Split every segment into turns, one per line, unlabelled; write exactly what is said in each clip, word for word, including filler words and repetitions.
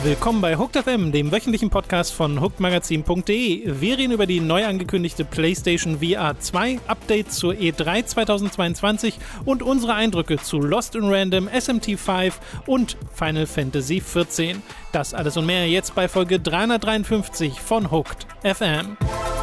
Willkommen bei Hooked F M, dem wöchentlichen Podcast von hooked magazin punkt de. Wir reden über die neu angekündigte PlayStation V R zwei, Updates zur E drei zweitausendzweiundzwanzig und unsere Eindrücke zu Lost in Random, S M T fünf und Final Fantasy vierzehn. Das alles und mehr jetzt bei Folge dreihundertdreiundfünfzig von Hooked F M.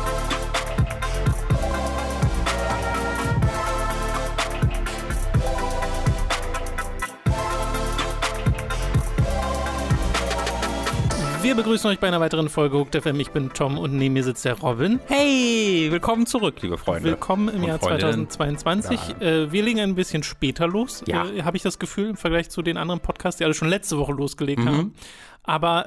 Wir begrüßen euch bei einer weiteren Folge Hooked F M. Ich bin Tom und neben mir sitzt der Robin.
Hey, willkommen zurück, liebe Freunde.
Willkommen im
und
Jahr
Freundinnen.
zweitausendzweiundzwanzig. Ja. Äh, wir legen ein bisschen später los,
ja.
äh, habe ich das Gefühl, im Vergleich zu den anderen Podcasts, die alle schon letzte Woche losgelegt
mhm.
haben. Aber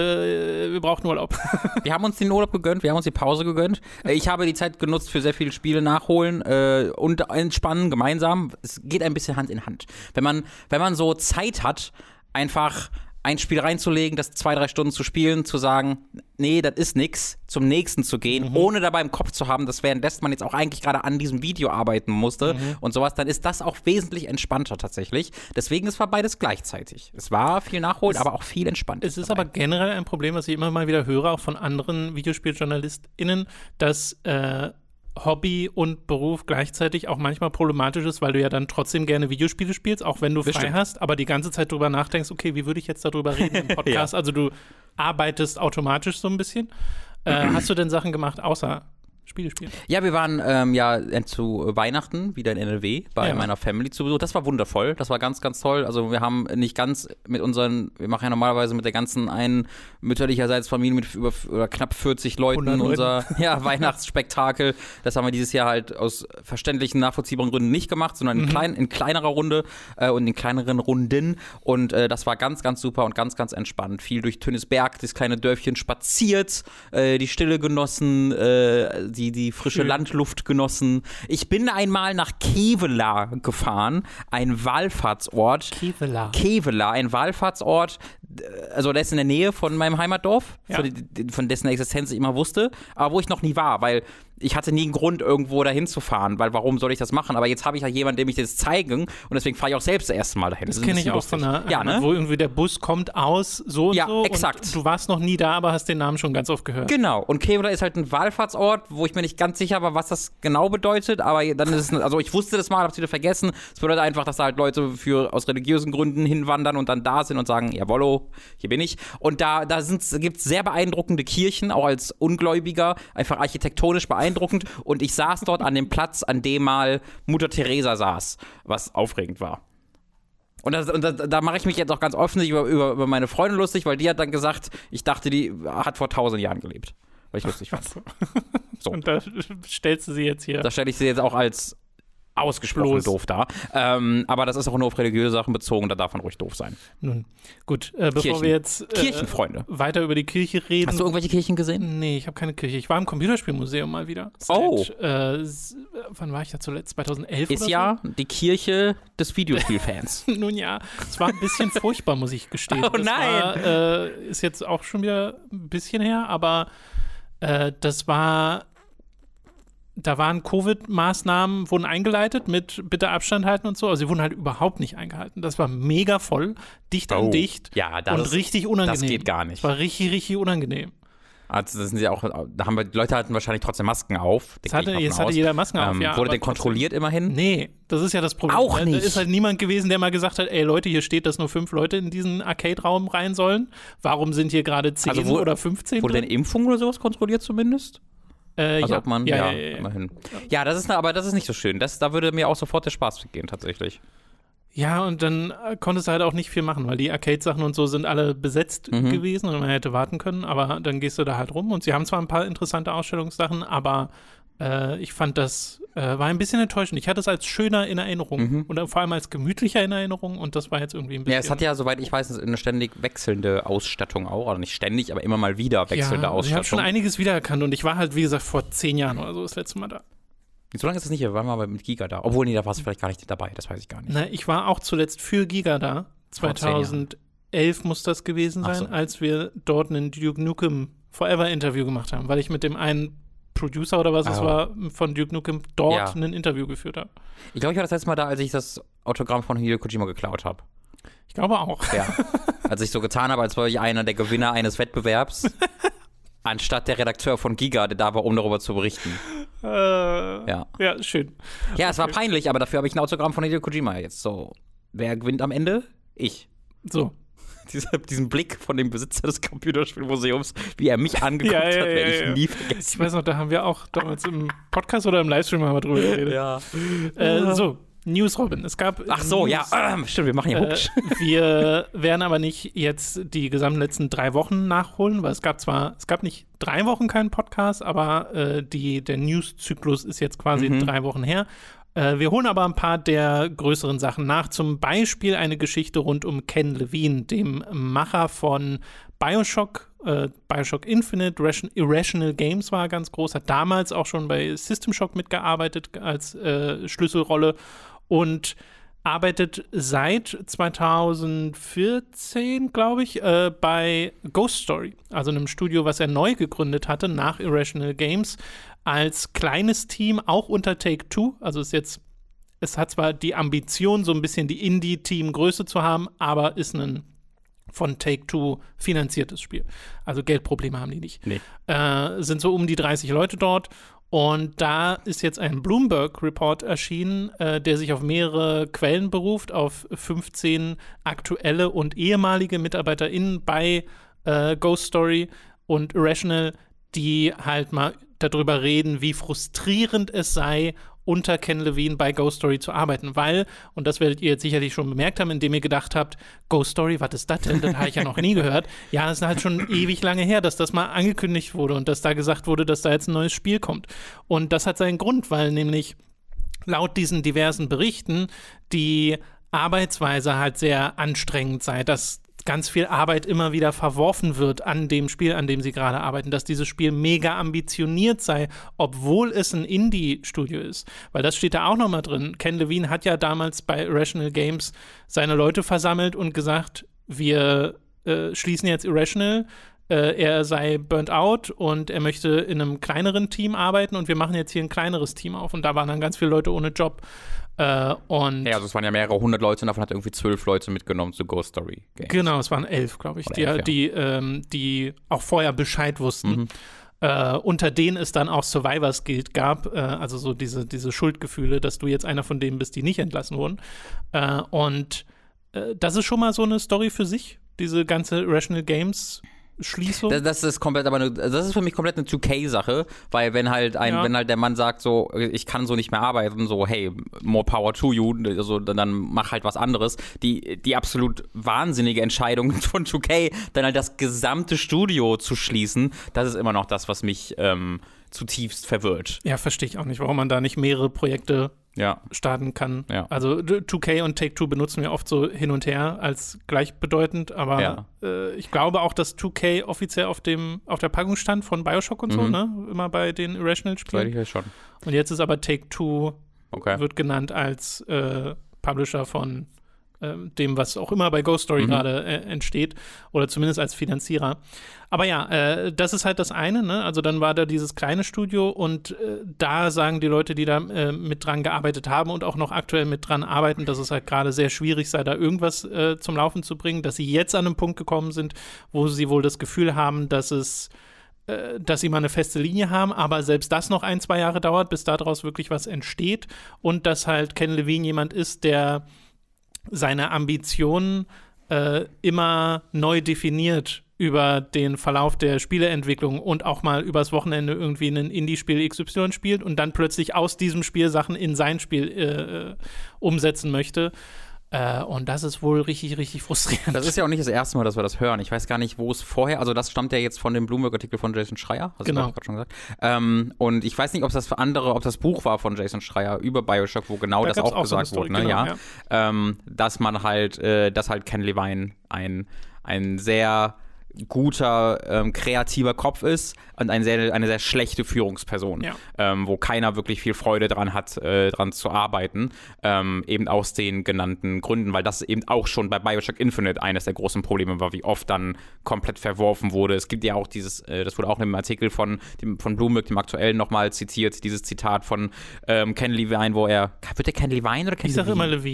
äh, wir brauchen Urlaub.
Wir haben uns den Urlaub gegönnt, wir haben uns die Pause gegönnt. Ich habe die Zeit genutzt für sehr viele Spiele nachholen äh, und entspannen gemeinsam. Es geht ein bisschen Hand in Hand. Wenn man, wenn man so Zeit hat, einfach ein Spiel reinzulegen, das zwei, drei Stunden zu spielen, zu sagen, nee, das ist nix, zum nächsten zu gehen, mhm. ohne dabei im Kopf zu haben, dass währenddessen man jetzt auch eigentlich gerade an diesem Video arbeiten musste mhm. und sowas, dann ist das auch wesentlich entspannter tatsächlich. Deswegen, es war beides gleichzeitig. Es war viel Nachholen, es, aber auch viel entspannt.
Es ist dabei. Aber generell ein Problem, was ich immer mal wieder höre, auch von anderen VideospieljournalistInnen, dass äh, Hobby und Beruf gleichzeitig auch manchmal problematisch ist, weil du ja dann trotzdem gerne Videospiele spielst, auch wenn du frei
Bestimmt.
hast, aber die ganze Zeit drüber nachdenkst, okay, wie würde ich jetzt darüber reden im Podcast? ja. Also du arbeitest automatisch so ein bisschen. Äh, hast du denn Sachen gemacht, außer Spiele spielen?
Ja, wir waren ähm, ja zu Weihnachten wieder in N R W bei
ja.
meiner Family zu Besuch. Das war wundervoll, das war ganz, ganz toll. Also wir haben nicht ganz mit unseren, wir machen ja normalerweise mit der ganzen einen mütterlicherseits Familie mit über oder knapp vierzig Leuten unser ja, Weihnachtsspektakel. Das haben wir dieses Jahr halt aus verständlichen, nachvollziehbaren Gründen nicht gemacht, sondern in,
mhm.
klein, in kleinerer Runde äh, und in kleineren Runden. Und äh, das war ganz, ganz super und ganz, ganz entspannt. Viel durch Tönnesberg, das kleine Dörfchen spaziert, äh, die Stille genossen, äh, die, die frische Schön. Landluft genossen. Ich bin einmal nach Kevela gefahren, ein Wallfahrtsort.
Kevela.
Kevela, ein Wallfahrtsort, also der ist in der Nähe von meinem Heimatdorf,
ja.
von, von dessen Existenz ich immer wusste, aber wo ich noch nie war, weil ich hatte nie einen Grund, irgendwo dahin zu fahren, weil warum soll ich das machen? Aber jetzt habe ich ja jemanden, dem ich das zeigen und deswegen fahre ich auch selbst das erste Mal dahin.
Das, das kenne ich auch von einer,
ja, ne?
wo irgendwie der Bus kommt aus, so und
ja,
so.
Exakt.
Und du warst noch nie da, aber hast den Namen schon ganz oft gehört.
Genau. Und Kevela ist halt ein Wallfahrtsort, wo ich mir nicht ganz sicher war, was das genau bedeutet, aber dann ist es, also ich wusste das mal, hab's wieder vergessen. Es bedeutet einfach, dass da halt Leute für aus religiösen Gründen hinwandern und dann da sind und sagen, jawollo, hier bin ich. Und da, da gibt es sehr beeindruckende Kirchen, auch als Ungläubiger, einfach architektonisch beeindruckend. Und ich saß dort an dem Platz, an dem mal Mutter Teresa saß, was aufregend war. Und, das, und das, da mache ich mich jetzt auch ganz öffentlich über, über, über meine Freundin lustig, weil die hat dann gesagt, ich dachte, die hat vor tausend Jahren gelebt. Weil ich lustig fand. So.
Und da stellst du sie jetzt hier.
Da stelle ich sie jetzt auch als ausgesprochen Bloß. doof da. Ähm, aber das ist auch nur auf religiöse Sachen bezogen, da darf man ruhig doof sein.
Nun, gut, äh, bevor
Kirchen.
wir jetzt äh,
Kirchenfreunde.
weiter über die Kirche reden.
Hast du irgendwelche Kirchen gesehen?
Nee, ich habe keine Kirche. Ich war im Computerspielmuseum mal wieder. Seit,
oh.
Äh, wann war ich da zuletzt? zweitausendelf
Ist
oder
ja
so?
Die Kirche des Videospielfans.
Nun ja, es war ein bisschen furchtbar, muss ich gestehen.
Oh
das
nein!
War, äh, ist jetzt auch schon wieder ein bisschen her, aber äh, das war Da waren Covid-Maßnahmen, wurden eingeleitet mit bitte Abstand halten und so. Also sie wurden halt überhaupt nicht eingehalten. Das war mega voll, dicht
oh.
an dicht
ja, das
und
ist,
richtig unangenehm.
Das geht gar nicht.
Das war richtig, richtig unangenehm.
Also das sind ja auch, da haben wir, die Leute hatten wahrscheinlich trotzdem Masken auf.
Das hatte, jetzt hatte jeder Masken auf,
ähm,
ja.
Wurde denn kontrolliert immerhin?
Nee, das ist ja das Problem.
Auch nicht.
Da ist halt niemand gewesen, der mal gesagt hat, ey Leute, hier steht, dass nur fünf Leute in diesen Arcade-Raum rein sollen. Warum sind hier gerade zehn
also wo,
oder fünfzehn
Wurde denn Impfung oder sowas kontrolliert zumindest?
Äh,
also
ja.
ob man,
ja,
ja,
ja, ja, ja.
immerhin. Ja, das ist, aber das ist nicht so schön. Das, da würde mir auch sofort der Spaß gehen, tatsächlich.
Ja, und dann äh, konntest du halt auch nicht viel machen, weil die Arcade-Sachen und so sind alle besetzt
mhm.
gewesen und man hätte warten können, aber dann gehst du da halt rum und sie haben zwar ein paar interessante Ausstellungssachen, aber äh, ich fand das, äh, war ein bisschen enttäuschend. Ich hatte es als schöner in Erinnerung
mhm.
und vor allem als gemütlicher in Erinnerung und das war jetzt irgendwie ein bisschen...
Ja, es hat ja, soweit ich weiß, eine ständig wechselnde Ausstattung auch, also nicht ständig, aber immer mal wieder wechselnde
ja, also
Ausstattung.
Ich habe schon einiges wiedererkannt und ich war halt, wie gesagt, vor zehn Jahren oder so das letzte Mal da.
So lange ist das nicht, wir waren mal mit Giga da. Obwohl, nee, da warst du vielleicht gar nicht dabei, das weiß ich gar nicht.
Na, ich war auch zuletzt für Giga da. zweitausendelf muss das gewesen sein, so. Als wir dort ein Duke Nukem Forever Interview gemacht haben, weil ich mit dem einen Producer oder was oh. es war von Duke Nukem dort ja. ein Interview geführt habe.
Ich glaube, ich war das letzte Mal da, als ich das Autogramm von Hideo Kojima geklaut habe.
Ich glaube auch.
Ja. Als ich so getan habe, als wäre ich einer der Gewinner eines Wettbewerbs, anstatt der Redakteur von Giga, der da war, um darüber zu berichten.
Äh,
ja.
ja, schön.
Ja, es war peinlich, aber dafür habe ich ein Autogramm von Hideo Kojima jetzt. So, wer gewinnt am Ende? Ich.
So.
Dieser, diesen Blick von dem Besitzer des Computerspielmuseums, wie er mich angeguckt
ja, ja,
hat, werde
ja,
ich
ja.
nie vergessen.
Ich weiß noch, da haben wir auch damals im Podcast oder im Livestream haben wir drüber geredet.
Ja.
Äh, so, News, Robin. Es gab
Ach so,
News,
ja, äh, stimmt, wir machen hier
äh,
Hooked.
Wir werden aber nicht jetzt die gesamten letzten drei Wochen nachholen, weil es gab zwar, es gab nicht drei Wochen keinen Podcast, aber äh, die, der News-Zyklus ist jetzt quasi
Mhm.
drei Wochen her. Äh, wir holen aber ein paar der größeren Sachen nach. Zum Beispiel eine Geschichte rund um Ken Levine, dem Macher von Bioshock, äh, Bioshock Infinite, Ration- Irrational Games war ganz groß, hat damals auch schon bei System Shock mitgearbeitet als äh, Schlüsselrolle und arbeitet seit zweitausendvierzehn, glaube ich, äh, bei Ghost Story, also einem Studio, was er neu gegründet hatte nach Irrational Games, als kleines Team, auch unter Take-Two. Also ist jetzt, es hat zwar die Ambition, so ein bisschen die Indie-Team-Größe zu haben, aber ist ein von Take-Two finanziertes Spiel. Also Geldprobleme haben die nicht.
Nee.
Äh, sind so um die dreißig Leute dort. Und da ist jetzt ein Bloomberg-Report erschienen, äh, der sich auf mehrere Quellen beruft, auf fünfzehn aktuelle und ehemalige MitarbeiterInnen bei äh, Ghost Story und Irrational, die halt mal darüber reden, wie frustrierend es sei, unter Ken Levine bei Ghost Story zu arbeiten, weil, und das werdet ihr jetzt sicherlich schon bemerkt haben, indem ihr gedacht habt, Ghost Story, was ist das denn? Das habe ich ja noch nie gehört. Ja, es ist halt schon ewig lange her, dass das mal angekündigt wurde und dass da gesagt wurde, dass da jetzt ein neues Spiel kommt. Und das hat seinen Grund, weil nämlich laut diesen diversen Berichten die Arbeitsweise halt sehr anstrengend sei, dass ganz viel Arbeit immer wieder verworfen wird an dem Spiel, an dem sie gerade arbeiten, dass dieses Spiel mega ambitioniert sei, obwohl es ein Indie-Studio ist. Weil das steht da auch nochmal drin. Ken Levine hat ja damals bei Irrational Games seine Leute versammelt und gesagt, wir äh, schließen jetzt Irrational, äh, er sei burnt out und er möchte in einem kleineren Team arbeiten und wir machen jetzt hier ein kleineres Team auf. Und da waren dann ganz viele Leute ohne Job. Äh, und
Ja, also es waren ja mehrere hundert Leute und davon hat er irgendwie zwölf Leute mitgenommen zu Ghost Story Games.
Genau, es waren elf, glaube ich,
Oder
die,
elf, ja.
die, ähm, die auch vorher Bescheid wussten.
Mhm.
Äh, unter denen es dann auch Survivors Guild gab, äh, also so diese, diese Schuldgefühle, dass du jetzt einer von denen bist, die nicht entlassen wurden. Äh, und äh, das ist schon mal so eine Story für sich, diese ganze Irrational Games Schließung.
Das, das ist komplett, aber eine, das ist für mich komplett eine zwei K-Sache, weil wenn halt ein,
Ja.
wenn halt der Mann sagt so, ich kann so nicht mehr arbeiten, so hey, more power to you, also dann, dann mach halt was anderes. Die, die absolut wahnsinnige Entscheidung von zwei K, dann halt das gesamte Studio zu schließen, das ist immer noch das, was mich ähm, zutiefst verwirrt.
Ja, verstehe ich auch nicht, warum man da nicht mehrere Projekte
Ja.
starten kann.
Ja.
Also zwei K und Take-Two benutzen wir oft so hin und her als gleichbedeutend, aber
Ja.
äh, ich glaube auch, dass zwei K offiziell auf dem auf der Packung stand von Bioshock und so,
Mhm.
ne? Immer bei den
Soweit
Irrational-Spielen.
ich weiß schon.
Und jetzt ist aber Take-Two
Okay.
wird genannt als äh, Publisher von ähm, dem, was auch immer bei Ghost Story
Mhm.
gerade äh, entsteht oder zumindest als Finanzierer. Aber ja, äh, das ist halt das eine, ne? Also dann war da dieses kleine Studio und äh, da sagen die Leute, die da äh, mit dran gearbeitet haben und auch noch aktuell mit dran arbeiten, dass es halt gerade sehr schwierig sei, da irgendwas äh, zum Laufen zu bringen, dass sie jetzt an einem Punkt gekommen sind, wo sie wohl das Gefühl haben, dass es äh, dass sie mal eine feste Linie haben, aber selbst das noch ein, zwei Jahre dauert, bis daraus wirklich was entsteht und dass halt Ken Levine jemand ist, der seine Ambitionen äh, immer neu definiert über den Verlauf der Spieleentwicklung und auch mal übers Wochenende irgendwie ein Indie-Spiel X Y spielt und dann plötzlich aus diesem Spiel Sachen in sein Spiel äh, umsetzen möchte. Äh, und das ist wohl richtig, richtig frustrierend.
Das ist ja auch nicht das erste Mal, dass wir das hören. Ich weiß gar nicht, wo es vorher, also das stammt ja jetzt von dem Bloomberg-Artikel von Jason Schreier, hast
Genau.
du gerade schon gesagt. Ähm, und ich weiß nicht, ob das für andere, ob das Buch war von Jason Schreier über Bioshock, wo genau
Da
das
gab's
auch
auch so eine
gesagt wurde,
Story,
ne?
genau,
ja. Ähm, dass man halt, äh, dass halt Ken Levine ein, ein sehr guter, ähm, kreativer Kopf ist und ein sehr, eine sehr schlechte Führungsperson,
Ja.
ähm, wo keiner wirklich viel Freude dran hat, äh, dran zu arbeiten, ähm, eben aus den genannten Gründen, weil das eben auch schon bei Bioshock Infinite eines der großen Probleme war, wie oft dann komplett verworfen wurde. Es gibt ja auch dieses, äh, das wurde auch in einem Artikel von, dem, von Bloomberg, dem aktuellen, nochmal zitiert, dieses Zitat von ähm, Ken Levine, wo er, wird der Ken Levine oder Ken
Ich sage
Levine?
immer Levine.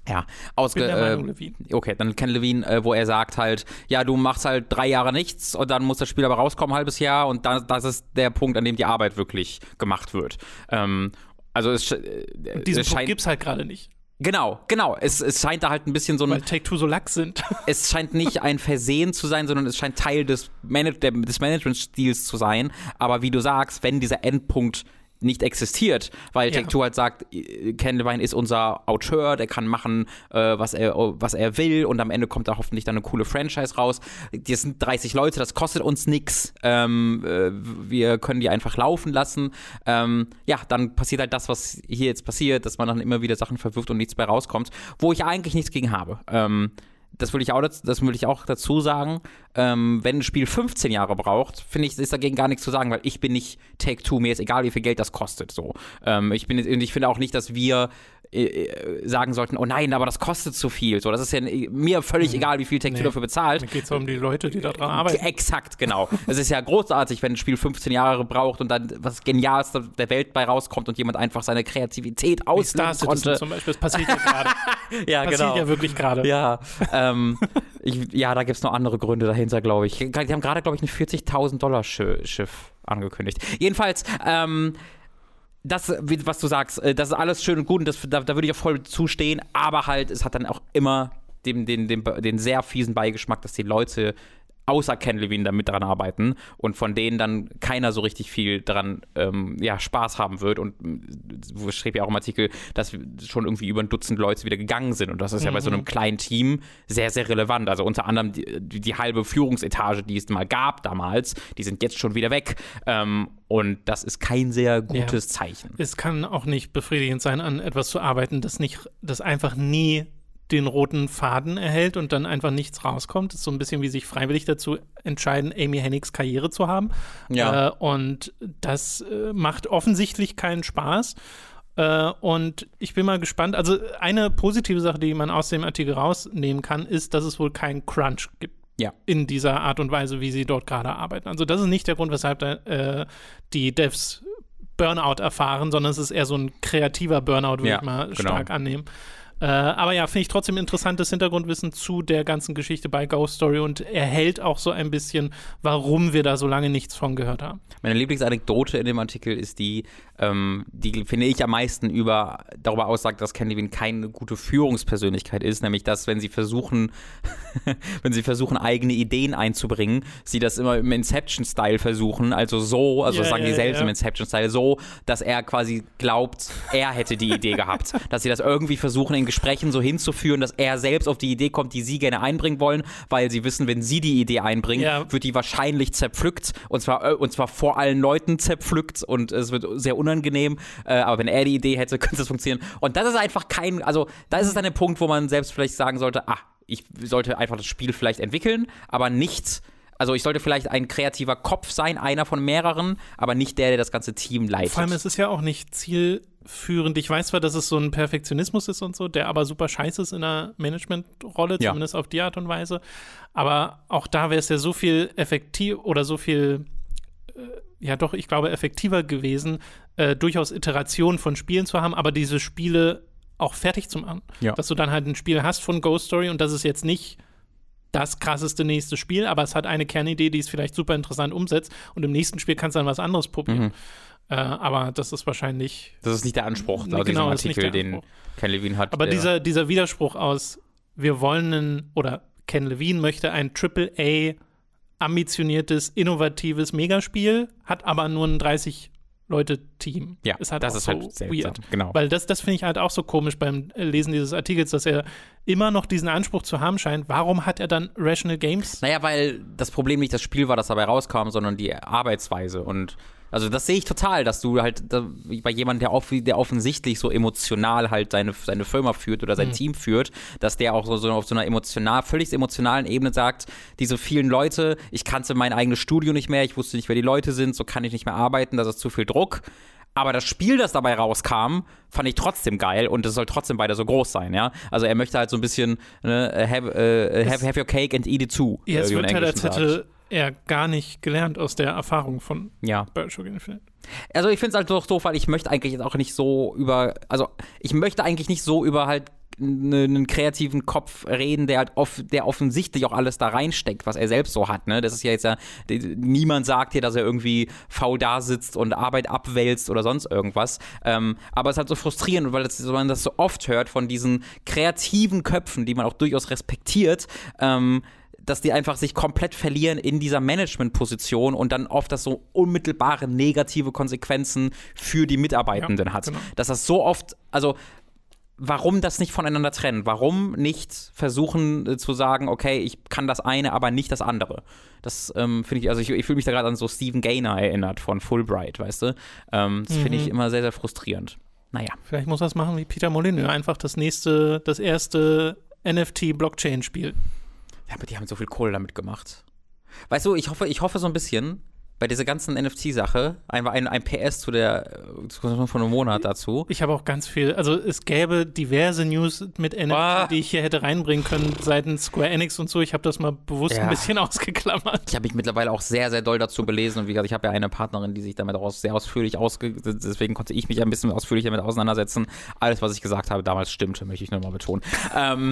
Ja, ausge
Bin der Meinung,
äh,
Levine.
Okay, dann Ken Levine, äh, wo er sagt halt, ja, du machst halt drei Jahre nichts und dann muss das Spiel aber rauskommen, ein halbes Jahr und dann, das ist der Punkt, an dem die Arbeit wirklich gemacht wird. Ähm, also es, äh,
Diesen
es
Punkt
scheint,
gibt's halt gerade nicht.
Genau, genau. Es, es scheint da halt ein bisschen so ein...
Weil Take-Two so lax sind.
Es scheint nicht ein Versehen zu sein, sondern es scheint Teil des, Manage der, des Management-Stils zu sein. Aber wie du sagst, wenn dieser Endpunkt nicht existiert, weil
Ja.
Take-Two halt sagt, Ken Levine ist unser Auteur, der kann machen, äh, was er was er will und am Ende kommt da hoffentlich dann eine coole Franchise raus. Das sind dreißig Leute, das kostet uns nichts. Ähm, äh, wir können die einfach laufen lassen. Ähm, ja, dann passiert halt das, was hier jetzt passiert, dass man dann immer wieder Sachen verwirft und nichts bei rauskommt, wo ich eigentlich nichts gegen habe. Ähm, Das will ich auch, das will ich auch dazu sagen. Ähm, wenn ein Spiel fünfzehn Jahre braucht, finde ich, ist dagegen gar nichts zu sagen, weil ich bin nicht Take-Two, mir ist egal, wie viel Geld das kostet. So. Ähm, ich bin, ich finde auch nicht, dass wir äh, sagen sollten, oh nein, aber das kostet zu viel. So, das ist ja mir völlig mhm. egal, wie viel Take-Two
Nee.
dafür bezahlt.
Mir geht es um die Leute, die da dran arbeiten.
Exakt, genau. Es ist ja großartig, wenn ein Spiel fünfzehn Jahre braucht und dann was Genialste der Welt bei rauskommt und jemand einfach seine Kreativität
Wie Star
ausleben
Citizen
konnte.
zum Beispiel, das passiert ja gerade.
Ja,
passiert
genau.
ja wirklich gerade.
Ja, ähm, ich, ja, da gibt es noch andere Gründe dahinter, glaube ich. Die haben gerade, glaube ich, ein vierzigtausend Dollar Schiff angekündigt. Jedenfalls, ähm, das, was du sagst, das ist alles schön und gut und das, da, da würde ich auch voll zustehen, aber halt, es hat dann auch immer den, den, den, den sehr fiesen Beigeschmack, dass die Leute außer Ken Levine da mit dran arbeiten und von denen dann keiner so richtig viel dran ähm, ja, Spaß haben wird und wo schrieb ja auch im Artikel, dass schon irgendwie über ein Dutzend Leute wieder gegangen sind und das ist mhm. ja bei so einem kleinen Team sehr, sehr relevant. Also unter anderem die, die, die halbe Führungsetage, die es mal gab damals, die sind jetzt schon wieder weg ähm, und das ist kein sehr gutes ja. Zeichen.
Es kann auch nicht befriedigend sein, an etwas zu arbeiten, das nicht, das einfach nie den roten Faden erhält und dann einfach nichts rauskommt. Das ist so ein bisschen wie sich freiwillig dazu entscheiden, Amy Hennigs Karriere zu haben.
Ja.
Äh, und das äh, macht offensichtlich keinen Spaß. Äh, und ich bin mal gespannt. Also eine positive Sache, die man aus dem Artikel rausnehmen kann, ist, dass es wohl keinen Crunch gibt.
Ja.
In dieser Art und Weise, wie sie dort gerade arbeiten. Also das ist nicht der Grund, weshalb da, äh, die Devs Burnout erfahren, sondern es ist eher so ein kreativer Burnout, würde
ja,
ich mal
genau.
stark annehmen. Äh, aber ja, finde ich trotzdem interessantes Hintergrundwissen zu der ganzen Geschichte bei Ghost Story und erhält auch so ein bisschen, warum wir da so lange nichts von gehört haben.
Meine Lieblingsanekdote in dem Artikel ist die, ähm, die finde ich am meisten über, darüber aussagt, dass Ken Levine keine gute Führungspersönlichkeit ist, nämlich dass, wenn sie versuchen, wenn sie versuchen, eigene Ideen einzubringen, sie das immer im Inception-Style versuchen, also so, also
ja,
sagen
ja,
die selbst
ja.
im Inception-Style so, dass er quasi glaubt, er hätte die Idee gehabt. Dass sie das irgendwie versuchen, in Gesprächen so hinzuführen, dass er selbst auf die Idee kommt, die sie gerne einbringen wollen, weil sie wissen, wenn sie die Idee einbringen,
ja.
wird die wahrscheinlich zerpflückt und zwar, und zwar vor allen Leuten zerpflückt und es wird sehr unangenehm, äh, aber wenn er die Idee hätte, könnte es funktionieren. Und das ist einfach kein, also da ist es dann der Punkt, wo man selbst vielleicht sagen sollte, ah, ich sollte einfach das Spiel vielleicht entwickeln, aber nicht, also ich sollte vielleicht ein kreativer Kopf sein, einer von mehreren, aber nicht der, der das ganze Team leitet.
Vor allem, es ist ja auch nicht zielführend. Ich weiß zwar, dass es so ein Perfektionismus ist und so, der aber super scheiße ist in einer Managementrolle,
Ja.
zumindest auf die Art und Weise. Aber auch da wäre es ja so viel effektiv oder so viel, äh, ja doch, ich glaube, effektiver gewesen, äh, durchaus Iterationen von Spielen zu haben, aber diese Spiele auch fertig zu machen.
Ja.
Dass du dann halt ein Spiel hast von Ghost Story und das ist jetzt nicht das krasseste nächste Spiel, aber es hat eine Kernidee, die es vielleicht super interessant umsetzt und im nächsten Spiel kannst du dann was anderes probieren.
Mhm.
Äh, aber das ist wahrscheinlich
Das ist nicht der Anspruch
Nee,
aus
genau,
diesem
ist nicht
Artikel,
der
den
Anspruch.
Ken Levine hat.
Aber
der,
dieser, dieser Widerspruch aus, wir wollen einen, oder Ken Levine möchte ein Triple A ambitioniertes, innovatives Megaspiel, hat aber nur ein dreißig Leute Team.
Ja,
ist halt
das
auch
ist
so
halt seltsam,
weird.
genau.
Weil das, das finde ich halt auch so komisch beim Lesen dieses Artikels, dass er immer noch diesen Anspruch zu haben scheint. Warum hat er dann Rational Games?
Naja, weil das Problem nicht das Spiel war, das dabei rauskam, sondern die Arbeitsweise. Und also das sehe ich total, dass du halt da, bei jemandem, der, off- der offensichtlich so emotional halt seine, seine Firma führt oder sein
Mhm.
Team führt, dass der auch so, so auf so einer emotional, völlig emotionalen Ebene sagt, diese vielen Leute, ich kannte mein eigenes Studio nicht mehr, ich wusste nicht, wer die Leute sind, so kann ich nicht mehr arbeiten, das ist zu viel Druck. Aber das Spiel, das dabei rauskam, fand ich trotzdem geil und es soll trotzdem weiter so groß sein, ja. Also er möchte halt so ein bisschen ne, have, uh, have, have your cake and eat it too.
Ja, es
wie man
wird
im
halt, als
Englischen
hätte
sagt.
er gar nicht gelernt aus der Erfahrung von
Ja.
Bioshock Infinite.
Also ich finde es halt doch doof, weil ich möchte eigentlich jetzt auch nicht so über, also ich möchte eigentlich nicht so über halt einen kreativen Kopf reden, der halt off, der offensichtlich auch alles da reinsteckt, was er selbst so hat, ne? Das ist ja jetzt ja, niemand sagt hier, dass er irgendwie faul da sitzt und Arbeit abwälzt oder sonst irgendwas. Ähm, aber es ist halt so frustrierend, weil das, man das so oft hört von diesen kreativen Köpfen, die man auch durchaus respektiert, ähm, dass die einfach sich komplett verlieren in dieser Management-Position und dann oft das so unmittelbare negative Konsequenzen für die Mitarbeitenden ja, hat. Genau. Dass das so oft, also warum das nicht voneinander trennen? Warum nicht versuchen äh, zu sagen, okay, ich kann das eine, aber nicht das andere? Das ähm, finde ich, also ich, ich fühle mich da gerade an so Stephen Gaynor erinnert von Fulbright, weißt du? Ähm, das mhm. finde ich immer sehr, sehr frustrierend. Naja.
Vielleicht muss er es machen wie Peter Molyneux, einfach das nächste, das erste N F T-Blockchain-Spiel.
Ja, aber die haben so viel Kohle damit gemacht. Weißt du, ich hoffe, ich hoffe so ein bisschen, bei dieser ganzen N F T-Sache, einfach ein, ein P S zu der zu, von einem Monat dazu.
Ich habe auch ganz viel, also es gäbe diverse News mit N F T, ah. die ich hier hätte reinbringen können seitens Square Enix und so. Ich habe das mal bewusst ja. ein bisschen ausgeklammert.
Ich habe mich mittlerweile auch sehr, sehr doll dazu belesen und wie gesagt, ich habe ja eine Partnerin, die sich damit auch sehr ausführlich ausge... Deswegen konnte ich mich ein bisschen ausführlicher damit auseinandersetzen. Alles, was ich gesagt habe, damals stimmte, möchte ich nochmal betonen. ähm...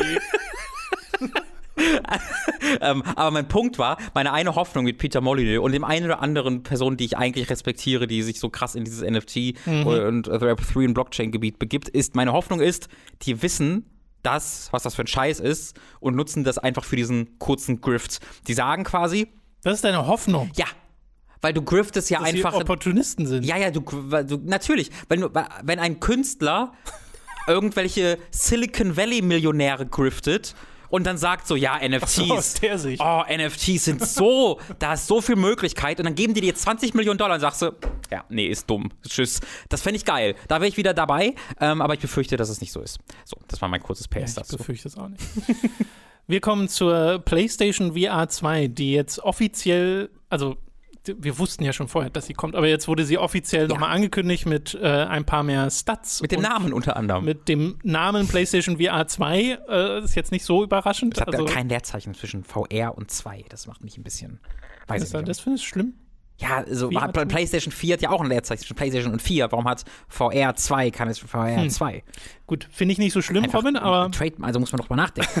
ähm, aber mein Punkt war, meine eine Hoffnung mit Peter Molyneux und dem einen oder anderen Person, die ich eigentlich respektiere, die sich so krass in dieses N F T mhm. und Web drei und Blockchain-Gebiet begibt, ist, meine Hoffnung ist, die wissen das, was das für ein Scheiß ist und nutzen das einfach für diesen kurzen Grift. Die sagen quasi...
Das ist deine Hoffnung?
Ja. Weil du griftest ja
dass
einfach...
Dass Opportunisten sind.
Ja, ja, du, du natürlich. Wenn, wenn ein Künstler irgendwelche Silicon Valley-Millionäre griftet und dann sagt so, ja, N F Ts, so, aus der Sicht. Oh, N F Ts sind so, da ist so viel Möglichkeit und dann geben die dir zwanzig Millionen Dollar und sagst du, ja, nee, ist dumm, tschüss. Das fände ich geil. Da wäre ich wieder dabei, ähm, aber ich befürchte, dass es nicht so ist. So, das war mein kurzes P S
ja,
dazu.
Ich befürchte es auch nicht. Wir kommen zur PlayStation V R zwei, die jetzt offiziell, also wir wussten ja schon vorher, dass sie kommt, aber jetzt wurde sie offiziell ja. nochmal angekündigt mit äh, ein paar mehr Stats.
Mit dem Namen unter anderem.
Mit dem Namen PlayStation V R zwei. Äh, ist jetzt nicht so überraschend.
Es hat
also,
ja kein Leerzeichen zwischen V R und zwei. Das macht mich ein bisschen... Weiß
das
ich nicht.
Das findest du schlimm?
Ja, also hat, PlayStation vier hat ja auch ein Leerzeichen zwischen PlayStation und vier. Warum hat V R zwei keine V R zwei? Hm.
Gut, finde ich nicht so schlimm,
Einfach
Robin, aber...
Trade, also muss man doch mal nachdenken.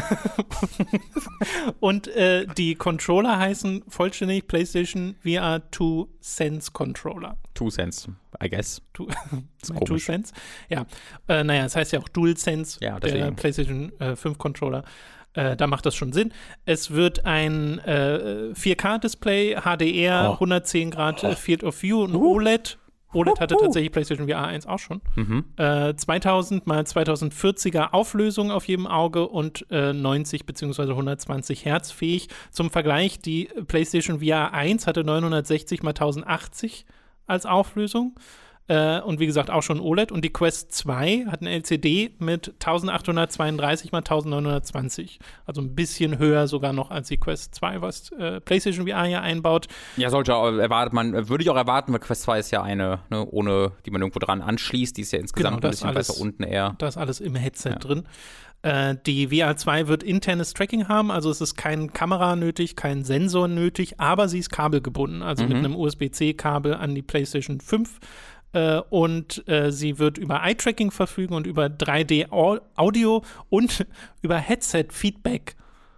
Und äh, die Controller heißen vollständig PlayStation V R zwei Sense Controller.
Two Sense, I guess.
Two, Two Sense? Ja. Äh, naja, es das heißt ja auch Dual Sense,
ja,
der PlayStation äh, fünf Controller. Äh, da macht das schon Sinn. Es wird ein äh, vier K-Display, H D R, oh. hundertzehn Grad oh. Field of View, ein uh. O L E D. O L E D hatte tatsächlich PlayStation V R eins auch schon. Mhm. Äh, zweitausend mal zweitausendvierziger Auflösung auf jedem Auge und äh, neunzig bzw. hundertzwanzig Hertz fähig. Zum Vergleich, die PlayStation V R eins hatte neunhundertsechzig mal tausendachtzig als Auflösung. Äh, und wie gesagt auch schon O L E D. Und die Quest zwei hat ein L C D mit eintausendachthundertzweiunddreißig mal eintausendneunhundertzwanzig. Also ein bisschen höher sogar noch als die Quest zwei, was äh, PlayStation V R hier einbaut.
Ja, sollte auch erwartet man, würde ich auch erwarten, weil Quest zwei ist ja eine, ne, ohne, die man irgendwo dran anschließt. Die ist ja insgesamt genau, ein bisschen alles, weiter unten eher.
Da ist alles im Headset ja. drin. Äh, die V R zwei wird internes Tracking haben, also es ist kein Kamera nötig, kein Sensor nötig, aber sie ist kabelgebunden, also mhm. mit einem U S B C-Kabel an die PlayStation fünf. Äh, und äh, sie wird über Eye-Tracking verfügen und über drei D-Audio und über Headset-Feedback.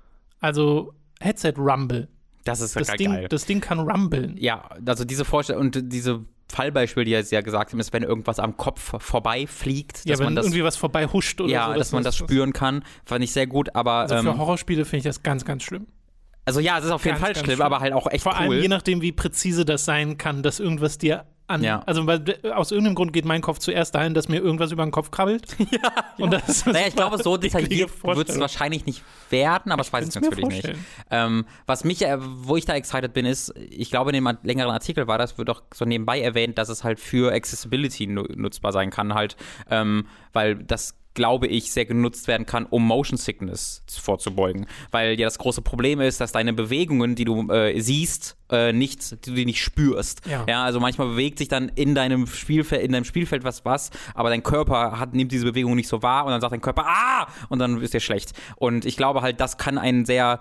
Also Headset-Rumble.
Das ist ja
das
geil.
Ding, das Ding kann rumbeln.
Ja, also diese Vorstellung und diese Fallbeispiel, die er ja gesagt hat, ist, wenn irgendwas am Kopf vorbeifliegt.
Ja,
dass
wenn
man das,
irgendwie was vorbei huscht oder
ja,
so.
Ja, dass man das spüren kann, fand ich sehr gut, aber
also für
ähm,
Horrorspiele finde ich das ganz, ganz schlimm.
Also ja, es ist auf jeden ganz, Fall schlimm, schlimm, aber halt auch echt
Vor
cool.
Vor allem je nachdem, wie präzise das sein kann, dass irgendwas dir an,
ja.
also weil, aus irgendeinem Grund geht mein Kopf zuerst dahin, dass mir irgendwas über den Kopf krabbelt.
ja,
und
ja.
Das
naja, ich glaube, so detailliert wird es wahrscheinlich nicht werden, aber ich das weiß ich natürlich nicht. Ähm, was mich, äh, wo ich da excited bin, ist, ich glaube, in dem längeren Artikel war das, wird auch so nebenbei erwähnt, dass es halt für Accessibility nu- nutzbar sein kann, halt, ähm, weil das glaube ich, sehr genutzt werden kann, um Motion Sickness vorzubeugen. Weil ja das große Problem ist, dass deine Bewegungen, die du äh, siehst, äh, nicht, die du die nicht spürst. Ja. ja, also manchmal bewegt sich dann in deinem Spielfeld, in deinem Spielfeld was was, aber dein Körper hat, nimmt diese Bewegung nicht so wahr und dann sagt dein Körper, ah! Und dann ist dir schlecht. Und ich glaube halt, das kann ein sehr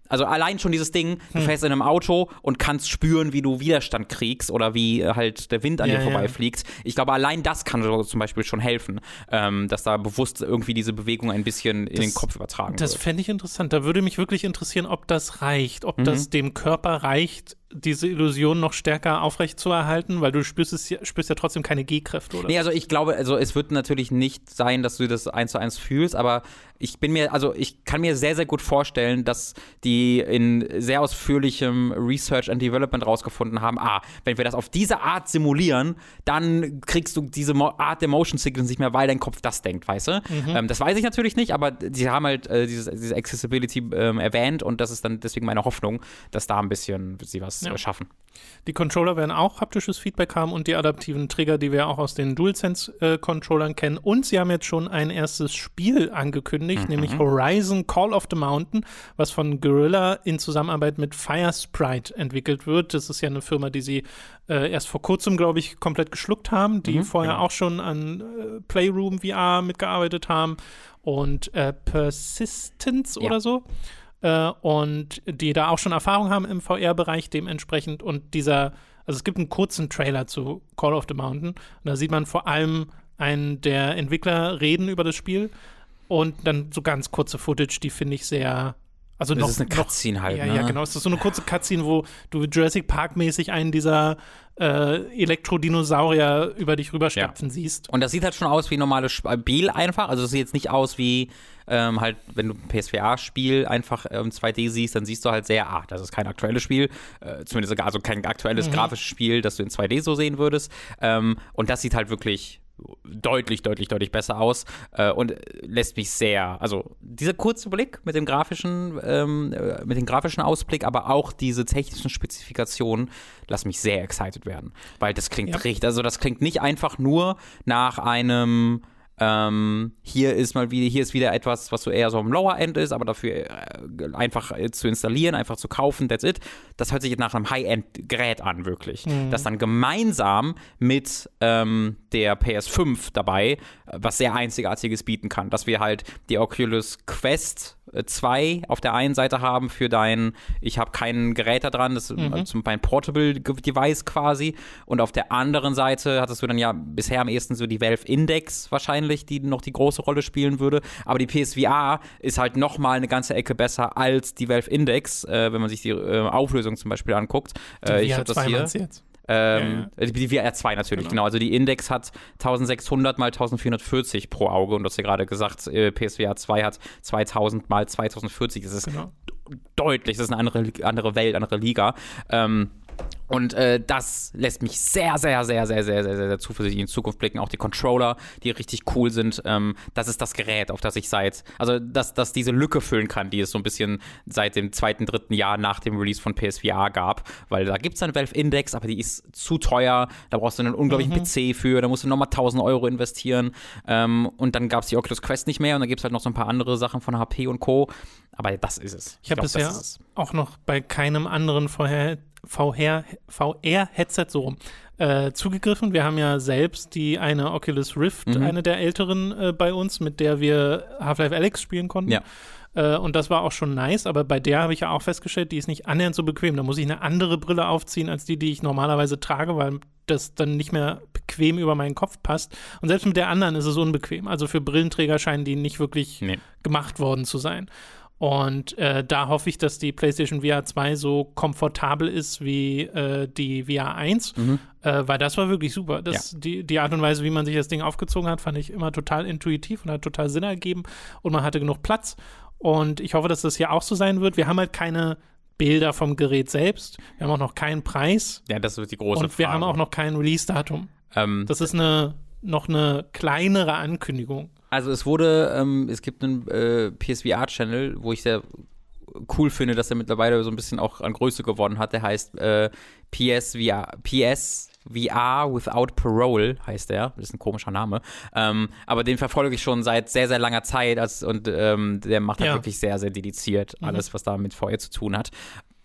Also allein schon dieses Ding, du hm. fährst in einem Auto und kannst spüren, wie du Widerstand kriegst oder wie halt der Wind an ja, dir vorbeifliegt. Ja. Ich glaube, allein das kann zum Beispiel schon helfen, ähm, dass da bewusst irgendwie diese Bewegung ein bisschen in das, den Kopf übertragen
das
wird.
Das fände ich interessant. Da würde mich wirklich interessieren, ob das reicht, ob mhm. das dem Körper reicht, diese Illusion noch stärker aufrechtzuerhalten, weil du spürst, es ja, spürst ja trotzdem keine G-Kräfte, oder?
Nee, also ich glaube, also es wird natürlich nicht sein, dass du das eins zu eins fühlst, aber ich bin mir, also ich kann mir sehr, sehr gut vorstellen, dass die in sehr ausführlichem Research and Development rausgefunden haben, ah, wenn wir das auf diese Art simulieren, dann kriegst du diese Mo- Art der Motion Sickness nicht mehr, weil dein Kopf das denkt, weißt du? Mhm. Ähm, das weiß ich natürlich nicht, aber sie haben halt äh, dieses, diese Accessibility ähm, erwähnt und das ist dann deswegen meine Hoffnung, dass da ein bisschen sie was ja. äh, schaffen.
Die Controller werden auch haptisches Feedback haben und die adaptiven Trigger, die wir auch aus den DualSense-Controllern äh, kennen. Und sie haben jetzt schon ein erstes Spiel angekündigt, mhm. nämlich Horizon Call of the Mountain, was von Guerrilla in Zusammenarbeit mit Firesprite entwickelt wird. Das ist ja eine Firma, die sie äh, erst vor kurzem, glaube ich, komplett geschluckt haben, die mhm, vorher genau. auch schon an äh, Playroom V R mitgearbeitet haben und äh, Persistence ja. oder so. Äh, und die da auch schon Erfahrung haben im V R-Bereich dementsprechend. Und dieser, also es gibt einen kurzen Trailer zu Call of the Mountain. Und da sieht man vor allem einen der Entwickler reden über das Spiel. Und dann so ganz kurze Footage, die finde ich sehr. Also
das
noch,
ist eine Cutscene
noch,
halt,
ja,
ne?
Ja, genau. Es ist so eine kurze Cutscene, wo du Jurassic Park-mäßig einen dieser äh, Elektrodinosaurier über dich rüberstapfen ja. siehst.
Und das sieht halt schon aus wie ein normales Spiel einfach. Also es sieht jetzt nicht aus wie ähm, halt, wenn du ein P S V R-Spiel einfach ähm, zwei D siehst, dann siehst du halt sehr, ah, das ist kein aktuelles Spiel. Äh, zumindest also kein aktuelles mhm. grafisches Spiel, das du in zwei D so sehen würdest. Ähm, und das sieht halt wirklich deutlich, deutlich, deutlich besser aus äh, und lässt mich sehr, also dieser kurze Blick mit dem grafischen, ähm, mit dem grafischen Ausblick, aber auch diese technischen Spezifikationen lassen mich sehr excited werden, weil das klingt ja. richtig, also das klingt nicht einfach nur nach einem Ähm, hier ist mal wieder, hier ist wieder etwas, was so eher so am Lower End ist, aber dafür äh, einfach äh, zu installieren, einfach zu kaufen, that's it. Das hört sich jetzt nach einem High-End-Gerät an, wirklich. Mhm. Das dann gemeinsam mit ähm, der P S fünf dabei was sehr Einzigartiges bieten kann. Dass wir halt die Oculus Quest zwei auf der einen Seite haben für dein, ich habe kein Gerät da dran, das ist mhm. zum, mein Portable Device quasi. Und auf der anderen Seite hattest du dann ja bisher am ehesten so die Valve Index wahrscheinlich, die noch die große Rolle spielen würde. Aber die P S V R ist halt nochmal eine ganze Ecke besser als die Valve Index, äh, wenn man sich die äh, Auflösung zum Beispiel anguckt. Äh, ich habe das hier. Jetzt? Ähm, ja, ja. Die V R zwei natürlich, genau. genau. Also die Index hat eintausendsechshundert mal eintausendvierhundertvierzig pro Auge und du hast ja gerade gesagt, äh, P S V R zwei hat zweitausend mal zweitausendvierzig. Das ist genau. deutlich, das ist eine andere, andere Welt, andere Liga. Ähm, Und äh, das lässt mich sehr, sehr, sehr, sehr, sehr, sehr, sehr zuversichtlich in die Zukunft blicken. Auch die Controller, die richtig cool sind. Ähm, das ist das Gerät, auf das ich seit, also dass das diese Lücke füllen kann, die es so ein bisschen seit dem zweiten, dritten Jahr nach dem Release von P S V R gab. Weil da gibt es einen Valve Index, aber die ist zu teuer. Da brauchst du einen unglaublichen mhm. P C für. Da musst du nochmal tausend Euro investieren. Ähm, und dann gab es die Oculus Quest nicht mehr. Und dann gibt es halt noch so ein paar andere Sachen von H P und Co. Aber das ist es.
Ich habe bisher auch noch bei keinem anderen vorher V R-Headset so rum äh, zugegriffen. Wir haben ja selbst die eine Oculus Rift, mhm. eine der älteren äh, bei uns, mit der wir Half-Life Alyx spielen konnten. Ja. Äh, und das war auch schon nice, aber bei der habe ich ja auch festgestellt, die ist nicht annähernd so bequem. Da muss ich eine andere Brille aufziehen, als die, die ich normalerweise trage, weil das dann nicht mehr bequem über meinen Kopf passt. Und selbst mit der anderen ist es unbequem. Also für Brillenträger scheinen die nicht wirklich nee. gemacht worden zu sein. Und äh, da hoffe ich, dass die PlayStation V R zwei so komfortabel ist wie äh, die V R eins, mhm. äh, weil das war wirklich super. Das, ja. die, die Art und Weise, wie man sich das Ding aufgezogen hat, fand ich immer total intuitiv und hat total Sinn ergeben und man hatte genug Platz. Und ich hoffe, dass das hier auch so sein wird. Wir haben halt keine Bilder vom Gerät selbst. Wir haben auch noch keinen Preis.
Ja, das wird die große
Und wir
Frage.
haben auch noch kein Release-Datum. Ähm, das ist eine, noch eine kleinere Ankündigung.
Also es wurde, ähm, es gibt einen äh, P S V R-Channel, wo ich sehr cool finde, dass er mittlerweile so ein bisschen auch an Größe gewonnen hat. Der heißt äh, P S V R, P S V R Without Parole heißt der. Das ist ein komischer Name. Ähm, aber den verfolge ich schon seit sehr, sehr langer Zeit als, und ähm, der macht halt
ja.
wirklich sehr, sehr dediziert alles, mhm. was da mit V R zu tun hat.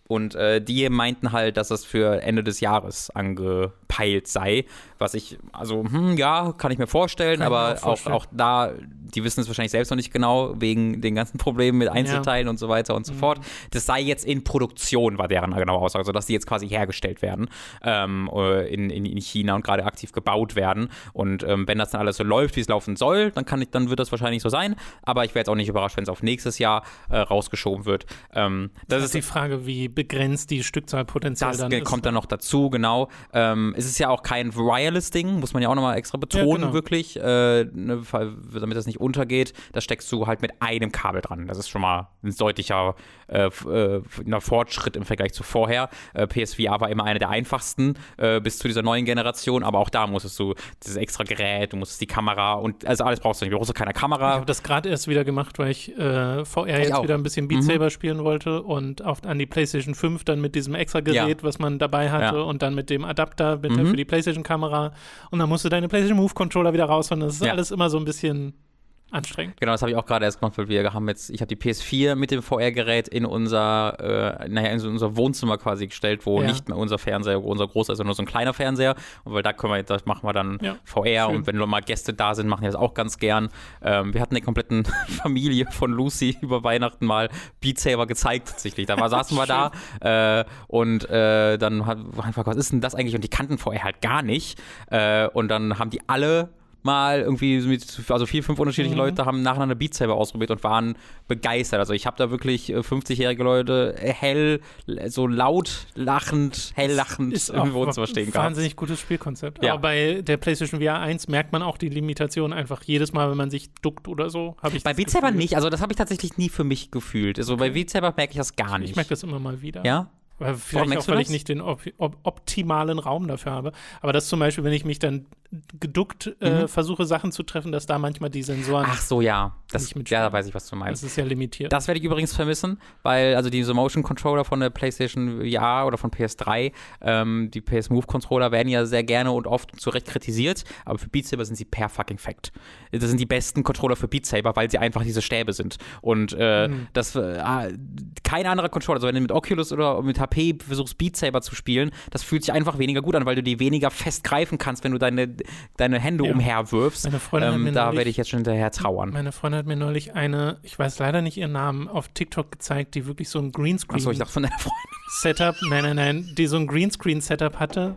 Und äh, die meinten halt, dass das für Ende des Jahres angepeilt sei. Was ich, also, hm, ja, kann ich mir vorstellen, kann aber auch, vorstellen. auch, auch da, die wissen es wahrscheinlich selbst noch nicht genau, wegen den ganzen Problemen mit Einzelteilen ja. und so weiter und so mhm. fort. Das sei jetzt in Produktion, war deren genaue Aussage, also dass die jetzt quasi hergestellt werden ähm, in, in, in China und gerade aktiv gebaut werden. Und ähm, wenn das dann alles so läuft, wie es laufen soll, dann kann ich, dann wird das wahrscheinlich so sein. Aber ich wäre jetzt auch nicht überrascht, wenn es auf nächstes Jahr äh, rausgeschoben wird. Ähm, das,
das ist die Frage, wie begrenzt die Stückzahl potenziell
das
dann
ist. Das kommt dann noch dazu, genau. Ähm, es ist ja auch kein Wireless-Ding, muss man ja auch nochmal extra betonen, ja, genau. wirklich, äh, ne, damit das nicht untergeht. Das steckst du halt mit einem Kabel dran. Das ist schon mal ein deutlicher äh, äh, Fortschritt im Vergleich zu vorher. Äh, P S V R war immer eine der einfachsten äh, bis zu dieser neuen Generation, aber auch da musstest du dieses extra Gerät, du musstest die Kamera und also alles brauchst du nicht. Du brauchst keine Kamera.
Ich habe das gerade erst wieder gemacht, weil ich äh, V R ich jetzt auch. wieder ein bisschen Beat Saber mhm. spielen wollte und auf, an die PlayStation fünf dann mit diesem extra Gerät, ja. was man dabei hatte ja. und dann mit dem Adapter mit mhm. der, für die PlayStation-Kamera und dann musst du deine PlayStation Move-Controller wieder rausholen. Das ist ja. alles immer so ein bisschen anstrengend.
Genau, das habe ich auch gerade erst gemacht, weil wir haben jetzt, ich habe die P S vier mit dem V R-Gerät in unser, äh, naja, in so unser Wohnzimmer quasi gestellt, wo ja. nicht mehr unser Fernseher, wo unser großer ist, sondern nur so ein kleiner Fernseher. Und weil da können wir, das machen wir dann ja. V R Schön. Und wenn mal Gäste da sind, machen die das auch ganz gern. Ähm, wir hatten der kompletten Familie von Lucy über Weihnachten mal Beat Saber gezeigt tatsächlich. Da war, saßen wir da äh, und äh, dann hat einfach, was ist denn das eigentlich? Und die kannten V R halt gar nicht. Äh, und dann haben die alle mal irgendwie mit, also vier, fünf unterschiedliche mhm. Leute haben nacheinander Beat Saber ausprobiert und waren begeistert. Also ich habe da wirklich fünfzigjährige Leute hell, so laut lachend, hell lachend im Wohnzimmer stehen gehabt.
Wahnsinnig gutes Spielkonzept.
Ja.
Aber bei der PlayStation V R eins merkt man auch die Limitation einfach jedes Mal, wenn man sich duckt oder so. Hab ich
bei Beat Saber nicht, also das habe ich tatsächlich nie für mich gefühlt. Also okay. bei Beat Saber merke ich das gar nicht.
Ich merke das immer mal wieder.
Ja?
Weil vielleicht auch, weil ich nicht den op op optimalen Raum dafür habe. Aber das zum Beispiel, wenn ich mich dann geduckt äh, mhm. versuche, Sachen zu treffen, dass da manchmal die Sensoren.
Ach so, ja. Das, ja, da weiß ich, was du meinst.
Das ist ja limitiert.
Das werde ich übrigens vermissen, weil also diese Motion Controller von der PlayStation V R oder von P S drei, ähm, die P S Move Controller werden ja sehr gerne und oft zu Recht kritisiert, aber für Beat Saber sind sie per fucking fact. Das sind die besten Controller für Beat Saber, weil sie einfach diese Stäbe sind. Und äh, mhm. das äh, kein anderer Controller, also wenn du mit Oculus oder mit H P versuchst Beat Saber zu spielen, das fühlt sich einfach weniger gut an, weil du die weniger fest greifen kannst, wenn du deine, deine Hände ja. umherwirfst.
Meine Freundin
ähm,
hat mir
da
neulich,
werde ich jetzt schon hinterher trauern.
Meine Freundin hat mir neulich eine, ich weiß leider nicht ihren Namen, auf TikTok gezeigt, die wirklich so ein Greenscreen
Achso, ich dachte von deiner Freundin.
Setup, nein, nein, nein, die so ein Greenscreen-Setup hatte.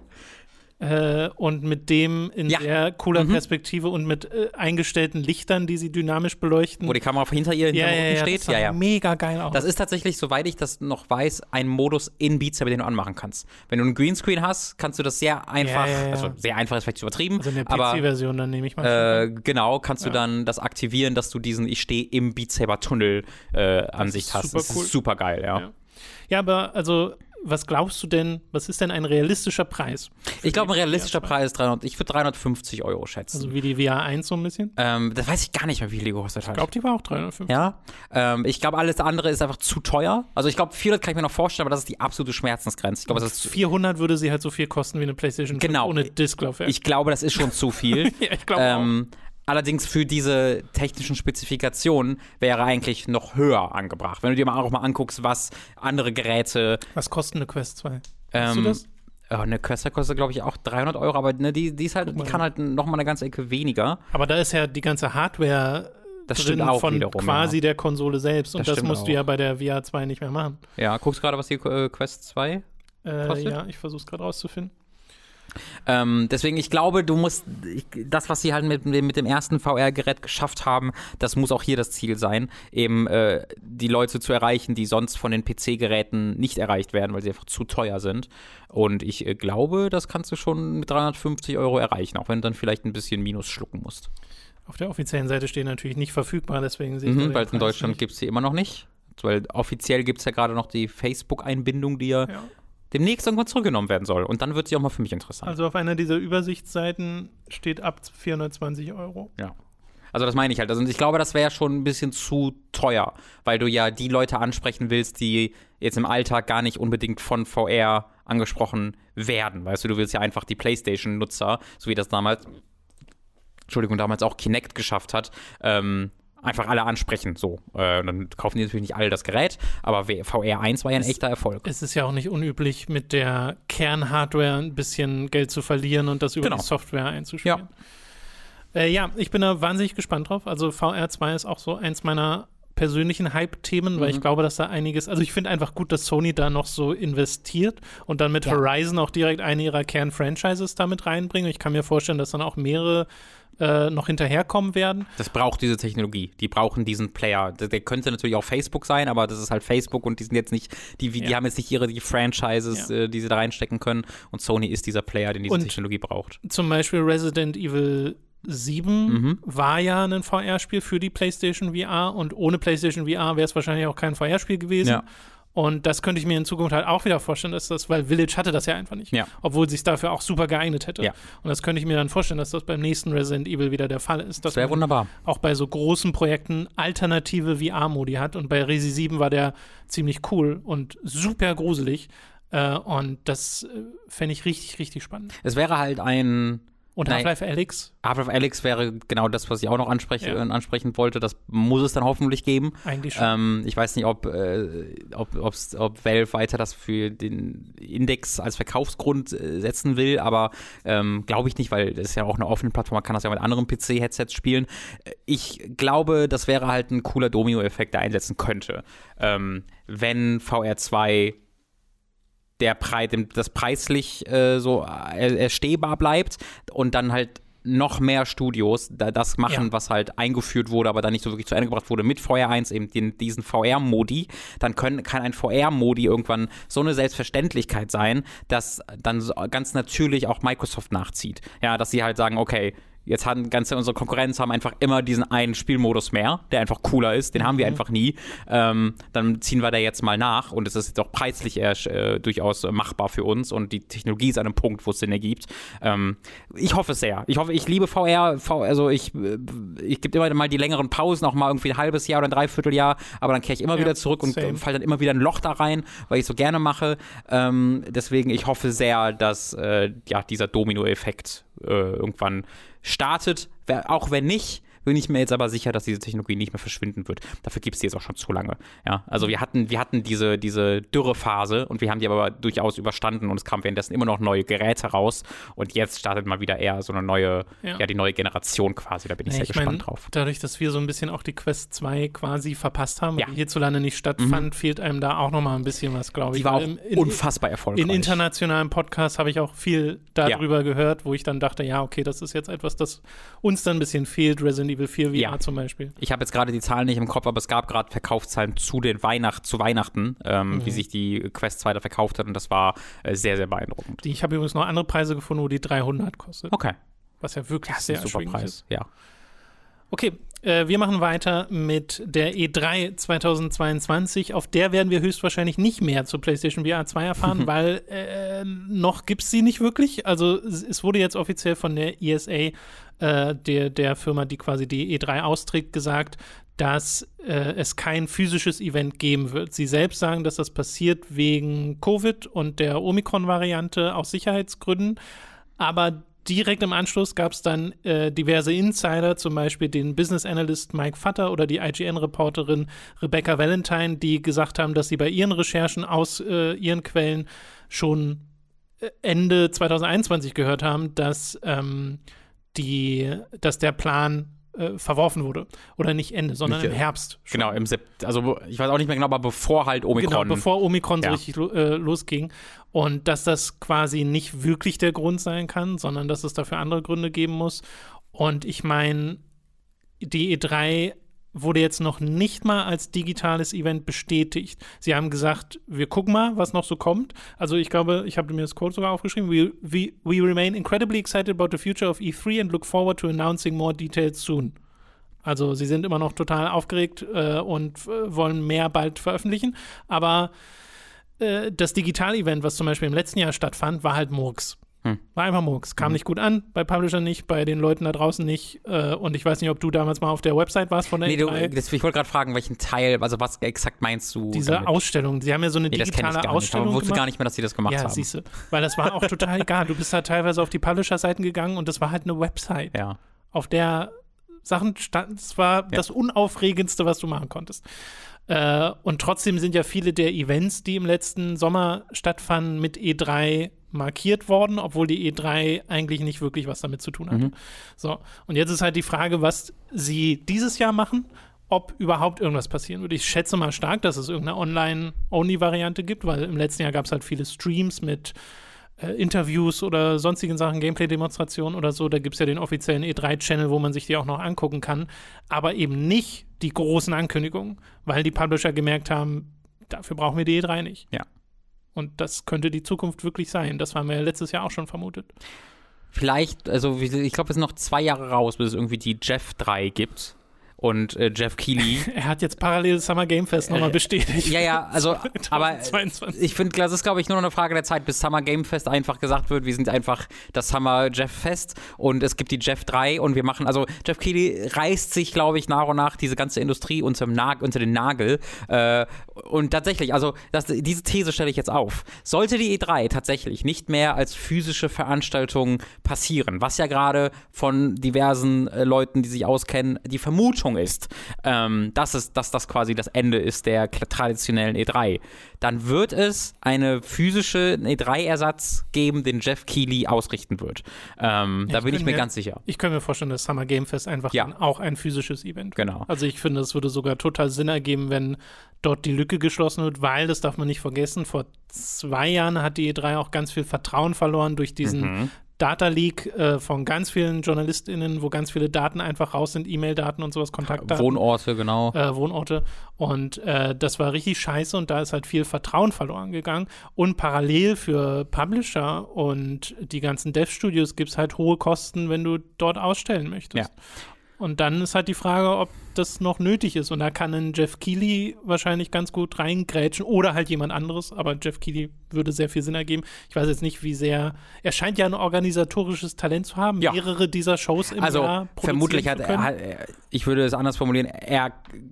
Äh, und mit dem in
ja.
sehr cooler
mhm.
Perspektive und mit äh, eingestellten Lichtern, die sie dynamisch beleuchten.
Wo die Kamera hinter ihr hinter
ja,
ja,
Rücken
ja, steht.
Das sah ja, ja. mega geil aus.
Das ist tatsächlich, soweit ich das noch weiß, ein Modus in Beat Saber, den du anmachen kannst. Wenn du einen Greenscreen hast, kannst du das sehr einfach,
ja, ja, ja.
also sehr einfach ist vielleicht zu übertrieben.
Also in der P C-Version, dann nehme ich mal.
Äh, genau, kannst du ja. dann das aktivieren, dass du diesen Ich stehe im Beat Saber Tunnel äh, Ansicht hast. Das
cool.
ist super geil, ja.
ja. Ja, aber also was glaubst du denn, was ist denn ein realistischer Preis?
Ich glaube, ein realistischer Preis ist dreihundert, ich würde dreihundertfünfzig Euro schätzen.
Also wie die V R eins so ein bisschen?
Ähm, das weiß ich gar nicht mehr, wie viel die gekostet hat.
Ich glaube, die war auch dreihundertfünfzig.
Ja, ähm, ich glaube, alles andere ist einfach zu teuer. Also ich glaube, vierhundert kann ich mir noch vorstellen, aber das ist die absolute Schmerzensgrenze. Ich glaube, das ist vierhundert
würde sie halt so viel kosten wie eine PlayStation
genau.
ohne Disklaufwerk.
Ich glaube, das ist schon zu viel.
Ja, ich glaube
ähm, auch. Allerdings für diese technischen Spezifikationen wäre eigentlich noch höher angebracht. Wenn du dir mal auch mal anguckst, was andere Geräte.
Was kostet eine Quest zwei?
Ähm,
Weißt du das?
Ja, eine Quest kostet, glaube ich, auch dreihundert Euro, aber ne, die, die, ist halt, die kann halt noch mal eine ganze Ecke weniger.
Aber da ist ja die ganze Hardware
das
drin
stimmt auch
von
wiederum,
quasi
ja.
der Konsole selbst. Und
das,
das musst
auch.
du ja bei der V R zwei nicht mehr machen.
Ja, guckst gerade, was die äh, Quest zwei
äh,
kostet?
Ja, ich versuche es gerade rauszufinden.
Ähm, deswegen, ich glaube, du musst, ich, das, was sie halt mit, mit dem ersten V R-Gerät geschafft haben, das muss auch hier das Ziel sein, eben äh, die Leute zu erreichen, die sonst von den P C-Geräten nicht erreicht werden, weil sie einfach zu teuer sind. Und ich äh, glaube, das kannst du schon mit dreihundertfünfzig Euro erreichen, auch wenn du dann vielleicht ein bisschen Minus schlucken musst.
Auf der offiziellen Seite stehen natürlich nicht verfügbar, deswegen sehe ich
mhm, weil in Deutschland gibt es sie immer noch nicht. Weil offiziell gibt es ja gerade noch die Facebook-Einbindung, die ja, ja demnächst irgendwann zurückgenommen werden soll. Und dann wird sie auch mal für mich interessant.
Also auf einer dieser Übersichtsseiten steht ab vierhundertzwanzig Euro.
Ja. Also das meine ich halt. Also ich glaube, das wäre schon ein bisschen zu teuer, weil du ja die Leute ansprechen willst, die jetzt im Alltag gar nicht unbedingt von V R angesprochen werden. Weißt du, du willst ja einfach die PlayStation-Nutzer, so wie das damals, Entschuldigung, damals auch Kinect geschafft hat, ähm, einfach alle ansprechen, so. Äh, dann kaufen die natürlich nicht alle das Gerät, aber V R eins war ja ein
es,
echter Erfolg.
Es ist ja auch nicht unüblich, mit der Kernhardware ein bisschen Geld zu verlieren und das über genau. die Software einzuspielen. Ja. Äh, ja, ich bin da wahnsinnig gespannt drauf. Also V R zwei ist auch so eins meiner persönlichen Hype-Themen, mhm. weil ich glaube, dass da einiges, also ich finde einfach gut, dass Sony da noch so investiert und dann mit ja. Horizon auch direkt eine ihrer Kern-Franchises damit reinbringen. Ich kann mir vorstellen, dass dann auch mehrere äh, noch hinterherkommen werden.
Das braucht diese Technologie. Die brauchen diesen Player. Der, der könnte natürlich auch Facebook sein, aber das ist halt Facebook und die sind jetzt nicht, die, die ja. haben jetzt nicht ihre die Franchises, ja. äh, die sie da reinstecken können und Sony ist dieser Player, den diese und Technologie braucht.
Zum Beispiel Resident Evil sieben mhm. war ja ein V R-Spiel für die PlayStation V R und ohne PlayStation V R wäre es wahrscheinlich auch kein V R-Spiel gewesen. Ja. Und das könnte ich mir in Zukunft halt auch wieder vorstellen, dass das, weil Village hatte das ja einfach nicht,
ja.
obwohl es sich dafür auch super geeignet hätte.
Ja.
Und das könnte ich mir dann vorstellen, dass das beim nächsten Resident Evil wieder der Fall ist.
Das wäre wunderbar.
Auch bei so großen Projekten alternative V R-Modi hat. Und bei Resi sieben war der ziemlich cool und super gruselig. Äh, und das äh, fände ich richtig, richtig spannend.
Es wäre halt ein
Und Half-Life Alyx?
Half-Life Alyx wäre genau das, was ich auch noch anspreche, ja. äh, ansprechen wollte. Das muss es dann hoffentlich geben.
Eigentlich schon.
Ähm, ich weiß nicht, ob, äh, ob, ob Valve weiter das für den Index als Verkaufsgrund äh, setzen will, aber ähm, glaube ich nicht, weil das ist ja auch eine offene Plattform, man kann das ja mit anderen P C-Headsets spielen. Ich glaube, das wäre halt ein cooler Domino-Effekt, der einsetzen könnte. Ähm, wenn V R zwei der Preis, das preislich äh, so erstehbar bleibt und dann halt noch mehr Studios da, das machen, ja. was halt eingeführt wurde, aber dann nicht so wirklich zu Ende gebracht wurde mit V R eins, eben den, diesen V R-Modi, dann können, kann ein V R-Modi irgendwann so eine Selbstverständlichkeit sein, dass dann so ganz natürlich auch Microsoft nachzieht. Ja, dass sie halt sagen, okay, jetzt haben ganze unsere Konkurrenz haben einfach immer diesen einen Spielmodus mehr, der einfach cooler ist. Den mhm. haben wir einfach nie. Ähm, dann ziehen wir da jetzt mal nach und es ist jetzt auch preislich eher äh, durchaus äh, machbar für uns und die Technologie ist an einem Punkt, wo es Sinn ergibt. Ähm, ich hoffe es sehr. Ich hoffe, ich liebe V R. V, also ich, äh, ich gebe immer mal die längeren Pausen, auch mal irgendwie ein halbes Jahr oder ein Dreivierteljahr, aber dann kehre ich immer ja, wieder zurück und äh, falle dann immer wieder ein Loch da rein, weil ich so gerne mache. Ähm, deswegen, ich hoffe sehr, dass äh, ja, dieser Domino-Effekt äh, irgendwann startet, auch wenn nicht, bin ich mir jetzt aber sicher, dass diese Technologie nicht mehr verschwinden wird. Dafür gibt es die jetzt auch schon zu lange. Ja, also wir hatten, wir hatten diese, diese Dürrephase und wir haben die aber durchaus überstanden und es kamen währenddessen immer noch neue Geräte raus und jetzt startet mal wieder eher so eine neue, ja, ja die neue Generation quasi. Da bin ich ja, sehr ich gespannt mein, drauf.
Dadurch, dass wir so ein bisschen auch die Quest zwei quasi verpasst haben,
ja.
die hierzulande nicht stattfand, mhm. fehlt einem da auch noch mal ein bisschen was, glaube ich.
Die war auch in, unfassbar erfolgreich.
In internationalen Podcasts habe ich auch viel darüber ja. gehört, wo ich dann dachte, ja, okay, das ist jetzt etwas, das uns dann ein bisschen fehlt, Resident Evil vier V R ja. zum Beispiel.
Ich habe jetzt gerade die Zahlen nicht im Kopf, aber es gab gerade Verkaufszahlen zu den Weihnacht, zu Weihnachten, ähm, mhm. wie sich die Quest zwei da verkauft hat und das war äh, sehr, sehr beeindruckend.
Die, ich habe übrigens noch andere Preise gefunden, wo die dreihundert kostet.
Okay.
Was ja wirklich
ja,
sehr
ein super Preis ist. Ja.
Okay, äh, wir machen weiter mit der E drei zweitausendzweiundzwanzig. Auf der werden wir höchstwahrscheinlich nicht mehr zur PlayStation V R zwei erfahren, weil äh, noch gibt es sie nicht wirklich. Also es wurde jetzt offiziell von der E S A, äh, der, der Firma, die quasi die E drei austrägt, gesagt, dass äh, es kein physisches Event geben wird. Sie selbst sagen, dass das passiert wegen Covid und der Omikron-Variante aus Sicherheitsgründen, aber direkt im Anschluss gab es dann äh, diverse Insider, zum Beispiel den Business Analyst Mike Futter oder die I G N-Reporterin Rebecca Valentine, die gesagt haben, dass sie bei ihren Recherchen aus äh, ihren Quellen schon Ende zweitausendeinundzwanzig gehört haben, dass, ähm, die, dass der Plan äh, verworfen wurde. Oder nicht Ende, sondern nicht, im Herbst.
Schon. Genau, im Sept- also ich weiß auch nicht mehr genau, aber bevor halt Omikron.
Genau, bevor Omikron
ja.
so richtig lo- äh, losging. Und dass das quasi nicht wirklich der Grund sein kann, sondern dass es dafür andere Gründe geben muss. Und ich meine, die E drei wurde jetzt noch nicht mal als digitales Event bestätigt. Sie haben gesagt, wir gucken mal, was noch so kommt. Also ich glaube, ich habe mir das Code sogar aufgeschrieben. We, we, we remain incredibly excited about the future of E drei and look forward to announcing more details soon. Also sie sind immer noch total aufgeregt äh, und äh, wollen mehr bald veröffentlichen. Aber äh, das Digital-Event, was zum Beispiel im letzten Jahr stattfand, war halt Murks. Hm. War einfach Murks. Kam hm. nicht gut an, bei Publisher nicht, bei den Leuten da draußen nicht. Äh, und ich weiß nicht, ob du damals mal auf der Website warst von der
nee,
E drei.
Du, das, ich wollte gerade fragen, welchen Teil, also was exakt meinst du?
Diese
damit?
Ausstellung. Sie haben ja so eine
nee,
digitale
das
Ausstellung
Ich wusste
gemacht.
gar nicht mehr, dass sie das gemacht
ja,
haben.
Ja, siehst du. Weil das war auch total egal. Du bist da teilweise auf die Publisher-Seiten gegangen und das war halt eine Website,
ja.
auf der Sachen stand, es war ja. das Unaufregendste, was du machen konntest. Äh, und trotzdem sind ja viele der Events, die im letzten Sommer stattfanden, mit E drei markiert worden, obwohl die E drei eigentlich nicht wirklich was damit zu tun hatte. Mhm. So, und jetzt ist halt die Frage, was sie dieses Jahr machen, ob überhaupt irgendwas passieren würde. Ich schätze mal stark, dass es irgendeine Online-Only-Variante gibt, weil im letzten Jahr gab es halt viele Streams mit äh, Interviews oder sonstigen Sachen, Gameplay-Demonstrationen oder so. Da gibt es ja den offiziellen E drei Channel, wo man sich die auch noch angucken kann, aber eben nicht die großen Ankündigungen, weil die Publisher gemerkt haben, dafür brauchen wir die E drei nicht.
Ja.
Und das könnte die Zukunft wirklich sein. Das haben wir ja letztes Jahr auch schon vermutet.
Vielleicht, also ich glaube, es sind noch zwei Jahre raus, bis es irgendwie die Jeff drei gibt. Und äh, Jeff Keighley.
Er hat jetzt parallel Summer Game Fest nochmal bestätigt.
Ja, ja, also, aber ich finde, das ist, glaube ich, nur noch eine Frage der Zeit, bis Summer Game Fest einfach gesagt wird, wir sind einfach das Summer Jeff Fest und es gibt die Jeff drei und wir machen, also Jeff Keighley reißt sich, glaube ich, nach und nach diese ganze Industrie unter, dem Nag- unter den Nagel. Äh, und tatsächlich, also das, diese These stelle ich jetzt auf. Sollte die E drei tatsächlich nicht mehr als physische Veranstaltung passieren, was ja gerade von diversen äh, Leuten, die sich auskennen, die Vermutung ist, ähm, dass, es, dass das quasi das Ende ist der traditionellen E drei, dann wird es eine physische E drei Ersatz geben, den Jeff Keighley ausrichten wird. Ähm, da bin ich mir, mir ganz sicher.
Ich könnte mir vorstellen, dass Summer Game Fest einfach
ja.
dann auch ein physisches Event wird.
Genau.
Also ich finde, es würde sogar total Sinn ergeben, wenn dort die Lücke geschlossen wird, weil, das darf man nicht vergessen, vor zwei Jahren hat die E drei auch ganz viel Vertrauen verloren durch diesen mhm. Data Leak äh, von ganz vielen JournalistInnen, wo ganz viele Daten einfach raus sind, E-Mail-Daten und sowas, Kontaktdaten.
Wohnorte, genau.
Äh, Wohnorte. Und äh, das war richtig scheiße und da ist halt viel Vertrauen verloren gegangen. Und parallel für Publisher und die ganzen Dev-Studios gibt es halt hohe Kosten, wenn du dort ausstellen möchtest.
Ja.
Und dann ist halt die Frage, ob das noch nötig ist. Und da kann ein Jeff Keighley wahrscheinlich ganz gut reingrätschen oder halt jemand anderes. Aber Jeff Keighley würde sehr viel Sinn ergeben. Ich weiß jetzt nicht, wie sehr. Er scheint ja ein organisatorisches Talent zu haben,
ja.
mehrere dieser Shows im
also,
Jahr produzieren
vermutlich hat
zu können.
er, ich würde es anders formulieren, er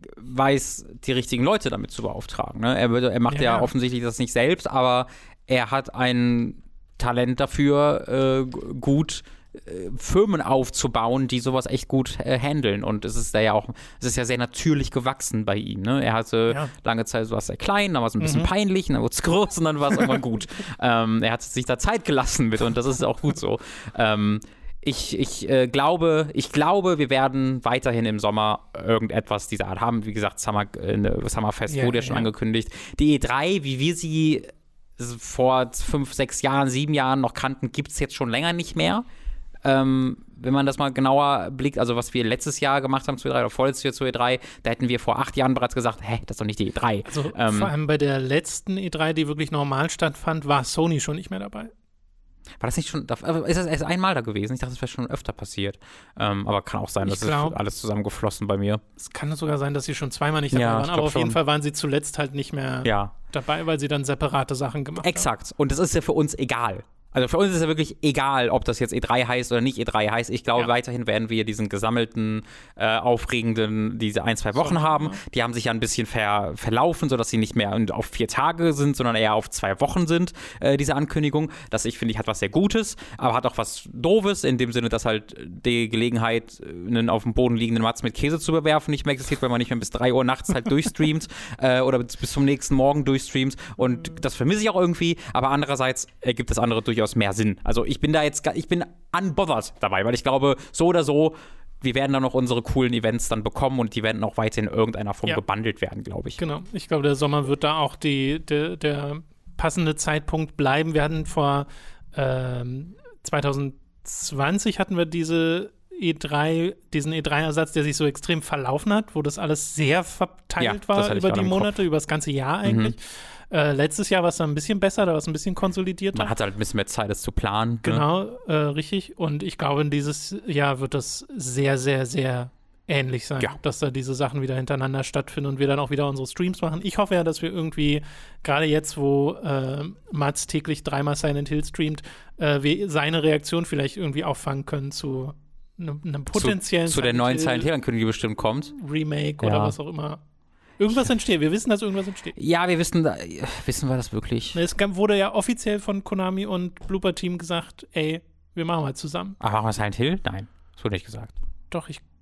weiß, die richtigen Leute damit zu beauftragen. Ne? Er, würde, er macht ja. ja offensichtlich das nicht selbst, aber er hat ein Talent dafür, äh, gut Firmen aufzubauen, die sowas echt gut äh, handeln. Und es ist da ja auch, es ist ja sehr natürlich gewachsen bei ihm. Ne? Er hatte ja. lange Zeit, so was sehr klein, dann war es ein bisschen mhm. peinlich, dann wurde es groß und dann war es irgendwann gut. ähm, er hat sich da Zeit gelassen mit und das ist auch gut so. Ähm, Ich, ich äh, glaube, ich glaube, wir werden weiterhin im Sommer irgendetwas dieser Art haben. Wie gesagt, Summer, äh, Summerfest
ja,
wurde ja schon ja. angekündigt. Die E drei, wie wir sie vor fünf, sechs Jahren, sieben Jahren noch kannten, gibt es jetzt schon länger nicht mehr. Ähm, wenn man das mal genauer blickt, also was wir letztes Jahr gemacht haben zu E drei oder vorletztes Jahr zu E drei, da hätten wir vor acht Jahren bereits gesagt, hä, das ist doch nicht die E drei.
Also
ähm,
vor allem bei der letzten E drei, die wirklich normal stattfand, war Sony schon nicht mehr dabei.
War das nicht schon, ist das erst einmal da gewesen? Ich dachte, das wäre schon öfter passiert. Ähm, aber kann auch sein, dass glaub, es alles zusammengeflossen bei mir.
Es kann sogar sein, dass sie schon zweimal nicht dabei
ja,
waren, aber auf
schon.
jeden Fall waren sie zuletzt halt nicht mehr
ja.
dabei, weil sie dann separate Sachen gemacht
Exakt. haben.
Exakt.
Und das ist ja für uns egal. Also für uns ist es ja wirklich egal, ob das jetzt E drei heißt oder nicht E drei heißt. Ich glaube, ja. weiterhin werden wir diesen gesammelten, äh, aufregenden, diese ein, zwei Wochen so, haben. Ja. Die haben sich ja ein bisschen ver, verlaufen, sodass sie nicht mehr auf vier Tage sind, sondern eher auf zwei Wochen sind, äh, diese Ankündigung. Das, ich finde, ich hat was sehr Gutes, aber hat auch was Doofes, in dem Sinne, dass halt die Gelegenheit, einen auf dem Boden liegenden Matz mit Käse zu bewerfen, nicht mehr existiert, weil man nicht mehr bis drei Uhr nachts halt durchstreamt äh, oder bis, bis zum nächsten Morgen durchstreamt. Und das vermisse ich auch irgendwie, aber andererseits ergibt das andere durchaus mehr Sinn. Also ich bin da jetzt, ich bin unbothered dabei, weil ich glaube, so oder so, wir werden dann noch unsere coolen Events dann bekommen und die werden auch weiterhin in irgendeiner Form ja. gebundelt werden, glaube ich.
Genau. Ich glaube, der Sommer wird da auch die, der, der passende Zeitpunkt bleiben. Wir hatten vor ähm, zwanzig zwanzig hatten wir diese E drei, diesen E drei Ersatz, der sich so extrem verlaufen hat, wo das alles sehr verteilt ja, war über die Monate, über das ganze Jahr eigentlich. Mhm. Äh, letztes Jahr war es dann ein bisschen besser, da war es ein bisschen konsolidierter.
Man hat halt ein bisschen mehr Zeit, das zu planen.
Genau,
ne?
äh, richtig. Und ich glaube, in dieses Jahr wird das sehr, sehr, sehr ähnlich sein,
ja.
dass da diese Sachen wieder hintereinander stattfinden und wir dann auch wieder unsere Streams machen. Ich hoffe ja, dass wir irgendwie, gerade jetzt, wo äh, Mats täglich dreimal Silent Hill streamt, äh, wir seine Reaktion vielleicht irgendwie auffangen können zu einem, einem potenziellen
Zu, zu der neuen Silent Hill-Ankündigung, die bestimmt kommt.
Remake
ja.
oder was auch immer. Irgendwas entsteht. Wir wissen, dass irgendwas entsteht.
Ja, wir wissen, wissen wir das wirklich?
Es wurde ja offiziell von Konami und Blooper Team gesagt, ey, wir machen mal zusammen.
Ach, machen wir Silent Hill? Nein, das wurde nicht gesagt.
Doch, ich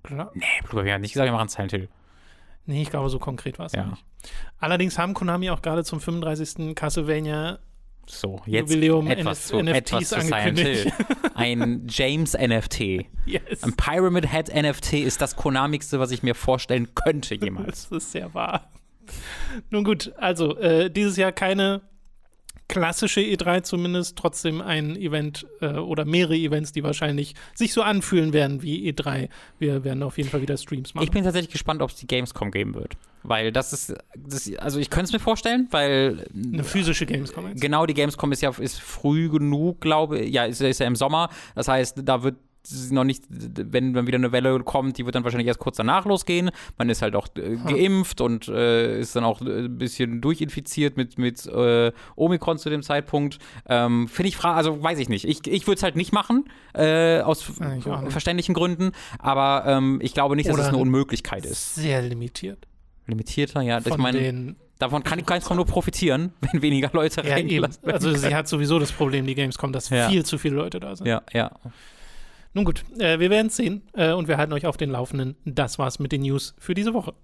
Klar.
Nee, Blueberry hat nicht gesagt, wir machen Silent Hill.
Nee, ich glaube, so konkret war es
Ja.
nicht. Allerdings haben Konami auch gerade zum fünfunddreißigsten Castlevania
So, jetzt
Jubiläum
etwas, zu,
N F Ts
etwas zu Silent
angekündigt.
Hill. Ein James-N F T.
Yes.
Ein Pyramid Head N F T ist das Konamigste, was ich mir vorstellen könnte jemals.
Das ist sehr wahr. Nun gut, also äh, dieses Jahr keine klassische E drei zumindest, trotzdem ein Event äh, oder mehrere Events, die wahrscheinlich sich so anfühlen werden wie E drei. Wir werden auf jeden Fall wieder Streams machen.
Ich bin tatsächlich gespannt, ob es die Gamescom geben wird. Weil das ist, das, also ich könnte es mir vorstellen, weil
eine physische Gamescom jetzt.
Genau, die Gamescom ist ja ist früh genug, glaube ich. Ja, ist, ist ja im Sommer. Das heißt, da wird noch nicht, wenn dann wieder eine Welle kommt, die wird dann wahrscheinlich erst kurz danach losgehen. Man ist halt auch äh, geimpft und äh, ist dann auch ein bisschen durchinfiziert mit, mit äh, Omikron zu dem Zeitpunkt. Ähm, Finde ich, fra- also weiß ich nicht. Ich, ich würde es halt nicht machen, äh, aus
Ja, nicht.
verständlichen Gründen, aber ähm, ich glaube nicht, dass
Oder
es eine Unmöglichkeit ist.
Sehr limitiert.
Limitierter, ja.
Von
ich meine,
den
davon kann die Gamescom nur profitieren, wenn weniger Leute
ja, eben.
reingelassen werden.
Also sie hat sowieso das Problem, die Gamescom, dass
Ja.
viel zu viele Leute da sind.
Ja, ja.
Nun gut, äh, wir werden es sehen äh, und wir halten euch auf den Laufenden. Das war's mit den News für diese Woche.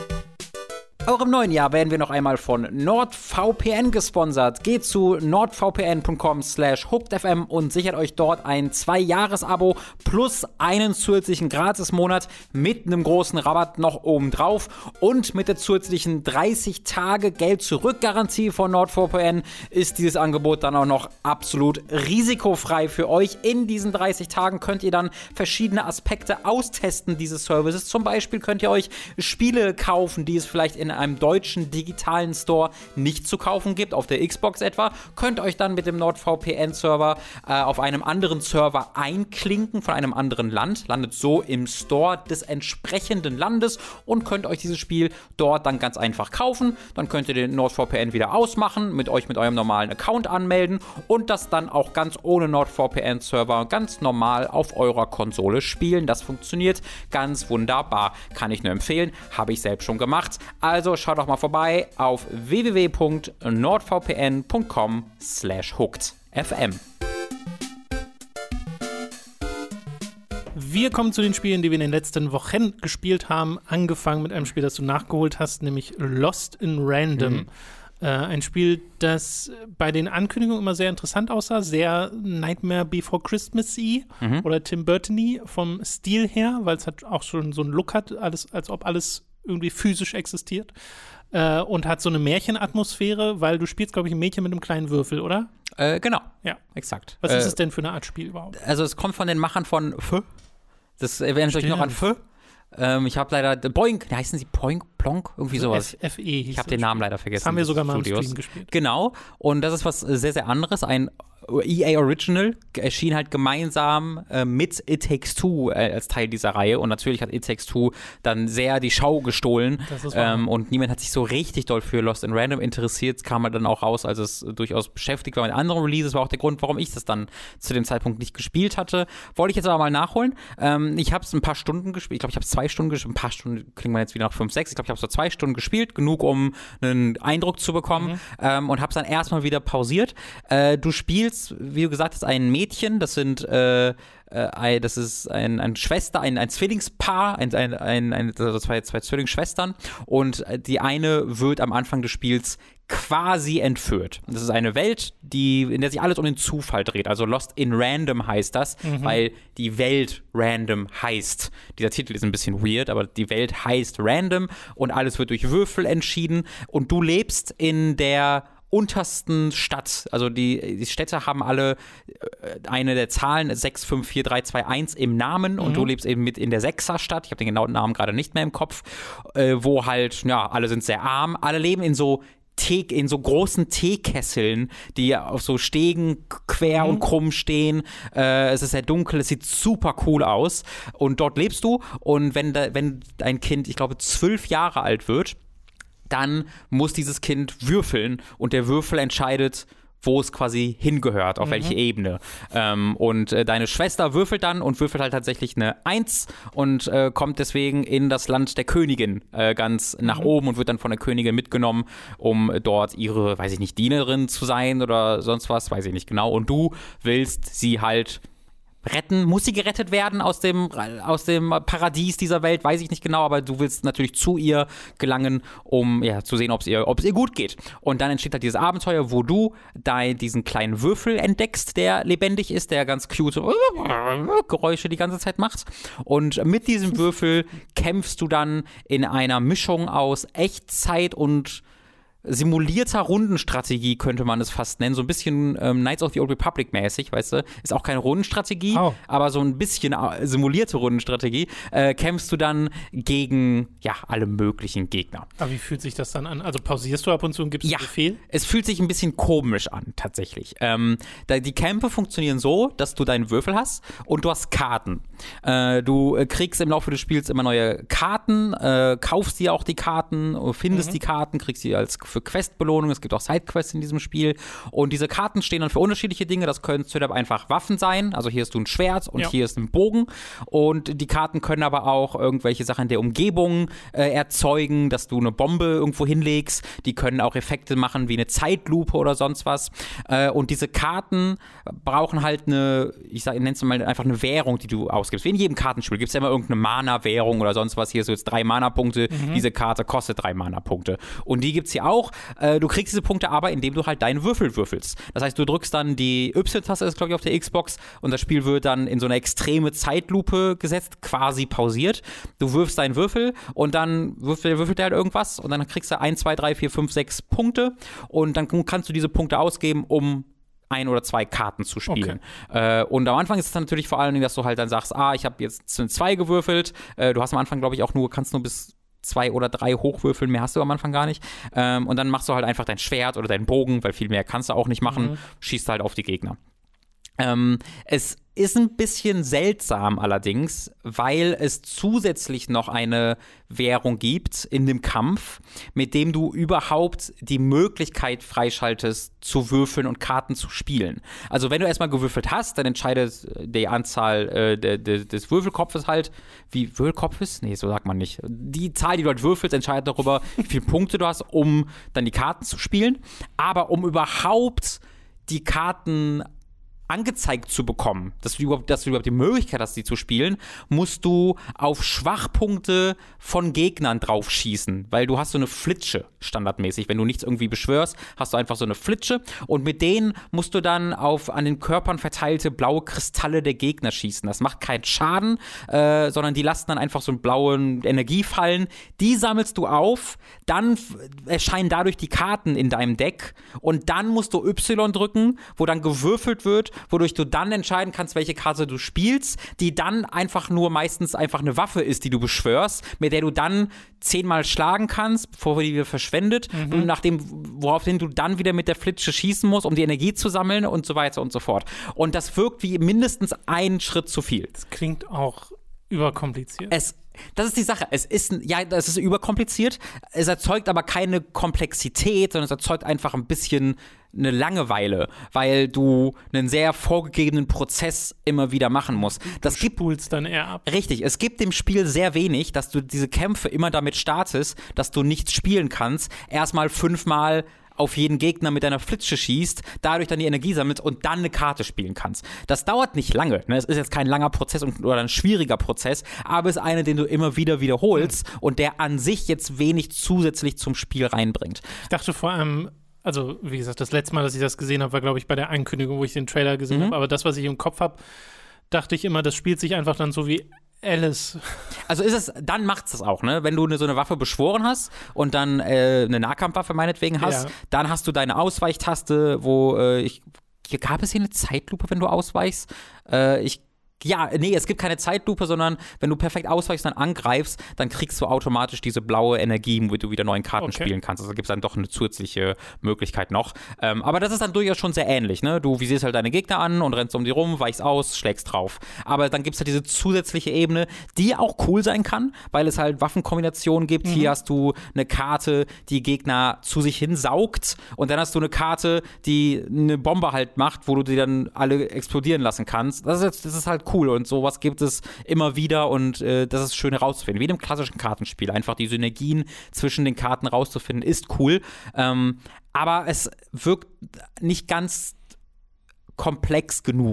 Auch im neuen Jahr werden wir noch einmal von NordVPN gesponsert. Geht zu nordvpn.com slash hookedfm und sichert euch dort ein zwei-Jahres-Abo plus einen zusätzlichen Gratis-Monat mit einem großen Rabatt noch oben drauf. Und mit der zusätzlichen dreißig Tage Geld-Zurück-Garantie von NordVPN ist dieses Angebot dann auch noch absolut risikofrei für euch. In diesen dreißig Tagen könnt ihr dann verschiedene Aspekte austesten dieses Services. Zum Beispiel könnt ihr euch Spiele kaufen, die es vielleicht in einem deutschen digitalen Store nicht zu kaufen gibt, auf der Xbox etwa, könnt euch dann mit dem NordVPN-Server äh, auf einem anderen Server einklinken von einem anderen Land, landet so im Store des entsprechenden Landes und könnt euch dieses Spiel dort dann ganz einfach kaufen. Dann könnt ihr den NordVPN wieder ausmachen, mit euch mit eurem normalen Account anmelden und das dann auch ganz ohne NordVPN-Server ganz normal auf eurer Konsole spielen. Das funktioniert ganz wunderbar. Kann ich nur empfehlen, habe ich selbst schon gemacht. Also schaut doch mal vorbei auf w w w punkt nordvpn punkt com slash hooked f m.
Wir kommen zu den Spielen, die wir in den letzten Wochen gespielt haben. Angefangen mit einem Spiel, das du nachgeholt hast, nämlich Lost in Random. Mhm. Äh, ein Spiel, das bei den Ankündigungen immer sehr interessant aussah, sehr Nightmare Before Christmas-y mhm. oder Tim Burton-y vom Stil her, weil es halt auch schon so einen Look hat, alles, als ob alles irgendwie physisch existiert. Äh, und hat so eine Märchenatmosphäre, weil du spielst, glaube ich, ein Mädchen mit einem kleinen Würfel, oder?
Äh, genau.
Ja.
Exakt.
Was
äh,
ist es denn für eine Art Spiel überhaupt?
Also es kommt von den Machern von F. Das erinnert euch noch an F. Ähm, ich habe leider Boink, heißen sie Boink, Plonk, irgendwie sowas.
F E hieß
Ich habe den Namen leider vergessen.
Das haben wir sogar mal im
Studios.
Stream gespielt.
Genau. Und das ist was sehr, sehr anderes. Ein E A Original erschien halt gemeinsam äh, mit It Takes Two äh, als Teil dieser Reihe und natürlich hat It Takes Two dann sehr die Schau gestohlen ähm, und niemand hat sich so richtig doll für Lost in Random interessiert. Es kam halt dann auch raus, als es durchaus beschäftigt war mit anderen Releases. War auch der Grund, warum ich das dann zu dem Zeitpunkt nicht gespielt hatte. Wollte ich jetzt aber mal nachholen. Ähm, ich habe es ein paar Stunden gespielt. Ich glaube, ich habe es zwei Stunden gespielt. Ein paar Stunden klingt man jetzt wieder nach fünf, sechs. Ich glaube, ich habe es so zwei Stunden gespielt. Genug, um einen Eindruck zu bekommen mhm. ähm, und habe es dann erstmal wieder pausiert. Äh, du spielst, wie du gesagt hast, ein Mädchen, das sind äh, äh, das ist ein, ein Schwester, ein, ein Zwillingspaar, ein, ein, ein, ein, also zwei, zwei Zwillingsschwestern und die eine wird am Anfang des Spiels quasi entführt. Das ist eine Welt, die, in der sich alles um den Zufall dreht. Also Lost in Random heißt das, mhm. weil die Welt random heißt. Dieser Titel ist ein bisschen weird, aber die Welt heißt random und alles wird durch Würfel entschieden und du lebst in der untersten Stadt, also die, die Städte haben alle eine der Zahlen sechs fünf vier drei zwei eins im Namen mhm. und du lebst eben mit in der Sechser-Stadt, ich habe den genauen Namen gerade nicht mehr im Kopf, äh, wo halt, ja, alle sind sehr arm, alle leben in so Tee, in so großen Teekesseln, die auf so Stegen quer mhm. und krumm stehen. Äh, es ist sehr dunkel, es sieht super cool aus und dort lebst du und wenn, da, wenn dein Kind, ich glaube, zwölf Jahre alt wird, dann muss dieses Kind würfeln und der Würfel entscheidet, wo es quasi hingehört, auf mhm. welche Ebene. Ähm, und äh, deine Schwester würfelt dann und würfelt halt tatsächlich eine Eins und äh, kommt deswegen in das Land der Königin äh, ganz mhm. nach oben und wird dann von der Königin mitgenommen, um dort ihre, weiß ich nicht, Dienerin zu sein oder sonst was, weiß ich nicht genau. Und du willst sie halt retten. Muss sie gerettet werden aus dem, aus dem Paradies dieser Welt, weiß ich nicht genau, aber du willst natürlich zu ihr gelangen, um ja, zu sehen, ob es ihr, ob es ihr gut geht. Und dann entsteht halt dieses Abenteuer, wo du dein, diesen kleinen Würfel entdeckst, der lebendig ist, der ganz cute so Geräusche die ganze Zeit macht. Und mit diesem Würfel kämpfst du dann in einer Mischung aus Echtzeit und simulierter Rundenstrategie, könnte man es fast nennen. So ein bisschen ähm, Knights of the Old Republic mäßig, weißt du? Ist auch keine Rundenstrategie, oh. aber so ein bisschen äh, simulierte Rundenstrategie. Äh, kämpfst du dann gegen, ja, alle möglichen Gegner.
Aber wie fühlt sich das dann an? Also pausierst du ab und zu und gibst
ja,
einen Befehl?
Es fühlt sich ein bisschen komisch an, tatsächlich. Ähm, da, die Kämpfe funktionieren so, dass du deinen Würfel hast und du hast Karten. Äh, du kriegst im Laufe des Spiels immer neue Karten, äh, kaufst dir auch die Karten, findest mhm. die Karten, kriegst sie als für Questbelohnung, es gibt auch Sidequests in diesem Spiel und diese Karten stehen dann für unterschiedliche Dinge, das können einfach Waffen sein, also hier ist du ein Schwert und ja. hier ist ein Bogen und die Karten können aber auch irgendwelche Sachen der Umgebung äh, erzeugen, dass du eine Bombe irgendwo hinlegst, die können auch Effekte machen wie eine Zeitlupe oder sonst was äh, und diese Karten brauchen halt eine, ich, sag, ich nenne es mal einfach eine Währung, die du ausgibst, wie in jedem Kartenspiel gibt es ja immer irgendeine Mana-Währung oder sonst was, hier ist so jetzt drei Mana-Punkte, mhm. diese Karte kostet drei Mana-Punkte und die gibt es hier auch. Du kriegst diese Punkte aber, indem du halt deinen Würfel würfelst. Das heißt, du drückst dann die Y-Taste, ist glaube ich auf der Xbox, und das Spiel wird dann in so eine extreme Zeitlupe gesetzt, quasi pausiert. Du wirfst deinen Würfel und dann würfelt, würfelt er halt irgendwas und dann kriegst du eins, zwei, drei, vier, fünf, sechs Punkte und dann kannst du diese Punkte ausgeben, um ein oder zwei Karten zu spielen. Okay. Äh, und am Anfang ist es dann natürlich vor allen Dingen, dass du halt dann sagst, ah, ich habe jetzt zwei gewürfelt. Äh, du hast am Anfang, glaube ich, auch nur, kannst nur bis zwei oder drei hochwürfeln, mehr hast du am Anfang gar nicht. Ähm, und dann machst du halt einfach dein Schwert oder deinen Bogen, weil viel mehr kannst du auch nicht machen, mhm. schießt halt auf die Gegner. Ähm, es ist ein bisschen seltsam allerdings, weil es zusätzlich noch eine Währung gibt in dem Kampf, mit dem du überhaupt die Möglichkeit freischaltest, zu würfeln und Karten zu spielen. Also wenn du erstmal gewürfelt hast, dann entscheidet die Anzahl äh, de, de, des Würfelkopfes halt, wie Würfelkopfes? Nee, so sagt man nicht. Die Zahl, die du halt würfelst, entscheidet darüber, wie viele Punkte du hast, um dann die Karten zu spielen. Aber um überhaupt die Karten angezeigt zu bekommen, dass du, überhaupt, dass du überhaupt die Möglichkeit hast, sie zu spielen, musst du auf Schwachpunkte von Gegnern drauf schießen, weil du hast so eine Flitsche standardmäßig. Wenn du nichts irgendwie beschwörst, hast du einfach so eine Flitsche und mit denen musst du dann auf an den Körpern verteilte blaue Kristalle der Gegner schießen. Das macht keinen Schaden, äh, sondern die lassen dann einfach so einen blauen Energie fallen. Die sammelst du auf, dann f- erscheinen dadurch die Karten in deinem Deck und dann musst du Y drücken, wo dann gewürfelt wird, wodurch du dann entscheiden kannst, welche Karte du spielst, die dann einfach nur meistens einfach eine Waffe ist, die du beschwörst, mit der du dann zehnmal schlagen kannst, bevor die wieder verschwendet, mhm. und nachdem, woraufhin du dann wieder mit der Flitsche schießen musst, um die Energie zu sammeln und so weiter und so fort. Und das wirkt wie mindestens einen Schritt zu viel.
Das klingt auch überkompliziert.
Es Das ist die Sache. Es ist, ja, es ist überkompliziert. Es erzeugt aber keine Komplexität, sondern es erzeugt einfach ein bisschen eine Langeweile, weil du einen sehr vorgegebenen Prozess immer wieder machen musst. Das
du spulst dann eher ab.
Richtig. Es gibt dem Spiel sehr wenig, dass du diese Kämpfe immer damit startest, dass du nichts spielen kannst. Erstmal fünfmal auf jeden Gegner mit deiner Flitsche schießt, dadurch dann die Energie sammelst und dann eine Karte spielen kannst. Das dauert nicht lange. Ne? Es ist jetzt kein langer Prozess oder ein schwieriger Prozess, aber es ist einer, den du immer wieder wiederholst mhm. und der an sich jetzt wenig zusätzlich zum Spiel reinbringt.
Ich dachte vor allem, also wie gesagt, das letzte Mal, dass ich das gesehen habe, war, glaube ich, bei der Ankündigung, wo ich den Trailer gesehen mhm. habe. Aber das, was ich im Kopf habe, dachte ich immer, das spielt sich einfach dann so wie Alice.
Also ist es, dann macht's das auch, ne? Wenn du eine, so eine Waffe beschworen hast und dann äh, eine Nahkampfwaffe meinetwegen hast, ja. dann hast du deine Ausweichtaste, wo äh, ich, gab es hier eine Zeitlupe, wenn du ausweichst? Äh, ich Ja, nee, es gibt keine Zeitlupe, sondern wenn du perfekt ausweichst und dann angreifst, dann kriegst du automatisch diese blaue Energie, wo du wieder neuen Karten okay. spielen kannst. Also gibt es dann doch eine zusätzliche Möglichkeit noch. Ähm, aber das ist dann durchaus schon sehr ähnlich, ne? Du visierst halt deine Gegner an und rennst um die rum, weichst aus, schlägst drauf. Aber dann gibt es halt diese zusätzliche Ebene, die auch cool sein kann, weil es halt Waffenkombinationen gibt. Mhm. Hier hast du eine Karte, die Gegner zu sich hin saugt und dann hast du eine Karte, die eine Bombe halt macht, wo du die dann alle explodieren lassen kannst. Das ist, jetzt, das ist halt cool und sowas gibt es immer wieder und äh, das ist schön herauszufinden. Wie in einem klassischen Kartenspiel. Einfach die Synergien zwischen den Karten rauszufinden, ist cool. Ähm, aber es wirkt nicht ganz komplex genug,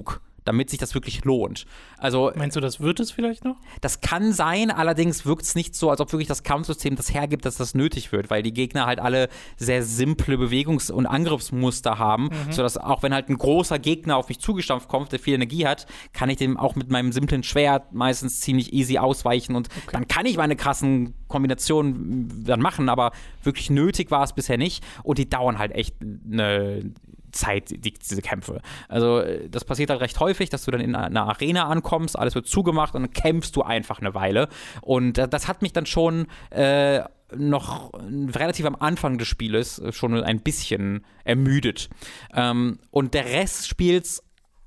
damit sich das wirklich lohnt. Also,
meinst du, das wird es vielleicht noch?
Das kann sein, allerdings wirkt es nicht so, als ob wirklich das Kampfsystem das hergibt, dass das nötig wird, weil die Gegner halt alle sehr simple Bewegungs- und Angriffsmuster haben, mhm. sodass auch wenn halt ein großer Gegner auf mich zugestampft kommt, der viel Energie hat, kann ich dem auch mit meinem simplen Schwert meistens ziemlich easy ausweichen und okay. dann kann ich meine krassen Kombinationen dann machen, aber wirklich nötig war es bisher nicht und die dauern halt echt eine Zeit, die, diese Kämpfe. Also das passiert halt recht häufig, dass du dann in einer Arena ankommst, alles wird zugemacht und dann kämpfst du einfach eine Weile und das hat mich dann schon äh, noch relativ am Anfang des Spieles schon ein bisschen ermüdet. Ähm, und der Rest des Spiels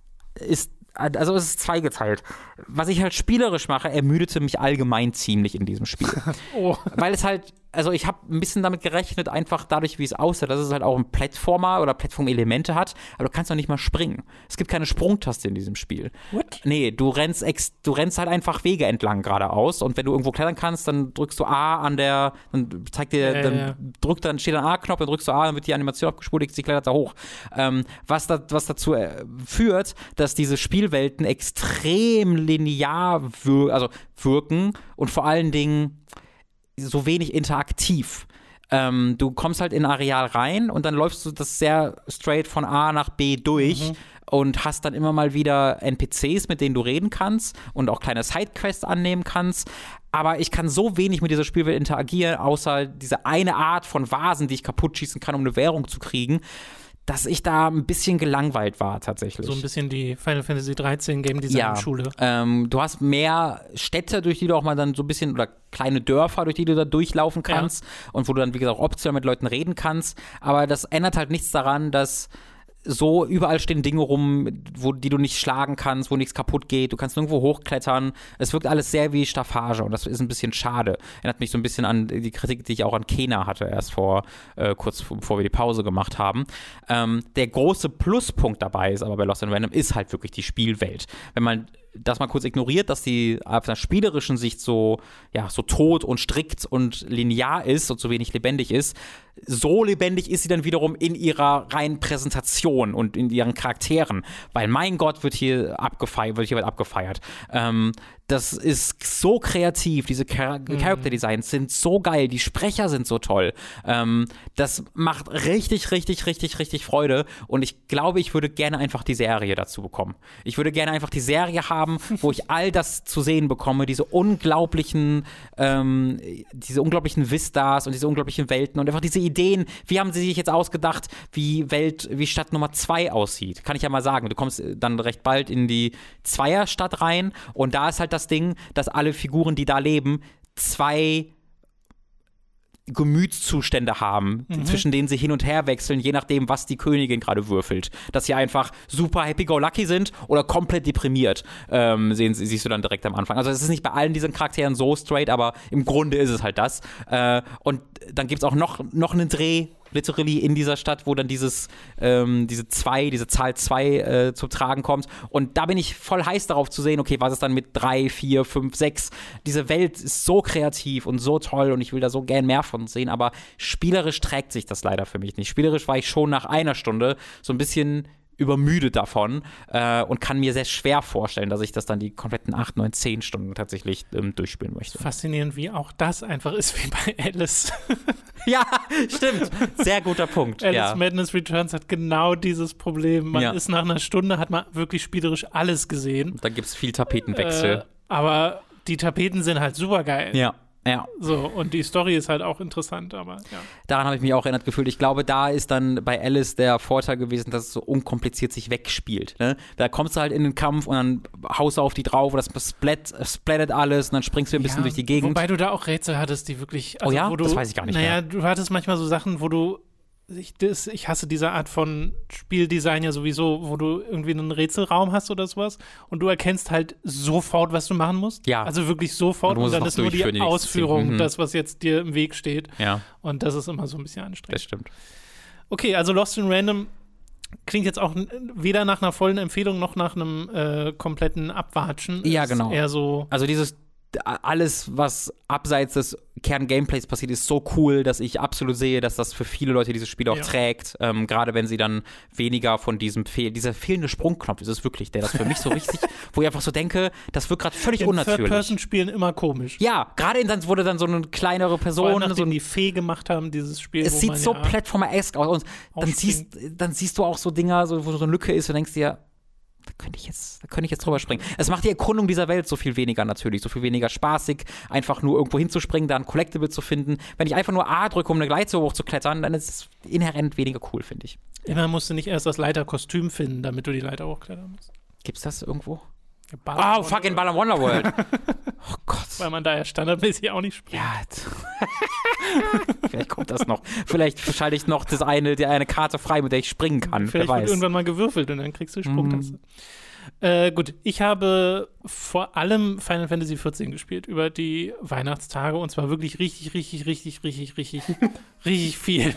ist also es ist zweigeteilt. Was ich halt spielerisch mache, ermüdete mich allgemein ziemlich in diesem Spiel. oh. Weil es halt, also ich habe ein bisschen damit gerechnet, einfach dadurch, wie es aussieht, dass es halt auch ein Plattformer oder Plattform-Elemente hat, aber du kannst noch nicht mal springen. Es gibt keine Sprungtaste in diesem Spiel. What? Nee, du rennst, ex- du rennst halt einfach Wege entlang geradeaus und wenn du irgendwo klettern kannst, dann drückst du A an der, dann zeigt dir, ja, dann ja. drückt dann, steht ein A-Knopf, dann drückst du A, dann wird die Animation abgespult, sie klettert da hoch. Ähm, was, da, was dazu äh, führt, dass diese Spielwelten extrem linear wir- also wirken und vor allen Dingen so wenig interaktiv. Ähm, du kommst halt in ein Areal rein und dann läufst du das sehr straight von A nach B durch mhm. und hast dann immer mal wieder N P Cs, mit denen du reden kannst und auch kleine Sidequests annehmen kannst. Aber ich kann so wenig mit dieser Spielwelt interagieren, außer diese eine Art von Vasen, die ich kaputt schießen kann, um eine Währung zu kriegen, dass ich da ein bisschen gelangweilt war tatsächlich.
So ein bisschen die Final Fantasy dreizehn Game Design Schule.
Ja, ähm, du hast mehr Städte, durch die du auch mal dann so ein bisschen, oder kleine Dörfer, durch die du da durchlaufen kannst ja. und wo du dann, wie gesagt, auch optional mit Leuten reden kannst. Aber das ändert halt nichts daran, dass so überall stehen Dinge rum, wo, die du nicht schlagen kannst, wo nichts kaputt geht. Du kannst nirgendwo hochklettern. Es wirkt alles sehr wie Staffage und das ist ein bisschen schade. Erinnert mich so ein bisschen an die Kritik, die ich auch an Kena hatte, erst vor, äh, kurz bevor wir die Pause gemacht haben. Ähm, der große Pluspunkt dabei ist aber bei Lost in Random ist halt wirklich die Spielwelt. Wenn man das mal kurz ignoriert, dass die auf einer spielerischen Sicht so, ja, so tot und strikt und linear ist und so wenig lebendig ist, so lebendig ist sie dann wiederum in ihrer reinen Präsentation und in ihren Charakteren, weil mein Gott wird hier abgefeiert, wird hier weit abgefeiert. Ähm, das ist so kreativ, diese Char- mhm. Character Designs sind so geil, die Sprecher sind so toll. Ähm, das macht richtig, richtig, richtig, richtig Freude und ich glaube, ich würde gerne einfach die Serie dazu bekommen. Ich würde gerne einfach die Serie haben, wo ich all das zu sehen bekomme, diese unglaublichen, ähm, diese unglaublichen Vistas und diese unglaublichen Welten und einfach diese Ideen. Wie haben sie sich jetzt ausgedacht, wie Welt, wie Stadt Nummer zwei aussieht? Kann ich ja mal sagen. Du kommst dann recht bald in die Zweierstadt rein und da ist halt das Ding, dass alle Figuren, die da leben, zwei Gemütszustände haben, mhm. zwischen denen sie hin und her wechseln, je nachdem, was die Königin gerade würfelt. Dass sie einfach super happy-go-lucky sind oder komplett deprimiert, ähm, sehen, siehst du dann direkt am Anfang. Also es ist nicht bei allen diesen Charakteren so straight, aber im Grunde ist es halt das. Äh, und dann gibt es auch noch, noch einen Dreh, literally in dieser Stadt, wo dann dieses, ähm, diese zwei, diese Zahl zwei äh, zum Tragen kommt. Und da bin ich voll heiß darauf zu sehen, okay, was ist dann mit drei, vier, fünf, sechs? Diese Welt ist so kreativ und so toll und ich will da so gern mehr von sehen, aber spielerisch trägt sich das leider für mich nicht. Spielerisch war ich schon nach einer Stunde so ein bisschen übermüdet davon äh, und kann mir sehr schwer vorstellen, dass ich das dann die kompletten acht, neun, zehn Stunden tatsächlich ähm, durchspielen möchte.
Faszinierend, wie auch das einfach ist wie bei Alice.
Ja, stimmt. Sehr guter Punkt.
Alice
ja.
Madness Returns hat genau dieses Problem. Man
ja.
ist nach einer Stunde, hat man wirklich spielerisch alles gesehen.
Da gibt es viel Tapetenwechsel.
Äh, aber die Tapeten sind halt super geil.
Ja. Ja.
So, und die Story ist halt auch interessant, aber ja.
Daran habe ich mich auch erinnert gefühlt. Ich glaube, da ist dann bei Alice der Vorteil gewesen, dass es so unkompliziert sich wegspielt. Ne? Da kommst du halt in den Kampf und dann haust du auf die drauf und das splat, splattet alles und dann springst du ein bisschen
ja,
durch die Gegend.
Wobei du da auch Rätsel hattest, die wirklich, also
oh ja?
wo du,
das weiß ich gar nicht
naja,
mehr.
du hattest manchmal so Sachen, wo du Ich, das, ich hasse diese Art von Spieldesign ja sowieso, wo du irgendwie einen Rätselraum hast oder sowas und du erkennst halt sofort, was du machen musst.
Ja.
Also wirklich sofort und, und dann ist nur die Ausführung, mhm. das, was jetzt dir im Weg steht.
Ja.
Und das ist immer so ein bisschen anstrengend.
Das stimmt.
Okay, also Lost in Random klingt jetzt auch weder nach einer vollen Empfehlung noch nach einem äh, kompletten Abwatschen.
Ja, genau.
Eher so
also dieses alles, was abseits des Kern-Gameplays passiert, ist so cool, dass ich absolut sehe, dass das für viele Leute dieses Spiel auch ja. trägt. Ähm, gerade wenn sie dann weniger von diesem fehl dieser fehlende Sprungknopf ist es wirklich, der das für mich so richtig, wo ich einfach so denke, das wird gerade völlig
in
unnatürlich.
Third-Person-Spielen immer komisch.
Ja, gerade in dann wurde dann so eine kleinere Person,
Vor allem, nachdem
so
die Fee gemacht haben, dieses Spiel.
Es
wo
sieht
man
so
ja
Plattformer-esque aus. Und dann siehst, dann siehst du auch so Dinger, so, wo so eine Lücke ist und denkst dir, Da könnte ich jetzt, da könnte ich jetzt drüber springen. Es macht die Erkundung dieser Welt so viel weniger natürlich, so viel weniger spaßig, einfach nur irgendwo hinzuspringen, da ein Collectible zu finden. Wenn ich einfach nur A drücke, um eine Gleitze hochzuklettern, dann ist es inhärent weniger cool, finde ich.
Immer musst du nicht erst das Leiterkostüm finden, damit du die Leiter hochklettern musst.
Gibt's das irgendwo?
Ah,
oh, fucking Balan Wonderworld. Oh Gott.
Weil man da ja standardmäßig auch nicht springt.
Ja. Vielleicht kommt das noch. Vielleicht schalte ich noch das eine, die eine Karte frei, mit der ich springen kann.
Vielleicht
Wer
wird
weiß.
irgendwann mal gewürfelt und dann kriegst du die Sprungtaste. Mm. Äh, gut, ich habe vor allem Final Fantasy vierzehn gespielt über die Weihnachtstage und zwar wirklich richtig, richtig, richtig, richtig, richtig, richtig viel.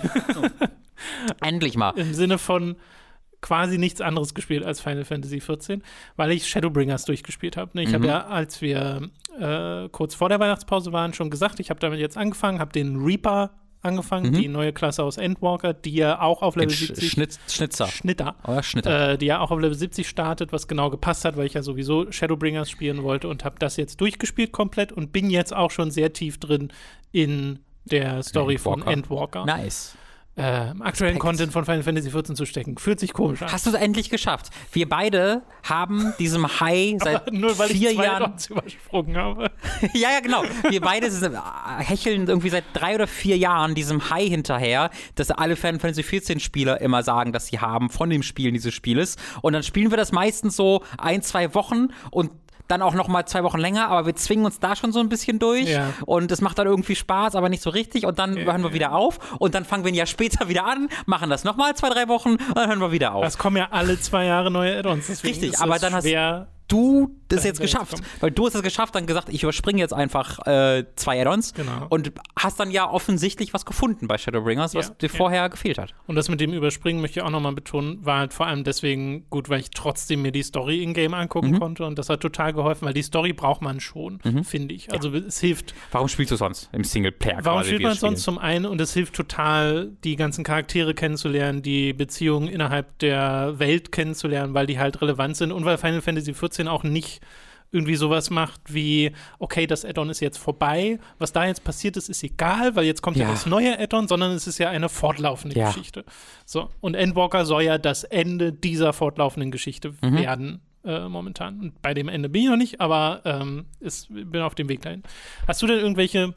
Endlich mal.
Im Sinne von quasi nichts anderes gespielt als Final Fantasy vierzehn, weil ich Shadowbringers durchgespielt habe. Ich mhm. habe ja, als wir äh, kurz vor der Weihnachtspause waren, schon gesagt, ich habe damit jetzt angefangen, habe den Reaper angefangen, mhm. die neue Klasse aus Endwalker, die ja auch auf Level
Sch-
siebzig
Schnitt, Schnitzer.
Schnitter.
Oder Schnitter.
Äh, die ja auch auf Level siebzig startet, was genau gepasst hat, weil ich ja sowieso Shadowbringers spielen wollte und habe das jetzt durchgespielt komplett und bin jetzt auch schon sehr tief drin in der Story
Endwalker.
von Endwalker.
Nice.
Äh, im aktuellen
Respekt.
Content von Final Fantasy vierzehn zu stecken. Fühlt sich komisch an.
Hast du es endlich geschafft? Wir beide haben diesem High seit
Aber nur weil
vier
ich zwei
Jahren
Dons übersprungen habe.
Ja, ja, genau. Wir beide sind, äh, hecheln irgendwie seit drei oder vier Jahren diesem High hinterher, dass alle Final Fantasy vierzehn Spieler immer sagen, dass sie haben von dem Spielen dieses Spieles. Und dann spielen wir das meistens so ein, zwei Wochen und dann auch noch mal zwei Wochen länger, aber wir zwingen uns da schon so ein bisschen durch
ja.
und es macht dann irgendwie Spaß, aber nicht so richtig und dann
ja,
hören wir
ja.
wieder auf und dann fangen wir ein Jahr später wieder an, machen das noch mal zwei, drei Wochen und dann hören wir wieder auf.
Es kommen ja alle zwei Jahre neue Add-ons.
Richtig, aber dann hast
schwer,
du das jetzt geschafft, weil du hast es geschafft, dann gesagt, ich überspringe jetzt einfach äh, zwei Add-ons
genau.
und hast dann ja offensichtlich was gefunden bei Shadowbringers, was
ja,
dir
ja.
vorher gefehlt hat.
Und das mit dem Überspringen möchte ich auch nochmal betonen, war halt vor allem deswegen gut, weil ich trotzdem mir die Story in-game angucken
mhm.
konnte und das hat total geholfen, weil die Story braucht man schon, mhm. finde ich. Also ja. es hilft.
Warum spielst du sonst im Singleplayer?
Warum
quasi,
spielt man sonst zum einen und es hilft total, die ganzen Charaktere kennenzulernen, die Beziehungen innerhalb der Welt kennenzulernen, weil die halt relevant sind und weil Final Fantasy vierzehn auch nicht irgendwie sowas macht wie, okay, das Add-on ist jetzt vorbei, was da jetzt passiert ist, ist egal, weil jetzt kommt ja, ja das neue Add-on, sondern es ist ja eine fortlaufende ja. Geschichte. So, und Endwalker soll ja das Ende dieser fortlaufenden Geschichte mhm. werden, äh, momentan. Und bei dem Ende bin ich noch nicht, aber ähm, ist, bin auf dem Weg dahin. Hast du denn irgendwelche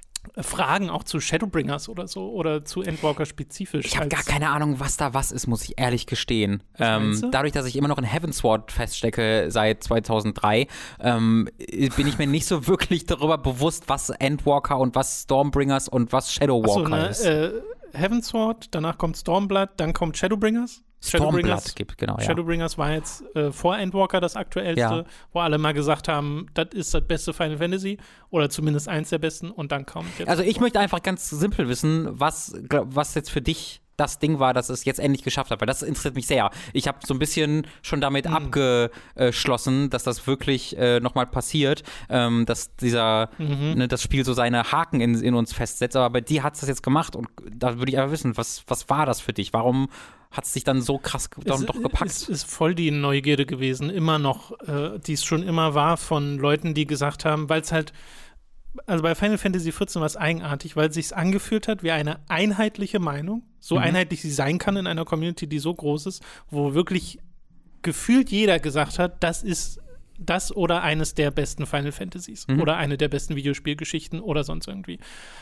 Fragen auch zu Shadowbringers oder so oder zu Endwalker spezifisch?
Ich habe gar keine Ahnung, was da was ist, muss ich ehrlich gestehen. Ähm, dadurch, dass ich immer noch in Heavensward feststecke seit zweitausenddrei, ähm, bin ich mir nicht so wirklich darüber bewusst, was Endwalker und was Stormbringers und was Shadowwalker
Ach so, ne,
ist.
Äh, Heavensward, danach kommt Stormblood, dann kommt Shadowbringers.
Stormblood gibt, genau, ja.
Shadowbringers war jetzt äh, vor Endwalker das aktuellste, ja. wo alle mal gesagt haben, das ist das beste Final Fantasy oder zumindest eins der besten und dann kommt jetzt.
Also ich möchte einfach ganz simpel wissen, was, was jetzt für dich das Ding war, dass es jetzt endlich geschafft hat, weil das interessiert mich sehr. Ich habe so ein bisschen schon damit mhm. abgeschlossen, dass das wirklich äh, nochmal passiert, ähm, dass dieser, mhm. ne, das Spiel so seine Haken in, in uns festsetzt, aber bei dir hat es das jetzt gemacht und da würde ich aber wissen, was, was war das für dich? Warum hat es dich dann so krass dann doch gepackt?
Es ist voll die Neugierde gewesen, immer noch, äh, die es schon immer war von Leuten, die gesagt haben, weil es halt also bei Final Fantasy vierzehn war es eigenartig, weil es sich angefühlt hat wie eine einheitliche Meinung, so mhm. einheitlich sie sein kann in einer Community, die so groß ist, wo wirklich gefühlt jeder gesagt hat, das ist das oder eines der besten Final Fantasies mhm. oder eine der besten Videospielgeschichten oder sonst irgendwie.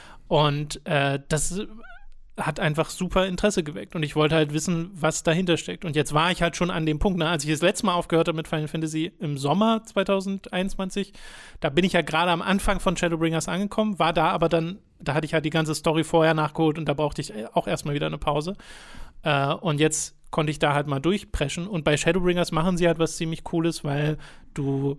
Und äh, das hat einfach super Interesse geweckt und ich wollte halt wissen, was dahinter steckt. Und jetzt war ich halt schon an dem Punkt, ne, als ich das letzte Mal aufgehört habe mit Final Fantasy im Sommer zwanzig einundzwanzig, da bin ich ja gerade am Anfang von Shadowbringers angekommen, war da aber dann, da hatte ich halt die ganze Story vorher nachgeholt und da brauchte ich auch erstmal wieder eine Pause. Äh, und jetzt konnte ich da halt mal durchpreschen und bei Shadowbringers machen sie halt was ziemlich Cooles, weil du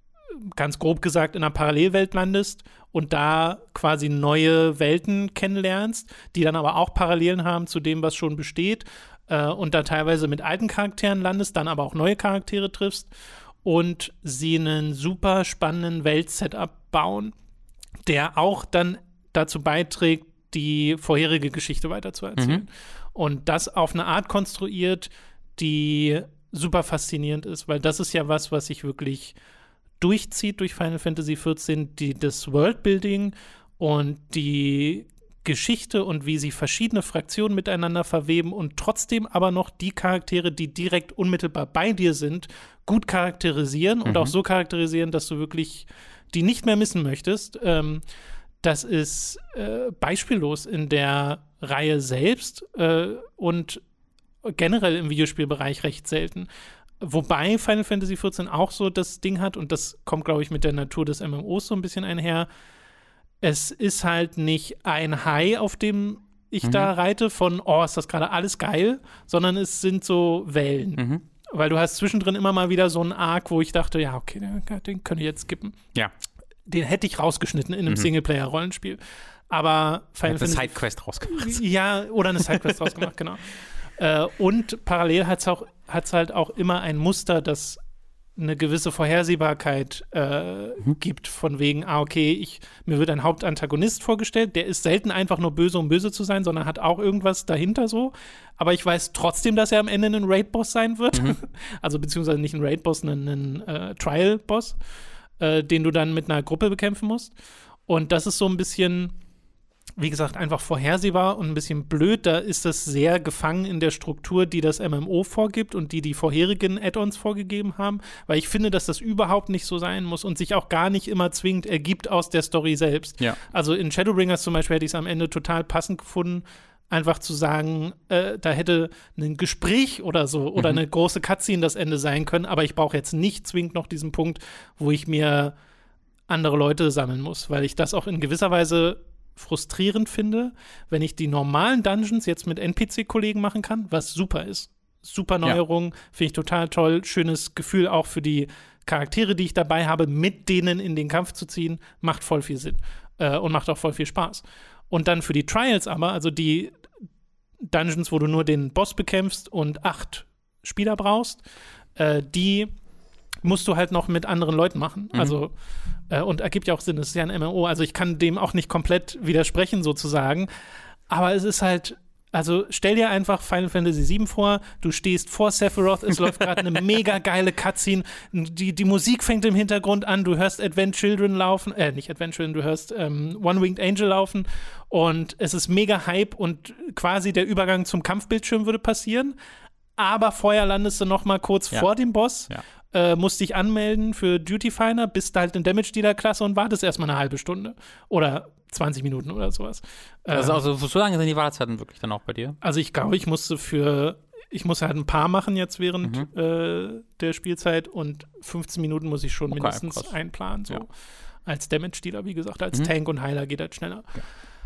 ganz grob gesagt in einer Parallelwelt landest und da quasi neue Welten kennenlernst, die dann aber auch Parallelen haben zu dem, was schon besteht äh, und da teilweise mit alten Charakteren landest, dann aber auch neue Charaktere triffst und sie einen super spannenden Welt-Setup bauen, der auch dann dazu beiträgt, die vorherige Geschichte weiterzuerzählen. Mhm. Und das auf eine Art konstruiert, die super faszinierend ist, weil das ist ja was, was sich wirklich durchzieht durch Final Fantasy vierzehn, die, das Worldbuilding und die Geschichte und wie sie verschiedene Fraktionen miteinander verweben und trotzdem aber noch die Charaktere, die direkt unmittelbar bei dir sind, gut charakterisieren und mhm. auch so charakterisieren, dass du wirklich die nicht mehr missen möchtest. Ähm, das ist äh, beispiellos in der Reihe selbst äh, und generell im Videospielbereich recht selten. Wobei Final Fantasy vierzehn auch so das Ding hat, und das kommt, glaube ich, mit der Natur des M M Os so ein bisschen einher. Es ist halt nicht ein High, auf dem ich mhm. da reite, von, oh, ist das gerade alles geil, sondern es sind so Wellen. Mhm. Weil du hast zwischendrin immer mal wieder so einen Arc, wo ich dachte, ja, okay, den, den könnte ich jetzt skippen.
Ja.
Den hätte ich rausgeschnitten in einem mhm. Singleplayer-Rollenspiel. Aber Final Fantasy.
Eine Sidequest rausgemacht.
Ja, oder eine Sidequest rausgemacht, genau. Äh, und parallel hat es auch, hat's halt auch immer ein Muster, das eine gewisse Vorhersehbarkeit äh, mhm. gibt, von wegen, ah, okay, ich, mir wird ein Hauptantagonist vorgestellt, der ist selten einfach nur böse, um böse zu sein, sondern hat auch irgendwas dahinter so. Aber ich weiß trotzdem, dass er am Ende ein Raid-Boss sein wird. Mhm. Also beziehungsweise nicht ein Raid-Boss, ein, ein äh, Trial-Boss, äh, den du dann mit einer Gruppe bekämpfen musst. Und das ist so ein bisschen, wie gesagt, einfach vorhersehbar und ein bisschen blöd. Da ist das sehr gefangen in der Struktur, die das M M O vorgibt und die die vorherigen Add-ons vorgegeben haben, weil ich finde, dass das überhaupt nicht so sein muss und sich auch gar nicht immer zwingend ergibt aus der Story selbst.
Ja.
Also in Shadowbringers zum Beispiel hätte ich es am Ende total passend gefunden, einfach zu sagen, äh, da hätte ein Gespräch oder so oder mhm. eine große Cutscene das Ende sein können, aber ich brauche jetzt nicht zwingend noch diesen Punkt, wo ich mir andere Leute sammeln muss, weil ich das auch in gewisser Weise frustrierend finde, wenn ich die normalen Dungeons jetzt mit N P C-Kollegen machen kann, was super ist. Super Neuerung, ja. Finde ich total toll. Schönes Gefühl auch für die Charaktere, die ich dabei habe, mit denen in den Kampf zu ziehen, macht voll viel Sinn äh, und macht auch voll viel Spaß. Und dann für die Trials aber, also die Dungeons, wo du nur den Boss bekämpfst und acht Spieler brauchst, äh, die musst du halt noch mit anderen Leuten machen. Mhm. Also, äh, und ergibt ja auch Sinn, es ist ja ein M M O, also ich kann dem auch nicht komplett widersprechen sozusagen, aber es ist halt, also stell dir einfach Final Fantasy sieben vor, du stehst vor Sephiroth, es läuft gerade eine mega geile Cutscene, die, die Musik fängt im Hintergrund an, du hörst Advent Children laufen, äh, nicht Advent Children, du hörst ähm, One-Winged Angel laufen und es ist mega Hype und quasi der Übergang zum Kampfbildschirm würde passieren, aber vorher landest du noch mal kurz ja. vor dem Boss,
ja.
äh, musst dich anmelden für Duty Finder, bist halt in Damage-Dealer-Klasse und wartest erstmal eine halbe Stunde oder zwanzig Minuten oder sowas.
Also, also so lange sind die Wartezeiten wirklich dann auch bei dir?
Also ich glaube, ich musste für, ich muss halt ein paar machen jetzt während mhm. äh, der Spielzeit und fünfzehn Minuten muss ich schon okay, mindestens krass. einplanen, so ja. als Damage-Dealer, wie gesagt, als mhm. Tank und Heiler geht halt schneller. Ja.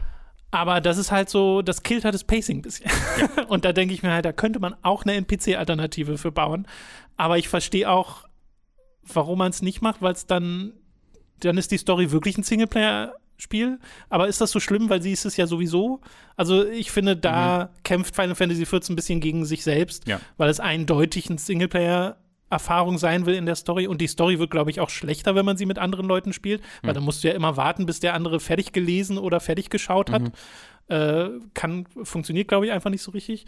Aber das ist halt so, das killt halt das Pacing ein bisschen. Ja. Und da denke ich mir halt, da könnte man auch eine N P C-Alternative für bauen. Aber ich verstehe auch, warum man es nicht macht, weil es dann, dann ist die Story wirklich ein Singleplayer-Spiel. Aber ist das so schlimm, weil sie ist es ja sowieso? Also ich finde, da mhm. kämpft Final Fantasy vierzehn ein bisschen gegen sich selbst, ja. weil es eindeutig ein Singleplayer Erfahrung sein will in der Story und die Story wird, glaube ich, auch schlechter, wenn man sie mit anderen Leuten spielt, weil mhm. da musst du ja immer warten, bis der andere fertig gelesen oder fertig geschaut hat. Mhm. Äh, kann, funktioniert, glaube ich, einfach nicht so richtig.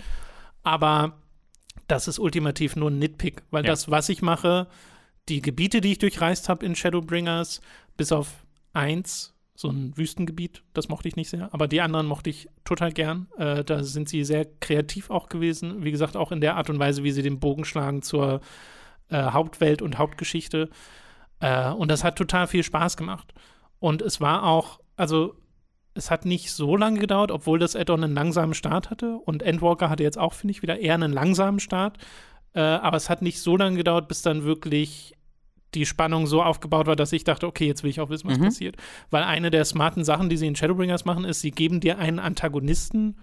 Aber das ist ultimativ nur ein Nitpick, weil ja. das, was ich mache, die Gebiete, die ich durchreist habe in Shadowbringers, bis auf eins, so ein Wüstengebiet, das mochte ich nicht sehr, aber die anderen mochte ich total gern. Äh, da sind sie sehr kreativ auch gewesen, wie gesagt, auch in der Art und Weise, wie sie den Bogen schlagen zur Äh, Hauptwelt und Hauptgeschichte. Äh, und das hat total viel Spaß gemacht. Und es war auch, also es hat nicht so lange gedauert, obwohl das Add-on einen langsamen Start hatte. Und Endwalker hatte jetzt auch, finde ich, wieder eher einen langsamen Start. Äh, aber es hat nicht so lange gedauert, bis dann wirklich die Spannung so aufgebaut war, dass ich dachte, okay, jetzt will ich auch wissen, was mhm. passiert. Weil eine der smarten Sachen, die sie in Shadowbringers machen, ist, sie geben dir einen Antagonisten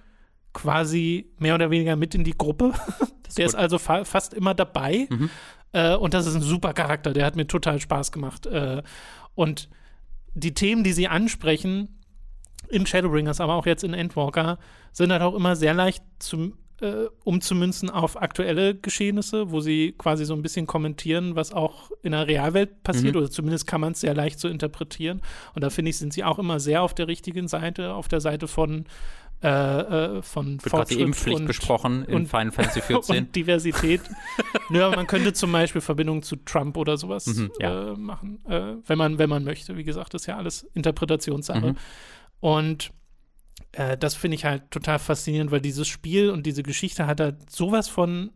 quasi mehr oder weniger mit in die Gruppe. Ist der gut. Ist also fa- fast immer dabei. Mhm. Äh, und das ist ein super Charakter, der hat mir total Spaß gemacht. Äh, und die Themen, die sie ansprechen in Shadowbringers, aber auch jetzt in Endwalker, sind halt auch immer sehr leicht zu äh, umzumünzen auf aktuelle Geschehnisse, wo sie quasi so ein bisschen kommentieren, was auch in der Realwelt passiert, mhm. oder zumindest kann man es sehr leicht so interpretieren. Und da finde ich, sind sie auch immer sehr auf der richtigen Seite, auf der Seite von Äh, äh, von
Wird gerade die Impfpflicht und, besprochen in
und,
Final Fantasy vierzehn.
Und Diversität. Nö, aber man könnte zum Beispiel Verbindungen zu Trump oder sowas
mhm, ja.
äh, machen, äh, wenn man, wenn man möchte. Wie gesagt, das ist ja alles Interpretationssache. Mhm. Und äh, das finde ich halt total faszinierend, weil dieses Spiel und diese Geschichte hat halt sowas von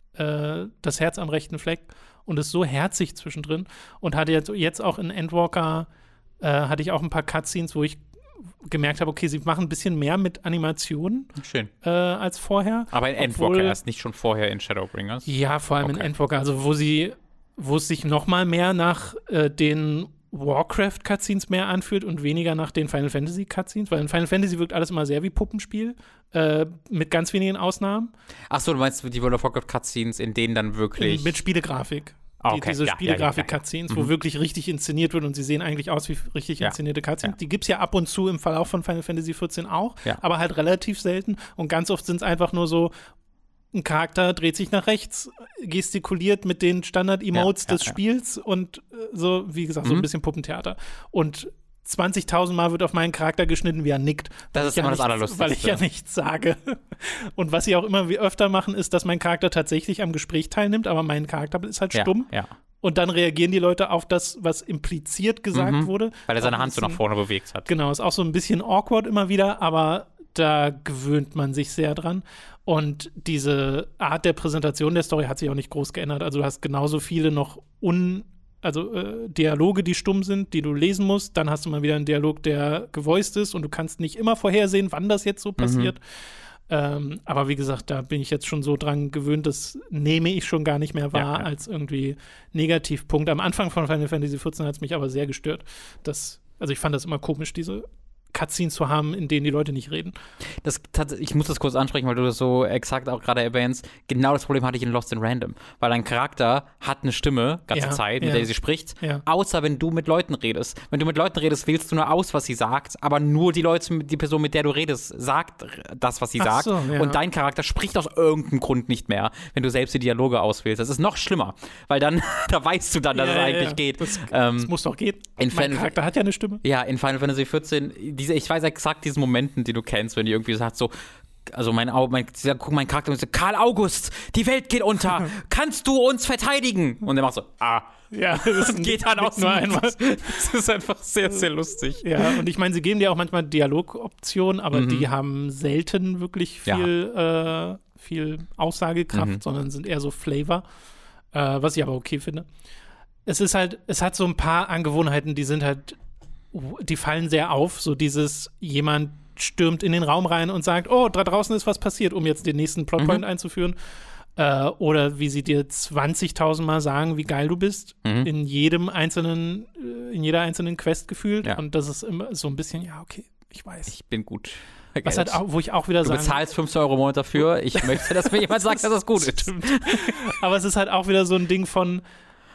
äh, das Herz am rechten Fleck und ist so herzig zwischendrin und hatte jetzt, jetzt auch in Endwalker äh, hatte ich auch ein paar Cutscenes, wo ich gemerkt habe, okay, sie machen ein bisschen mehr mit Animationen
Schön.
Äh, als vorher.
Aber in Endwalker erst, nicht schon vorher in Shadowbringers?
Ja, vor allem okay. in Endwalker, also wo sie, wo es sich noch mal mehr nach äh, den Warcraft-Cutscenes mehr anfühlt und weniger nach den Final Fantasy-Cutscenes, weil in Final Fantasy wirkt alles immer sehr wie Puppenspiel, äh, mit ganz wenigen Ausnahmen.
Ach so, du meinst die World of Warcraft-Cutscenes, in denen dann wirklich
mit Spielegrafik.
Ah, okay.
Die, diese
ja,
Spielegrafik-Cutscenes,
ja, ja, ja.
wo mhm. wirklich richtig inszeniert wird und sie sehen eigentlich aus wie richtig
ja.
inszenierte Cutscenes.
Ja.
Die gibt es ja ab und zu im Verlauf von Final Fantasy vierzehn auch,
ja.
aber halt relativ selten und ganz oft sind es einfach nur so, ein Charakter dreht sich nach rechts, gestikuliert mit den Standard-Emotes
ja, ja,
des
ja.
Spiels und so, wie gesagt, so
mhm.
ein bisschen Puppentheater. Und zwanzigtausend Mal wird auf meinen Charakter geschnitten, wie er nickt.
Das ist
ja
immer
nichts,
das Allerlustigste.
Weil ich ja nichts sage. Und was sie auch immer wie öfter machen, ist, dass mein Charakter tatsächlich am Gespräch teilnimmt, aber mein Charakter ist halt stumm.
Ja, ja.
Und dann reagieren die Leute auf das, was impliziert gesagt
mhm.
wurde.
Weil er seine
auch
Hand so nach vorne bewegt hat.
Genau, ist auch so ein bisschen awkward immer wieder, aber da gewöhnt man sich sehr dran. Und diese Art der Präsentation der Story hat sich auch nicht groß geändert. Also du hast genauso viele noch un also äh, Dialoge, die stumm sind, die du lesen musst. Dann hast du mal wieder einen Dialog, der gevoiced ist und du kannst nicht immer vorhersehen, wann das jetzt so passiert. Mhm. Ähm, aber wie gesagt, da bin ich jetzt schon so dran gewöhnt, das nehme ich schon gar nicht mehr wahr ja, ja. als irgendwie Negativpunkt. Am Anfang von Final Fantasy vierzehn hat es mich aber sehr gestört. Das, also ich fand das immer komisch, diese Cutscenes zu haben, in denen die Leute nicht reden.
Das, ich muss das kurz ansprechen, weil du das so exakt auch gerade erwähnst. Genau das Problem hatte ich in Lost in Random. Weil ein Charakter hat eine Stimme, ganze
ja,
Zeit, mit
ja.
der sie spricht,
ja.
außer wenn du mit Leuten redest. Wenn du mit Leuten redest, wählst du nur aus, was sie sagt, aber nur die Leute, die Person, mit der du redest, sagt das, was sie
Ach
sagt.
so, ja.
Und dein Charakter spricht aus irgendeinem Grund nicht mehr, wenn du selbst die Dialoge auswählst. Das ist noch schlimmer, weil dann, da weißt du dann, dass
ja,
es
ja,
eigentlich
ja.
geht.
Das,
ähm,
das muss doch gehen.
In
mein
Fan-
Charakter hat ja eine Stimme.
Ja, in Final Fantasy vierzehn, diese, ich weiß exakt diesen Momenten, die du kennst, wenn die irgendwie sagt so, also mein, mein, guck, mein Charakter und so, Karl August, die Welt geht unter, kannst du uns verteidigen? Und er macht so, ah.
Ja, das
und geht dann aus
nur einmal.
Das ist einfach sehr, sehr lustig.
Ja, und ich meine, sie geben dir auch manchmal Dialogoptionen, aber mhm. die haben selten wirklich viel, ja. äh, viel Aussagekraft, mhm. sondern sind eher so Flavor, äh, was ich aber okay finde. Es ist halt, es hat so ein paar Angewohnheiten, die sind halt, die fallen sehr auf, so dieses, jemand stürmt in den Raum rein und sagt, oh, da draußen ist was passiert, um jetzt den nächsten Plotpoint mhm. einzuführen. Äh, oder wie sie dir zwanzigtausend Mal sagen, wie geil du bist, mhm. in jedem einzelnen, in jeder einzelnen Quest gefühlt. Ja. Und das ist immer so ein bisschen, ja, okay, ich weiß.
Ich bin gut.
Was halt auch, wo ich auch wieder
du
sage.
Du bezahlst fünfzehn Euro im Monat dafür. Ich möchte, dass mir jemand sagt, dass das gut ist.
Stimmt. Aber es ist halt auch wieder so ein Ding von,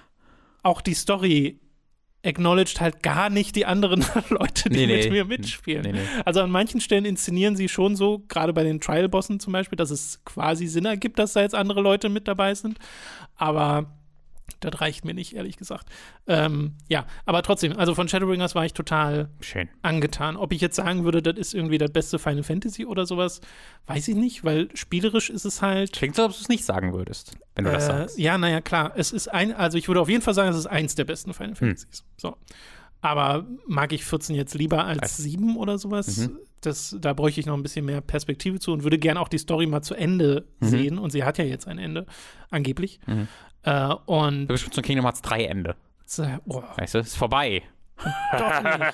auch die Story acknowledged halt gar nicht die anderen Leute, die
nee,
mit
nee.
mir mitspielen.
Nee, nee.
Also an manchen Stellen inszenieren sie schon so, gerade bei den Trial-Bossen zum Beispiel, dass es quasi Sinn ergibt, dass da jetzt andere Leute mit dabei sind. Aber das reicht mir nicht, ehrlich gesagt. Ähm, ja, aber trotzdem, also von Shadowbringers war ich total
Schön.
angetan. Ob ich jetzt sagen würde, das ist irgendwie das beste Final Fantasy oder sowas, weiß ich nicht, weil spielerisch ist es halt.
Klingt so, als ob du es nicht sagen würdest, wenn du
äh,
das sagst.
Ja, naja, klar. Es ist ein, also ich würde auf jeden Fall sagen, es ist eins der besten Final Fantasies. Hm. So. Aber mag ich vierzehn jetzt lieber als, als sieben oder sowas? Mhm. Das, da bräuchte ich noch ein bisschen mehr Perspektive zu und würde gerne auch die Story mal zu Ende mhm. sehen. Und sie hat ja jetzt ein Ende, angeblich. Mhm. Äh, und
bestimmt zum Kingdom Hearts drei Ende.
Oh.
Weißt du, ist vorbei.
Doch nicht.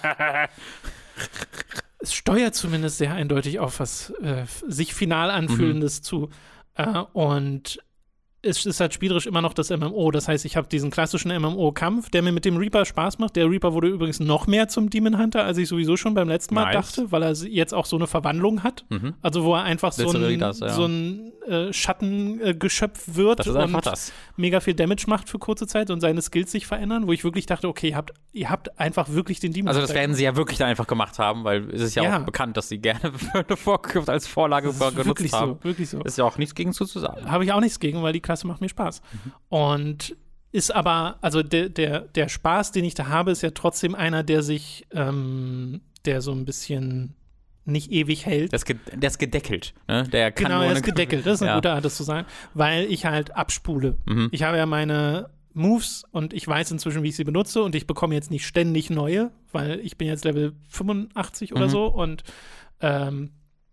Es steuert zumindest sehr eindeutig auf was äh, sich final anfühlendes mhm. zu. Äh, und es ist halt spielerisch immer noch das M M O. Das heißt, ich habe diesen klassischen M M O-Kampf, der mir mit dem Reaper Spaß macht. Der Reaper wurde übrigens noch mehr zum Demon Hunter, als ich sowieso schon beim letzten Mal
Nice.
dachte, weil er jetzt auch so eine Verwandlung hat.
Mhm.
Also wo er einfach so ein,
das, ja.
so ein äh, Schattengeschöpf wird
Das ist einfach
und
das.
mega viel Damage macht für kurze Zeit und seine Skills sich verändern, wo ich wirklich dachte, okay, ihr habt, ihr habt einfach wirklich den Demon
Also
Hunter.
das werden sie ja wirklich dann einfach gemacht haben, weil es ist ja,
Ja.
auch bekannt, dass sie gerne World of Warcraft als Vorlage
Das ist
genutzt
wirklich
haben.
so, wirklich so.
Ist ja auch nichts gegen zuzusagen.
Habe ich auch nichts gegen, weil die Klasse macht mir Spaß.
Mhm.
Und ist aber, also der, der, der Spaß, den ich da habe, ist ja trotzdem einer, der sich, ähm, der so ein bisschen nicht ewig hält.
Das, ge- der ist gedeckelt. Ne? Der kann
Genau,
nur
er
eine
ist gedeckelt. Das ist eine
ja.
gute Art, das zu sagen, weil ich halt abspule.
Mhm.
Ich habe ja meine Moves und ich weiß inzwischen, wie ich sie benutze und ich bekomme jetzt nicht ständig neue, weil ich bin jetzt Level fünfundachtzig oder
Mhm.
so und ähm,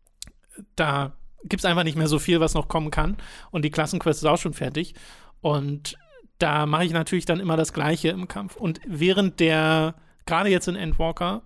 da gibt es einfach nicht mehr so viel, was noch kommen kann und die Klassenquest ist auch schon fertig und da mache ich natürlich dann immer das Gleiche im Kampf und während der, gerade jetzt in Endwalker,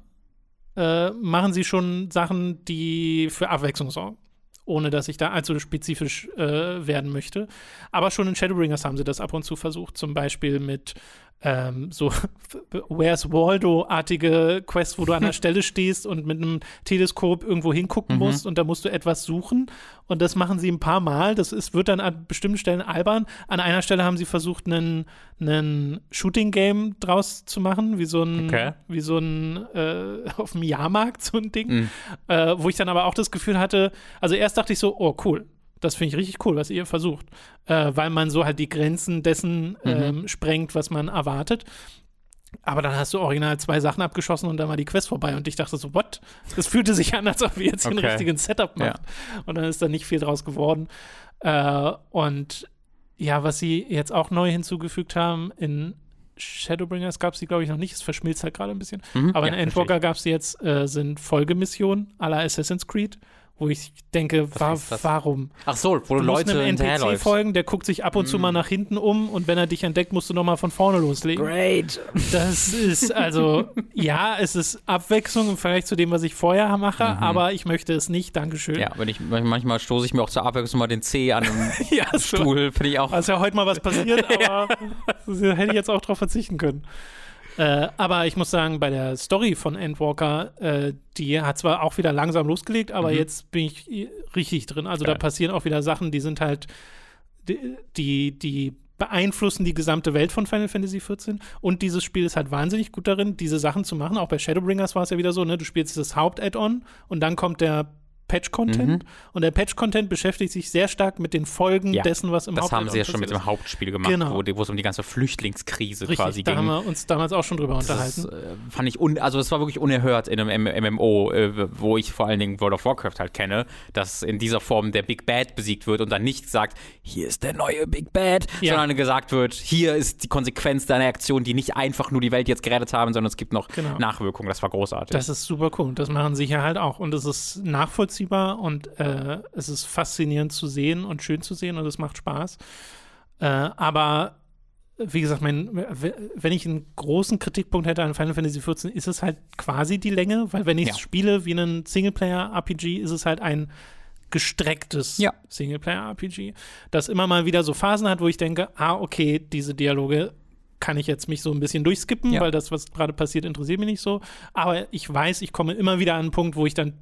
äh, machen sie schon Sachen, die für Abwechslung sorgen. Ohne dass ich da allzu spezifisch äh, werden möchte. Aber schon in Shadowbringers haben sie das ab und zu versucht. Zum Beispiel mit ähm, so Where's Waldo-artige Quests, wo du an der Stelle stehst und mit einem Teleskop irgendwo hingucken
Mhm.
musst und da musst du etwas suchen. Und das machen sie ein paar Mal. Das ist, wird dann an bestimmten Stellen albern. An einer Stelle haben sie versucht, einen, einen Shooting-Game draus zu machen, wie so ein,
Okay.
wie so ein äh, auf dem Jahrmarkt, so ein Ding.
Mhm.
Äh, wo ich dann aber auch das Gefühl hatte, also erst dachte ich so, oh cool, das finde ich richtig cool, was ihr versucht, äh, weil man so halt die Grenzen dessen ähm, sprengt, was man erwartet. Aber dann hast du original zwei Sachen abgeschossen und dann war die Quest vorbei und ich dachte so, what? Das fühlte sich an, als ob wir jetzt hier
Okay.
einen richtigen Setup machen. Und dann ist da nicht viel draus geworden. Äh, und ja, was sie jetzt auch neu hinzugefügt haben, in Shadowbringers gab es die, glaube ich, noch nicht. Es verschmilzt halt gerade ein bisschen.
Mhm.
Aber
Ja,
in Endwalker gab es die jetzt, äh, sind Folgemissionen à la Assassin's Creed, wo ich denke, wa
heißt das?
warum?
Ach so, wo
Du musst
Leute
einem N P C
hinterherläufst.
folgen, der guckt sich ab und zu mal nach hinten um und wenn er dich entdeckt, musst du nochmal von vorne loslegen.
Great.
Das ist also, ja, es ist Abwechslung im Vergleich zu dem, was ich vorher mache,
Mhm.
aber ich möchte es nicht, Dankeschön.
Ja, wenn ich, manchmal stoße ich mir auch zur Abwechslung mal den Zeh an den
Ja, so.
Stuhl, finde ich auch.
Da ist ja heute mal was passiert, aber das hätte ich jetzt auch drauf verzichten können. Äh, aber ich muss sagen, bei der Story von Endwalker, äh, die hat zwar auch wieder langsam losgelegt, aber
Mhm.
jetzt bin ich i- richtig drin. Also
Geil.
da passieren auch wieder Sachen, die sind halt, die, die, die beeinflussen die gesamte Welt von Final Fantasy vierzehn. Und dieses Spiel ist halt wahnsinnig gut darin, diese Sachen zu machen. Auch bei Shadowbringers war es ja wieder so, ne? Du spielst dieses Haupt-Add-on und dann kommt der Patch-Content.
Mhm.
Und der Patch-Content beschäftigt sich sehr stark mit den Folgen
Ja,
dessen, was im
Das
Haupt-Add-on
haben sie ja schon mit
passiert
dem Hauptspiel gemacht,
Genau.
wo, die- wo es um die ganze Flüchtlingskrise
ist.
quasi
Richtig, da
ging.
haben wir uns damals auch schon drüber
Das
unterhalten.
äh, fand ich, un, also es war wirklich unerhört in einem M M O, äh, wo ich vor allen Dingen World of Warcraft halt kenne, dass in dieser Form der Big Bad besiegt wird und dann nicht sagt, hier ist der neue Big Bad,
Ja.
sondern gesagt wird, hier ist die Konsequenz deiner Aktion, die nicht einfach nur die Welt jetzt gerettet haben, sondern es gibt noch
Genau.
Nachwirkungen. Das war großartig.
Das ist super cool. Das machen sie hier halt auch. Und es ist nachvollziehbar und äh, es ist faszinierend zu sehen und schön zu sehen und es macht Spaß. Äh, aber wie gesagt, mein, wenn ich einen großen Kritikpunkt hätte an Final Fantasy vierzehn, ist es halt quasi die Länge, weil wenn ich es
Ja.
spiele wie einen Singleplayer-R P G, ist es halt ein gestrecktes
Ja.
Singleplayer-R P G, das immer mal wieder so Phasen hat, wo ich denke, ah, okay, diese Dialoge kann ich jetzt mich so ein bisschen durchskippen,
Ja.
weil das, was gerade passiert, interessiert mich nicht so. Aber ich weiß, ich komme immer wieder an einen Punkt, wo ich dann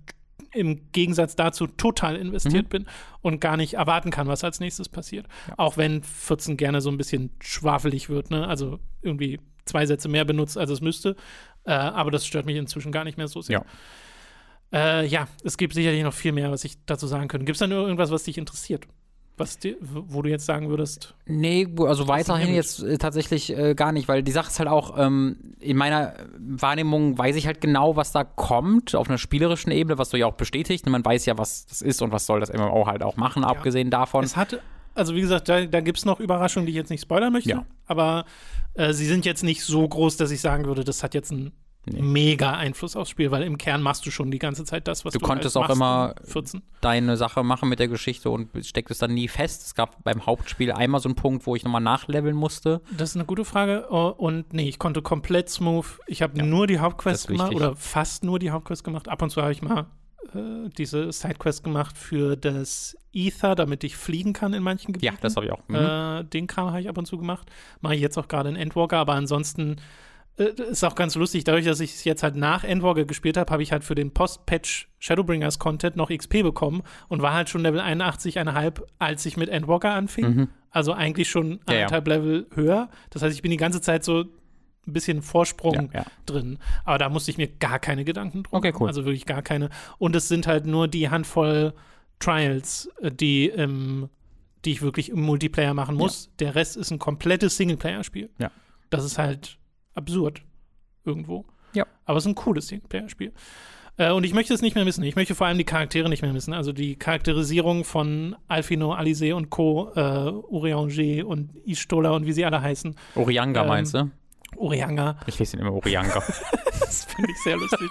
im Gegensatz dazu total investiert
Mhm.
bin und gar nicht erwarten kann, was als nächstes passiert. Auch wenn vierzehn gerne so ein bisschen schwafelig wird, ne? Also irgendwie zwei Sätze mehr benutzt, als es müsste. Äh, aber das stört mich inzwischen gar nicht mehr so sehr. Ja. Äh, ja, es gibt sicherlich noch viel mehr, was ich dazu sagen könnte. Gibt es da nur irgendwas, was dich interessiert? Was dir, wo du jetzt sagen würdest?
Nee, also weiterhin
gut.
jetzt äh, tatsächlich äh, gar nicht, weil die Sache ist halt auch, ähm, in meiner Wahrnehmung weiß ich halt genau, was da kommt, auf einer spielerischen Ebene, was du ja auch bestätigt. Und man weiß ja, was das ist und was soll das M M O halt auch machen, abgesehen davon.
Es hatte, also wie gesagt, da, da gibt es noch Überraschungen, die ich jetzt nicht spoilern möchte.
Ja.
Aber äh, sie sind jetzt nicht so groß, dass ich sagen würde, das hat jetzt einen
Nee.
mega Einfluss aufs Spiel, weil im Kern machst du schon die ganze Zeit das, was
Du
du,
konntest
halt
auch
machst
immer
in vierzehn.
deine Sache machen mit der Geschichte und steckt es dann nie fest. Es gab beim Hauptspiel einmal so einen Punkt, wo ich nochmal nachleveln musste.
Das ist eine gute Frage. Oh, und nee, ich konnte komplett smooth. Ich habe
Ja,
nur die
das
Hauptquest
ist
gemacht
wichtig.
oder fast nur die Hauptquest gemacht. Ab und zu habe ich mal äh, diese Sidequest gemacht für das Ether, damit ich fliegen kann in manchen Gebieten.
Ja, das habe ich auch. Mhm.
Äh, den Kram habe ich ab und zu gemacht. Mache ich jetzt auch gerade in Endwalker, aber ansonsten äh, ist auch ganz lustig, dadurch, dass ich es jetzt halt nach Endwalker gespielt habe, habe ich halt für den Post-Patch Shadowbringers Content noch X P bekommen und war halt schon Level einundachtzig Komma fünf, als ich mit Endwalker anfing. Mhm. Also eigentlich schon anderthalb ja, ja. Level höher. Das heißt, ich bin die ganze Zeit so ein bisschen Vorsprung ja, ja. drin. Aber da musste ich mir gar keine Gedanken drum
okay, cool.
Also wirklich gar keine. Und es sind halt nur die Handvoll Trials, die, ähm, die ich wirklich im Multiplayer machen muss. Ja. Der Rest ist ein komplettes Singleplayer-Spiel.
Ja.
Das ist halt absurd irgendwo.
Ja.
Aber es ist ein cooles Singleplayer-Spiel. Äh, und ich möchte es nicht mehr missen. Ich möchte vor allem die Charaktere nicht mehr missen. Also die Charakterisierung von Alphino, Alizé und Co., äh, Urianger und Istola und wie sie alle heißen.
Orianga ähm, meinst du?
Orianga.
Ich lese ihn immer Orianga.
Das finde ich sehr lustig.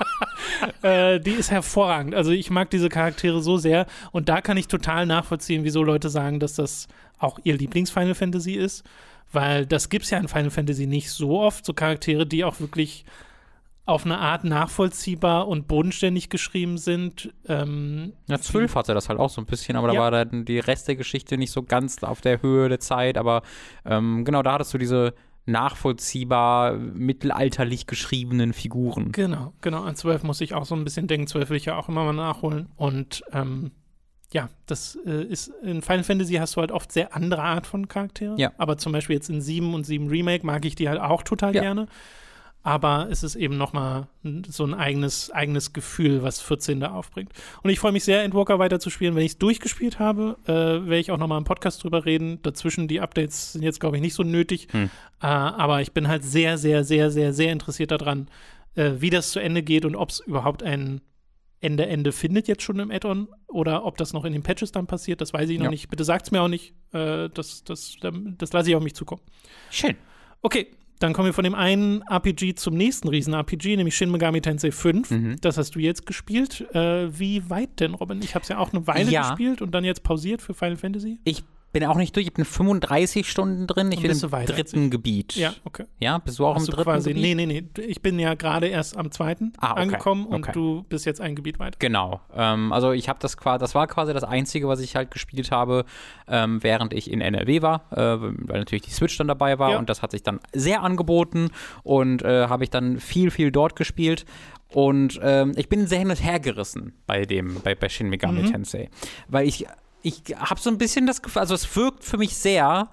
äh, die ist hervorragend. Also ich mag diese Charaktere so sehr. Und da kann ich total nachvollziehen, wieso Leute sagen, dass das auch ihr Lieblings-Final Fantasy ist. Weil das gibt es ja in Final Fantasy nicht so oft. So Charaktere, die auch wirklich auf eine Art nachvollziehbar und bodenständig geschrieben sind. Ähm,
ja, zwölf hatte das halt auch so ein bisschen, aber da ja. war dann die Rest der Geschichte nicht so ganz auf der Höhe der Zeit. Aber ähm, genau, da hattest du diese nachvollziehbar mittelalterlich geschriebenen Figuren.
Genau, genau. An zwölf muss ich auch so ein bisschen denken. zwölf will ich ja auch immer mal nachholen. Und ähm, ja, das äh, ist in Final Fantasy hast du halt oft sehr andere Art von Charakteren.
Ja.
Aber zum Beispiel jetzt in sieben und sieben Remake mag ich die halt auch total ja. gerne. Aber es ist eben noch mal so ein eigenes, eigenes Gefühl, was vierzehn da aufbringt. Und ich freue mich sehr, Endwalker weiter zu spielen. Wenn ich es durchgespielt habe, äh, werde ich auch noch mal im Podcast drüber reden. Dazwischen, die Updates sind jetzt, glaube ich, nicht so nötig. Hm. Äh, aber ich bin halt sehr, sehr, sehr, sehr, sehr interessiert daran, äh, wie das zu Ende geht und ob es überhaupt ein Ende, Ende findet jetzt schon im Add-on oder ob das noch in den Patches dann passiert. Das weiß ich noch
ja.
nicht. Bitte sagt's mir auch nicht. Äh, das das, das lasse ich auf mich zukommen.
Schön.
Okay. Dann kommen wir von dem einen R P G zum nächsten Riesen-R P G, nämlich Shin Megami Tensei fünf. Mhm. Das hast du jetzt gespielt. Äh, wie weit denn, Robin? Ich habe es ja auch eine Weile ja. gespielt und dann jetzt pausiert für Final Fantasy.
Ich bin auch nicht durch. Ich bin fünfunddreißig Stunden drin. Ich
und
bin im dritten Gebiet.
Ja, okay.
Ja, bist du auch
hast
im
du
dritten
quasi,
Gebiet?
Nee, nee, nee. Ich bin ja gerade erst am zweiten
ah, okay.
angekommen und
okay.
du bist jetzt ein Gebiet weiter.
Genau. Ähm, also ich habe das quasi, das war quasi das Einzige, was ich halt gespielt habe, ähm, während ich in N R W war, äh, weil natürlich die Switch dann dabei war ja. und das hat sich dann sehr angeboten und äh, habe ich dann viel, viel dort gespielt. Und ähm, ich bin sehr hin und her gerissen bei dem, bei, bei Shin Megami mhm. Tensei. Weil ich Ich habe so ein bisschen das Gefühl, also es wirkt für mich sehr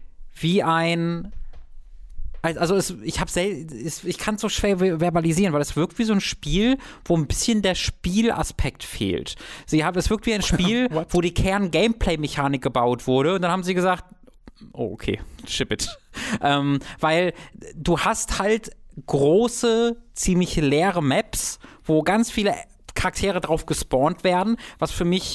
wie ein, also es, ich habe ich kann es so schwer verbalisieren, weil es wirkt wie so ein Spiel, wo ein bisschen der Spielaspekt fehlt. Sie haben, es wirkt wie ein Spiel, wo die Kern-Gameplay-Mechanik gebaut wurde und dann haben sie gesagt, oh okay, ship it. ähm, weil du hast halt große, ziemlich leere Maps, wo ganz viele Charaktere drauf gespawnt werden, was für mich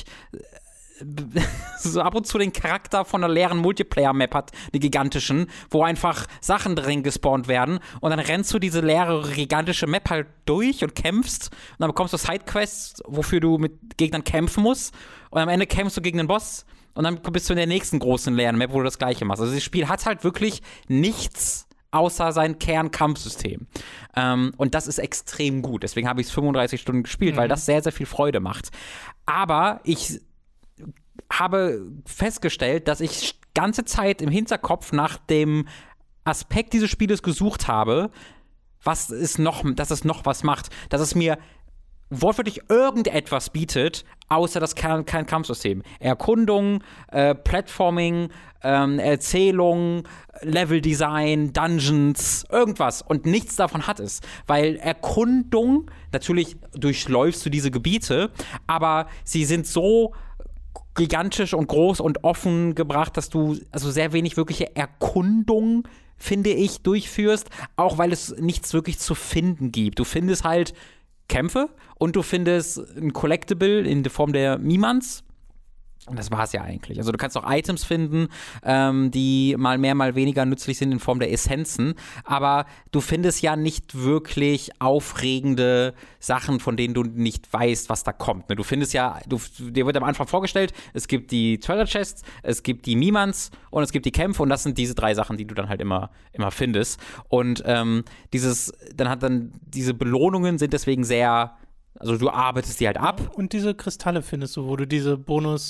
so ab und zu den Charakter von einer leeren Multiplayer-Map hat, die gigantischen, wo einfach Sachen drin gespawnt werden und dann rennst du diese leere, gigantische Map halt durch und kämpfst und dann bekommst du Sidequests, wofür du mit Gegnern kämpfen musst und am Ende kämpfst du gegen den Boss und dann bist du in der nächsten großen leeren Map, wo du das Gleiche machst. Also das Spiel hat halt wirklich nichts außer sein Kernkampfsystem. Ähm, und das ist extrem gut. Deswegen habe ich es fünfunddreißig Stunden gespielt, mhm. weil das sehr, sehr viel Freude macht. Aber ich habe festgestellt, dass ich ganze Zeit im Hinterkopf nach dem Aspekt dieses Spieles gesucht habe, was es noch, dass es noch was macht, dass es mir wortwörtlich irgendetwas bietet, außer das Kern- Kernkampfsystem. Erkundung, äh, Platforming, ähm, Erzählung, Leveldesign, Dungeons, irgendwas. Und nichts davon hat es. Weil Erkundung, natürlich durchläufst du diese Gebiete, aber sie sind so gigantisch und groß und offen gebracht, dass du also sehr wenig wirkliche Erkundung, finde ich, durchführst, auch weil es nichts wirklich zu finden gibt. Du findest halt Kämpfe und du findest ein Collectible in der Form der Mimans. Und das war's ja eigentlich. Also du kannst auch Items finden, ähm, die mal mehr, mal weniger nützlich sind in Form der Essenzen. Aber du findest ja nicht wirklich aufregende Sachen, von denen du nicht weißt, was da kommt. Ne? Du findest ja, du, dir wird am Anfang vorgestellt, es gibt die Treasure Chests, es gibt die Mimans und es gibt die Kämpfe. Und das sind diese drei Sachen, die du dann halt immer, immer findest. Und ähm, dieses, dann hat dann diese Belohnungen sind deswegen sehr Also du arbeitest die halt ab.
Und diese Kristalle findest du, wo du diese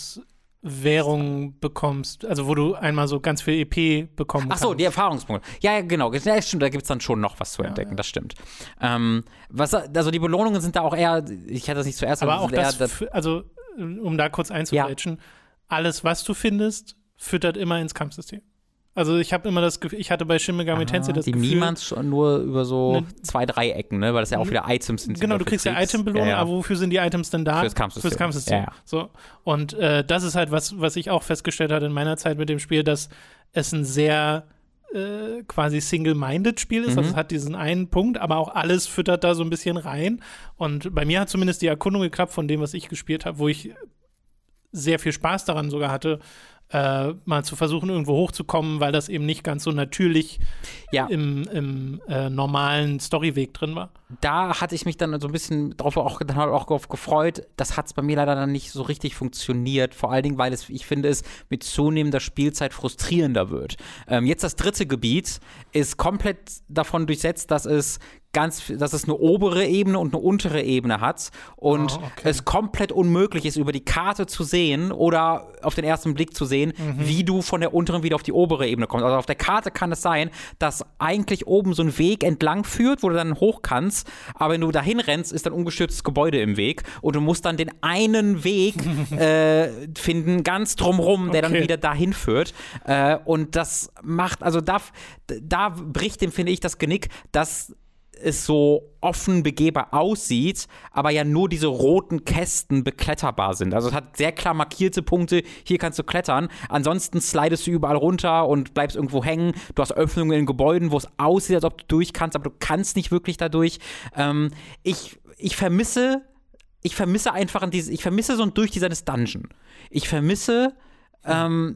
Bonuswährung bekommst, also wo du einmal so ganz viel E P bekommen kannst.
Ach so, die Erfahrungspunkte. Ja, ja, genau. Ja, stimmt, da gibt es dann schon noch was zu entdecken, ja, ja. Das stimmt. Ähm, was, also die Belohnungen sind da auch eher, ich hätte das nicht zuerst...
Aber auch das, eher, das, also um da kurz einzugrätschen, ja. Alles, was du findest, füttert immer ins Kampfsystem. Also ich habe immer das Gefühl, ich hatte bei Shin Megami Tensei das
die
Gefühl...
Die Miemans schon nur über so ne, zwei, drei Ecken, ne? Weil das ja auch wieder Items sind.
Genau, du kriegst ja Itembelohnung, ja, ja. Aber wofür sind die Items denn da?
Fürs Kampfsystem.
Fürs Kampfsystem. Ja, ja. So. Und äh, das ist halt was, was ich auch festgestellt hatte in meiner Zeit mit dem Spiel, dass es ein sehr äh, quasi single-minded Spiel ist. Mhm. Also es hat diesen einen Punkt, aber auch alles füttert da so ein bisschen rein. Und bei mir hat zumindest die Erkundung geklappt von dem, was ich gespielt habe, wo ich sehr viel Spaß daran sogar hatte, Äh, mal zu versuchen, irgendwo hochzukommen, weil das eben nicht ganz so natürlich ja. im, im äh, normalen Storyweg drin war.
Da hatte ich mich dann so ein bisschen drauf auch, dann auch drauf gefreut. Das hat es bei mir leider dann nicht so richtig funktioniert. Vor allen Dingen, weil es, ich finde, es mit zunehmender Spielzeit frustrierender wird. Ähm, jetzt das dritte Gebiet ist komplett davon durchsetzt, dass es ganz, dass es eine obere Ebene und eine untere Ebene hat und oh, okay. es komplett unmöglich ist, über die Karte zu sehen oder auf den ersten Blick zu sehen, mhm. wie du von der unteren wieder auf die obere Ebene kommst. Also auf der Karte kann es sein, dass eigentlich oben so ein Weg entlang führt, wo du dann hoch kannst, aber wenn du dahin rennst, ist dann ein ungestürztes Gebäude im Weg und du musst dann den einen Weg äh, finden, ganz drumrum, der okay. dann wieder dahin führt. Äh, und das macht, also da, da bricht dem, finde ich, das Genick, dass es so offen begehbar aussieht, aber ja nur diese roten Kästen bekletterbar sind. Also es hat sehr klar markierte Punkte, hier kannst du klettern, ansonsten slidest du überall runter und bleibst irgendwo hängen. Du hast Öffnungen in Gebäuden, wo es aussieht, als ob du durch kannst, aber du kannst nicht wirklich dadurch. Ähm, ich, ich vermisse ich vermisse einfach an dieses, ich vermisse so ein Durchdesign des Dungeon. Ich vermisse ähm,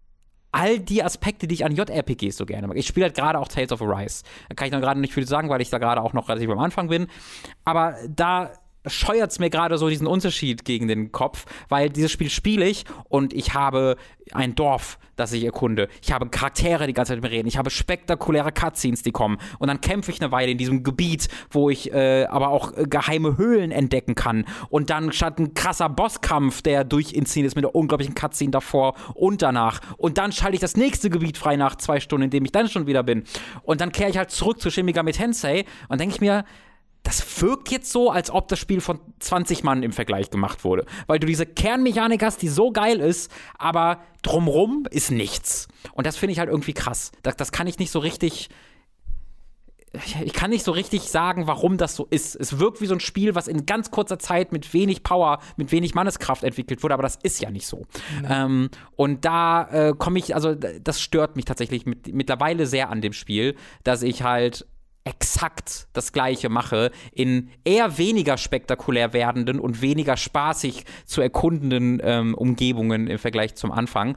all die Aspekte, die ich an J R P Gs so gerne mag. Ich spiele halt gerade auch Tales of Arise. Da kann ich noch gerade nicht viel sagen, weil ich da gerade auch noch relativ am Anfang bin. Aber da scheuert es mir gerade so diesen Unterschied gegen den Kopf, weil dieses Spiel spiele ich und ich habe ein Dorf, das ich erkunde. Ich habe Charaktere, die ganze Zeit mit mir reden. Ich habe spektakuläre Cutscenes, die kommen. Und dann kämpfe ich eine Weile in diesem Gebiet, wo ich äh, aber auch äh, geheime Höhlen entdecken kann. Und dann statt ein krasser Bosskampf, der durchinszeniert ist mit einer unglaublichen Cutscene davor und danach. Und dann schalte ich das nächste Gebiet frei nach zwei Stunden, in dem ich dann schon wieder bin. Und dann kehre ich halt zurück zu Shin Megami Tensei und denke ich mir, das wirkt jetzt so, als ob das Spiel von zwanzig Mann im Vergleich gemacht wurde. Weil du diese Kernmechanik hast, die so geil ist, aber drumrum ist nichts. Und das finde ich halt irgendwie krass. Das, das kann ich nicht so richtig... Ich kann nicht so richtig sagen, warum das so ist. Es wirkt wie so ein Spiel, was in ganz kurzer Zeit mit wenig Power, mit wenig Manneskraft entwickelt wurde, aber das ist ja nicht so. Ähm, und da äh, komme ich, also das stört mich tatsächlich mit, mittlerweile sehr an dem Spiel, dass ich halt exakt das Gleiche mache in eher weniger spektakulär werdenden und weniger spaßig zu erkundenden ähm, Umgebungen im Vergleich zum Anfang.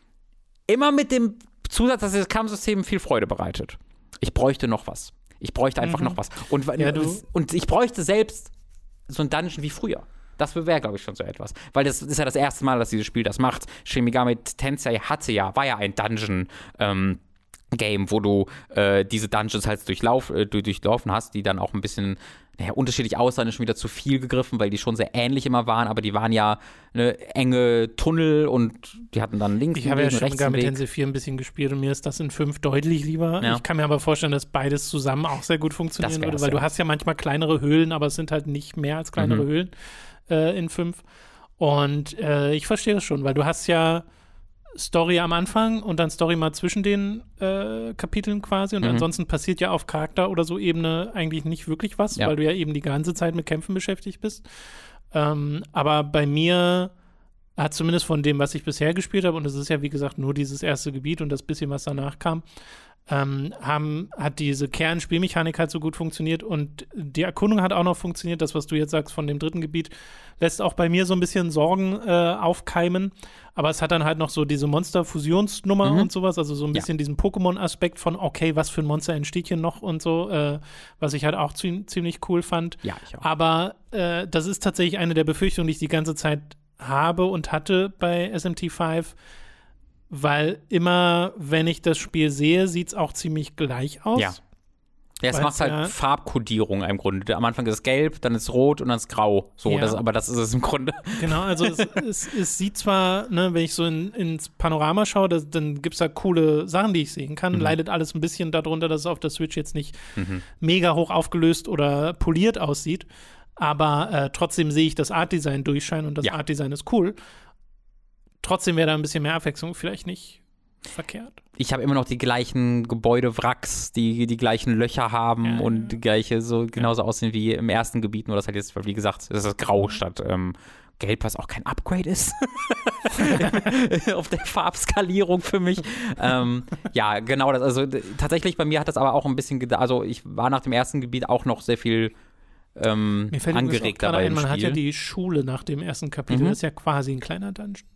Immer mit dem Zusatz, dass das Kampfsystem viel Freude bereitet. Ich bräuchte noch was. Ich bräuchte einfach mhm. noch was. Und, ja, und ich bräuchte selbst so ein Dungeon wie früher. Das wäre, glaube ich, schon so etwas. Weil das ist ja das erste Mal, dass dieses Spiel das macht. Shin Megami Tensei hatte ja, war ja ein Dungeon ähm, Game, wo du äh, diese Dungeons halt durchlauf, äh, durchlaufen hast, die dann auch ein bisschen naja, unterschiedlich aussahen, ist schon wieder zu viel gegriffen, weil die schon sehr ähnlich immer waren, aber die waren ja eine enge Tunnel und die hatten dann links
Ich habe ja schon mit Tensei vier ein bisschen gespielt und mir ist das in fünf deutlich lieber. Ja. Ich kann mir aber vorstellen, dass beides zusammen auch sehr gut funktionieren würde, weil ja. du hast ja manchmal kleinere Höhlen, aber es sind halt nicht mehr als kleinere mhm. Höhlen äh, in fünf. Und äh, ich verstehe das schon, weil du hast ja Story am Anfang und dann Story mal zwischen den äh, Kapiteln quasi und mhm. ansonsten passiert ja auf Charakter- oder so Ebene eigentlich nicht wirklich was, ja. weil du ja eben die ganze Zeit mit Kämpfen beschäftigt bist. Ähm, aber bei mir hat zumindest von dem, was ich bisher gespielt habe, und es ist ja wie gesagt nur dieses erste Gebiet und das bisschen, was danach kam, ähm, haben, hat diese Kernspielmechanik halt so gut funktioniert und die Erkundung hat auch noch funktioniert. Das, was du jetzt sagst von dem dritten Gebiet, lässt auch bei mir so ein bisschen Sorgen äh, aufkeimen. Aber es hat dann halt noch so diese Monster-Fusionsnummer mhm. und sowas, also so ein bisschen ja. diesen Pokémon-Aspekt von, okay, was für ein Monster entsteht hier noch und so, äh, was ich halt auch zi- ziemlich cool fand.
Ja, ich auch.
Aber äh, das ist tatsächlich eine der Befürchtungen, die ich die ganze Zeit habe und hatte bei S M T fünf, weil immer, wenn ich das Spiel sehe, sieht es auch ziemlich gleich aus.
Ja. Ja, es macht halt
ja,
Farbkodierung im Grunde. Am Anfang ist es gelb, dann ist es rot und dann ist es grau. So,
ja.
das, aber das ist es im Grunde.
Genau, also es, es, es sieht zwar, ne, wenn ich so in, ins Panorama schaue, das, dann gibt es da coole Sachen, die ich sehen kann. Mhm. Leidet alles ein bisschen darunter, dass es auf der Switch jetzt nicht mhm. mega hoch aufgelöst oder poliert aussieht. Aber äh, trotzdem sehe ich das Artdesign durchscheinen und das ja. Artdesign ist cool. Trotzdem wäre da ein bisschen mehr Abwechslung vielleicht nicht verkehrt.
Ich habe immer noch die gleichen Gebäudewracks, die die gleichen Löcher haben ja, und die gleiche, so genauso ja. aussehen wie im ersten Gebiet, nur das halt jetzt, wie gesagt, das ist grau statt ähm, gelb, was auch kein Upgrade ist. Auf der Farbskalierung für mich. ähm, ja, genau das. Also tatsächlich bei mir hat das aber auch ein bisschen, geda- also ich war nach dem ersten Gebiet auch noch sehr viel ähm,
Mir fällt
angeregt dabei
ein,
im
man
Spiel.
hat ja die Schule nach dem ersten Kapitel, mhm. das ist ja quasi ein kleiner Dungeon.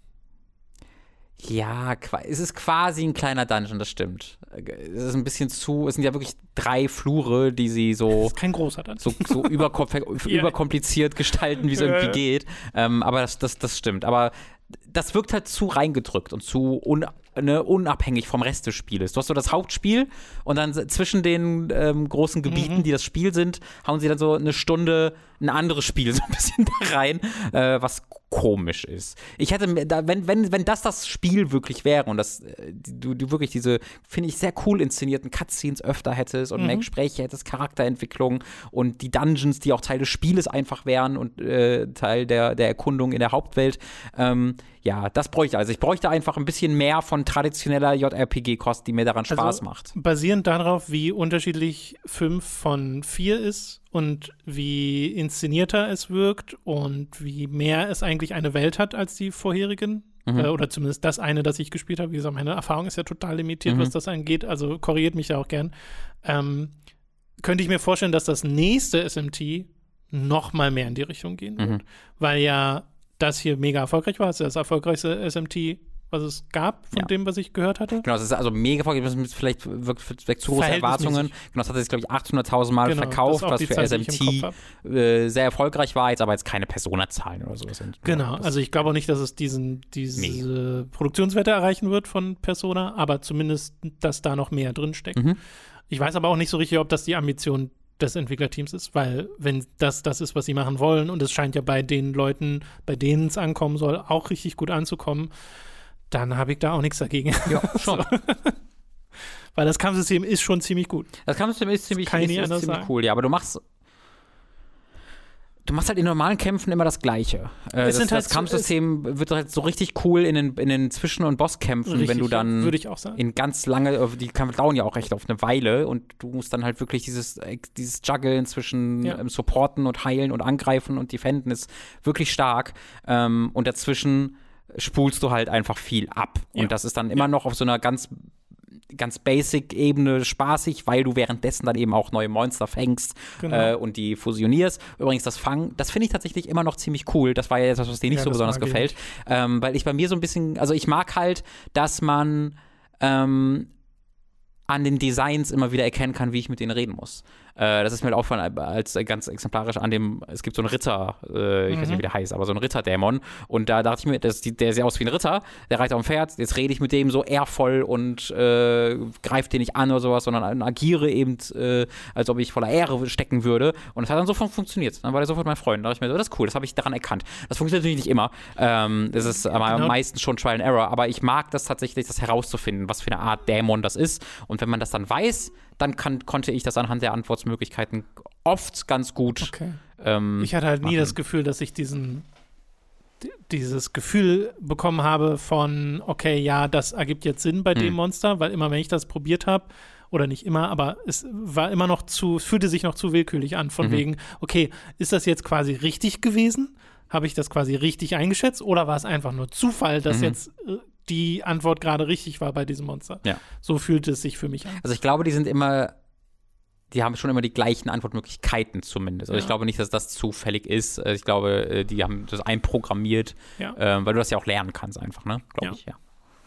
Ja, es ist quasi ein kleiner Dungeon, das stimmt. Es ist ein bisschen zu, es sind ja wirklich drei Flure, die sie so.
Das ist kein großer Dungeon.
So, so überkom- überkompliziert gestalten, wie es irgendwie geht. Ähm, aber das, das, das stimmt. Aber das wirkt halt zu reingedrückt und zu un, ne, unabhängig vom Rest des Spieles. Du hast so das Hauptspiel und dann zwischen den ähm, großen Gebieten, mhm. die das Spiel sind, hauen sie dann so eine Stunde ein anderes Spiel so ein bisschen da rein, äh, was komisch ist. Ich hätte, da, wenn, wenn, wenn das das Spiel wirklich wäre und das, du, du wirklich diese, finde ich, sehr cool inszenierten Cutscenes öfter hättest und mhm. mehr Gespräche hättest, Charakterentwicklung und die Dungeons, die auch Teil des Spieles einfach wären und äh, Teil der, der Erkundung in der Hauptwelt, ähm, ja, das bräuchte ich. Also ich bräuchte einfach ein bisschen mehr von traditioneller J R P G-Kost, die mir daran Spaß
also,
macht.
Basierend darauf, wie unterschiedlich fünf von vier ist und wie inszenierter es wirkt und wie mehr es eigentlich eine Welt hat als die vorherigen, mhm. äh, oder zumindest das eine, das ich gespielt habe. Wie gesagt, meine Erfahrung ist ja total limitiert, mhm. was das angeht, also korrigiert mich da auch gern. Ähm, könnte ich mir vorstellen, dass das nächste S M T noch mal mehr in die Richtung gehen wird,
mhm.
weil ja das hier mega erfolgreich war. Es ist das erfolgreichste S M T, was es gab, von
ja.
dem, was ich gehört hatte.
Genau, es ist also mega erfolgreich, vielleicht wirklich zu große Erwartungen. Genau, das hat sich, glaube ich, achthunderttausend Mal genau, verkauft, was für Zeit, S M T äh, sehr erfolgreich war, jetzt aber jetzt keine Persona-Zahlen oder sowas sind.
Genau,
das
also ich glaube auch nicht, dass es diesen, diese nee. Produktionswerte erreichen wird von Persona, aber zumindest, dass da noch mehr drinsteckt. Mhm. Ich weiß aber auch nicht so richtig, ob das die Ambition des Entwicklerteams ist, weil wenn das das ist, was sie machen wollen und es scheint ja bei den Leuten, bei denen es ankommen soll, auch richtig gut anzukommen, dann habe ich da auch nichts dagegen.
Ja, schon.
So. Weil das Kampfsystem ist schon ziemlich gut.
Das Kampfsystem ist ziemlich,
kann ich
ist,
nicht
ist
anders
ziemlich
sagen.
cool, ja, aber du machst Du machst halt in normalen Kämpfen immer das Gleiche. Äh, das,
halt
das Kampfsystem so, wird halt so richtig cool in den, in den Zwischen- und Bosskämpfen, richtig, wenn du dann
würde ich auch sagen.
in ganz lange, die Kämpfe dauern ja auch recht auf eine Weile und du musst dann halt wirklich dieses, dieses Juggeln zwischen ja. ähm, Supporten und Heilen und Angreifen und Defenden ist wirklich stark. Ähm, und dazwischen spulst du halt einfach viel ab. Ja. Und das ist dann immer ja. noch auf so einer ganz ganz Basic-Ebene spaßig, weil du währenddessen dann eben auch neue Monster fängst genau. äh, und die fusionierst. Übrigens, das Fangen, das finde ich tatsächlich immer noch ziemlich cool. Das war ja etwas, was dir nicht ja, so besonders gefällt. Ähm, weil ich bei mir so ein bisschen, also ich mag halt, dass man ähm, an den Designs immer wieder erkennen kann, wie ich mit denen reden muss. Äh, das ist mir halt aufgefallen als ganz exemplarisch an dem, es gibt so einen Ritter, äh, ich mhm. weiß nicht, wie der heißt, aber so einen Ritterdämon. Und da dachte ich mir, das, der sieht aus wie ein Ritter, der reitet auf dem Pferd, jetzt rede ich mit dem so ehrvoll und äh, greife den nicht an oder sowas, sondern agiere eben, äh, als ob ich voller Ehre stecken würde. Und das hat dann sofort funktioniert. Dann war der sofort mein Freund. Da dachte ich mir so, das ist cool, das habe ich daran erkannt. Das funktioniert natürlich nicht immer. Ähm, das ist aber genau. meistens schon Trial and Error. Aber ich mag das tatsächlich, das herauszufinden, was für eine Art Dämon das ist. Und wenn man das dann weiß, dann kann, konnte ich das anhand der Antwortmöglichkeiten oft ganz gut
okay.
ähm,
Ich hatte halt nie
machen.
das Gefühl, dass ich diesen dieses Gefühl bekommen habe von, okay, ja, das ergibt jetzt Sinn bei hm. dem Monster, weil immer, wenn ich das probiert habe, oder nicht immer, aber es war immer noch zu, fühlte sich noch zu willkürlich an, von mhm. wegen, okay, ist das jetzt quasi richtig gewesen? Habe ich das quasi richtig eingeschätzt? Oder war es einfach nur Zufall, dass mhm. jetzt äh, die Antwort gerade richtig war bei diesem Monster?
Ja.
So fühlte es sich für mich an.
Also ich glaube, die sind immer, die haben schon immer die gleichen Antwortmöglichkeiten zumindest. Also ja. ich glaube nicht, dass das zufällig ist. Ich glaube, die haben das einprogrammiert,
ja.
äh, weil du das ja auch lernen kannst einfach, ne? Glaube
ja.
ich, ja.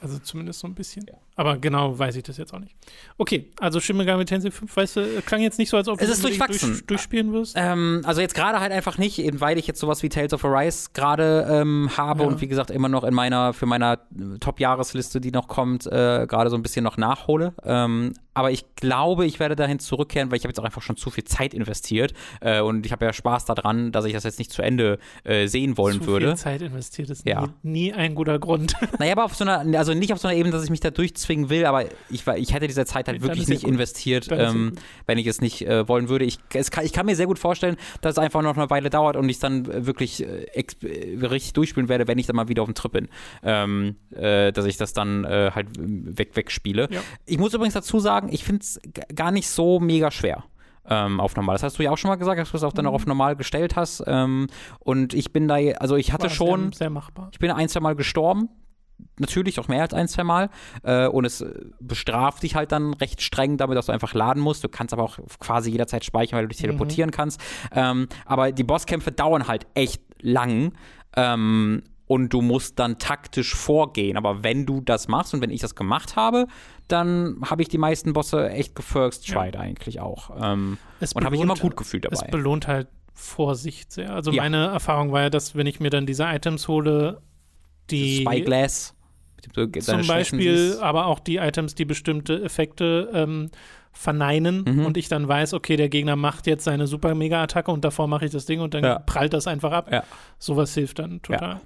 Also zumindest so ein bisschen. Ja. Aber genau weiß ich das jetzt auch nicht. Okay, also Shin Megami Tensei fünf, weißt du, klang jetzt nicht so, als ob
du es durchwachsen.
Durch, durchspielen wirst.
Ähm, also jetzt gerade halt einfach nicht, eben weil ich jetzt sowas wie Tales of Arise gerade ähm, habe ja. und wie gesagt immer noch in meiner, für meiner Top-Jahresliste, die noch kommt, äh, gerade so ein bisschen noch nachhole. Ähm, aber ich glaube, ich werde dahin zurückkehren, weil ich habe jetzt auch einfach schon zu viel Zeit investiert äh, und ich habe ja Spaß daran, dass ich das jetzt nicht zu Ende äh, sehen wollen
zu
würde.
Zu viel Zeit investiert ist
ja.
nie, nie ein guter Grund.
Naja, aber auf so einer, also nicht auf so einer Ebene, dass ich mich da durchzwingen will, aber ich, ich hätte diese Zeit halt
Dann
wirklich nicht
gut.
investiert, ähm, wenn ich es nicht äh, wollen würde. Ich, es kann, ich kann mir sehr gut vorstellen, dass es einfach noch eine Weile dauert und ich dann wirklich äh, ex- äh, richtig durchspielen werde, wenn ich dann mal wieder auf dem Trip bin. Ähm, äh, dass ich das dann äh, halt weg, wegspiele. Ja. Ich muss übrigens dazu sagen, ich finde es g- gar nicht so mega schwer. Ähm, auf normal. Das hast du ja auch schon mal gesagt, dass du es auch dann auch auf normal gestellt hast. Ähm, und ich bin da, also ich hatte
War
schon,
sehr, sehr machbar.
Ich bin ein, zwei Mal gestorben. Natürlich auch mehr als ein, zwei Mal. Äh, und es bestraft dich halt dann recht streng damit, dass du einfach laden musst. Du kannst aber auch quasi jederzeit speichern, weil du dich teleportieren mhm. kannst. Ähm, aber die Bosskämpfe dauern halt echt lang. Ähm, und du musst dann taktisch vorgehen. Aber wenn du das machst und wenn ich das gemacht habe, dann habe ich die meisten Bosse echt gefirst tried ja. eigentlich auch. Ähm, und habe ich immer gut gefühlt dabei.
Es belohnt halt Vorsicht sehr. Also ja. meine Erfahrung war ja, dass wenn ich mir dann diese Items hole, die
Spyglass
zum Beispiel, aber auch die Items, die bestimmte Effekte ähm, verneinen mhm. und ich dann weiß, okay, der Gegner macht jetzt seine Super-Mega-Attacke und davor mache ich das Ding und dann ja. prallt das einfach ab.
Ja.
Sowas hilft dann total.
Ja.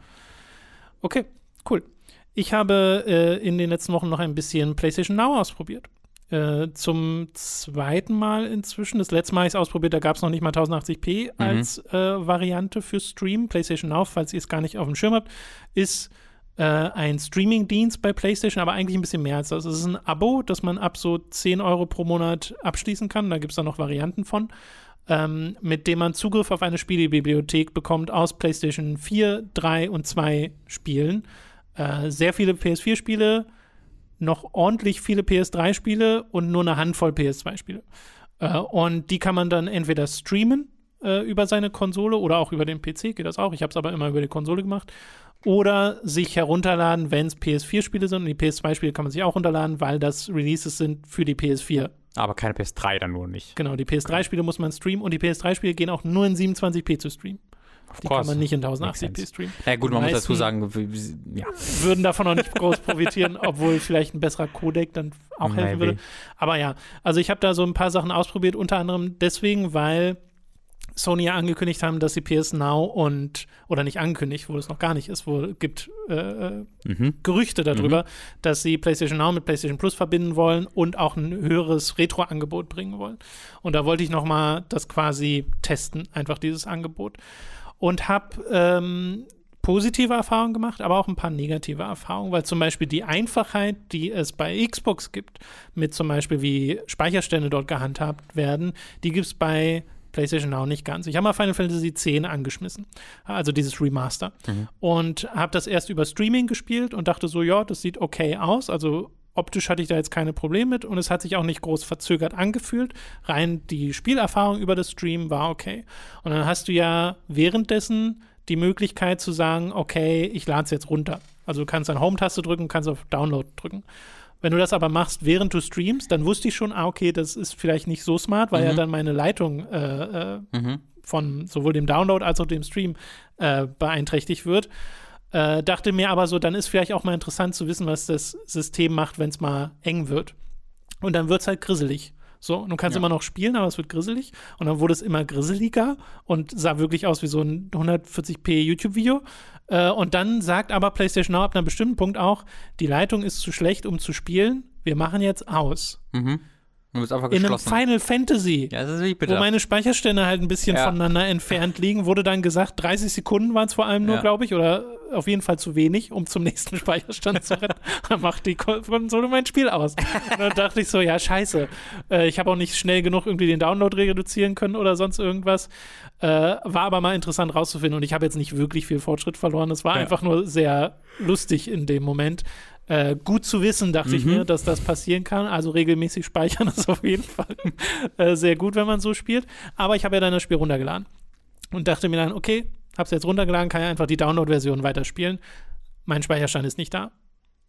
Okay, cool. Ich habe äh, in den letzten Wochen noch ein bisschen PlayStation Now ausprobiert. Äh, zum zweiten Mal inzwischen. Das letzte Mal habe ich es ausprobiert, da gab es noch nicht mal tausendachtzig p mhm. als äh, Variante für Stream. PlayStation Now, falls ihr es gar nicht auf dem Schirm habt, ist äh, ein Streaming-Dienst bei PlayStation, aber eigentlich ein bisschen mehr als das. Es ist ein Abo, das man ab so zehn Euro pro Monat abschließen kann. Da gibt es dann noch Varianten von. Ähm, mit dem man Zugriff auf eine Spielebibliothek bekommt aus PlayStation vier, drei und zwei Spielen. Äh, sehr viele P S vier Spiele, noch ordentlich viele P S drei Spiele und nur eine Handvoll P S zwei Spiele. Äh, und die kann man dann entweder streamen äh, über seine Konsole oder auch über den P C, geht das auch. Ich habe es aber immer über die Konsole gemacht. Oder sich herunterladen, wenn es P S vier Spiele sind. Und die P S zwei Spiele kann man sich auch runterladen, weil das Releases sind für die P S vier.
Aber keine P S drei dann nur nicht.
Genau, die P S drei Spiele muss man streamen und die P S drei Spiele gehen auch nur in siebenundzwanzig p zu streamen.
Of
die
course.
Kann man nicht in tausendachtzig p streamen.
Ja gut, man muss dazu sagen, ja.
würden davon auch nicht groß profitieren, obwohl vielleicht ein besserer Codec dann auch helfen
Maybe.
würde. Aber ja, also ich habe da so ein paar Sachen ausprobiert, unter anderem deswegen, weil Sony ja angekündigt haben, dass sie P S Now und, oder nicht angekündigt, wo es noch gar nicht ist, wo es gibt äh, mhm. Gerüchte darüber, mhm. dass sie PlayStation Now mit PlayStation Plus verbinden wollen und auch ein höheres Retro-Angebot bringen wollen. Und da wollte ich noch mal das quasi testen, einfach dieses Angebot. Und habe ähm, positive Erfahrungen gemacht, aber auch ein paar negative Erfahrungen, weil zum Beispiel die Einfachheit, die es bei Xbox gibt, mit zum Beispiel wie Speicherstände dort gehandhabt werden, die gibt es bei PlayStation Now nicht ganz. Ich habe mal Final Fantasy X angeschmissen, also dieses Remaster. Mhm. Und habe das erst über Streaming gespielt und dachte so, ja, das sieht okay aus. Also optisch hatte ich da jetzt keine Probleme mit und es hat sich auch nicht groß verzögert angefühlt. Rein die Spielerfahrung über das Stream war okay. Und dann hast du ja währenddessen die Möglichkeit zu sagen, okay, ich lade es jetzt runter. Also du kannst eine Home-Taste drücken, kannst auf Download drücken. Wenn du das aber machst, während du streamst, dann wusste ich schon, ah, okay, das ist vielleicht nicht so smart, weil mhm. ja dann meine Leitung äh, äh, mhm. von sowohl dem Download als auch dem Stream äh, beeinträchtigt wird. Äh, dachte mir aber so, dann ist vielleicht auch mal interessant zu wissen, was das System macht, wenn es mal eng wird. Und dann wird es halt grisselig. So, und du kannst ja. immer noch spielen, aber es wird grisselig. Und dann wurde es immer grisseliger und sah wirklich aus wie so ein hundertvierzig p YouTube-Video. Äh, und dann sagt aber PlayStation Now ab einem bestimmten Punkt auch, die Leitung ist zu schlecht, um zu spielen. Wir machen jetzt aus.
Mhm. Du bist einfach
in
geschlossen.
einem Final Fantasy,
ja, das ist wirklich bitter.
Wo meine Speicherstände halt ein bisschen ja. voneinander entfernt liegen, wurde dann gesagt, dreißig Sekunden waren es vor allem nur, ja. glaube ich, oder auf jeden Fall zu wenig, um zum nächsten Speicherstand zu rennen. Dann macht die Konsole mein Spiel aus. Und dann dachte ich so, ja, scheiße. Äh, ich habe auch nicht schnell genug irgendwie den Download reduzieren können oder sonst irgendwas. Äh, war aber mal interessant rauszufinden und ich habe jetzt nicht wirklich viel Fortschritt verloren. Es war ja. einfach nur sehr lustig in dem Moment. Äh, gut zu wissen, dachte mhm. ich mir, dass das passieren kann. Also regelmäßig speichern ist auf jeden Fall äh, sehr gut, wenn man so spielt. Aber ich habe ja dann das Spiel runtergeladen und dachte mir dann, okay, hab's jetzt runtergeladen, kann ja einfach die Download-Version weiterspielen. Mein Speicherstand ist nicht da.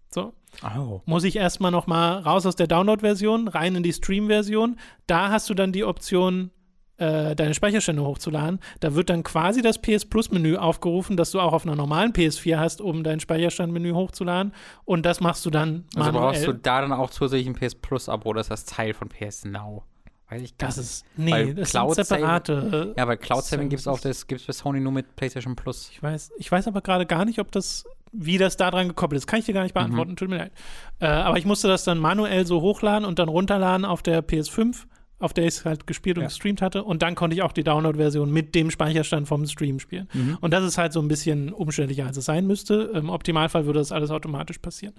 So.
Oh.
Muss ich erstmal nochmal raus aus der Download-Version, rein in die Stream-Version. Da hast du dann die Option, äh, deine Speicherstände hochzuladen. Da wird dann quasi das P S Plus-Menü aufgerufen, das du auch auf einer normalen P S vier hast, um dein Speicherstandmenü hochzuladen. Und das machst du dann
Also
manuell.
brauchst du da dann auch zusätzlich ein P S Plus-Abo, das ist das Teil von P S Now. Weiß ich gar
Das
nicht.
ist, nee,
Weil
das
Cloud
sind separate.
Ja, weil Cloud Saving gibt es auch,
Services.
das gibt es für Sony nur mit PlayStation Plus.
Ich weiß, ich weiß aber gerade gar nicht, ob das, wie das da dran gekoppelt ist. Kann ich dir gar nicht beantworten,
Mhm.
tut mir leid. Äh, aber ich musste das dann manuell so hochladen und dann runterladen auf der P S fünf, auf der ich es halt gespielt und
Ja.
gestreamt hatte. Und dann konnte ich auch die Download-Version mit dem Speicherstand vom Stream spielen.
Mhm.
Und das ist halt so ein bisschen umständlicher, als es sein müsste. Im Optimalfall würde das alles automatisch passieren.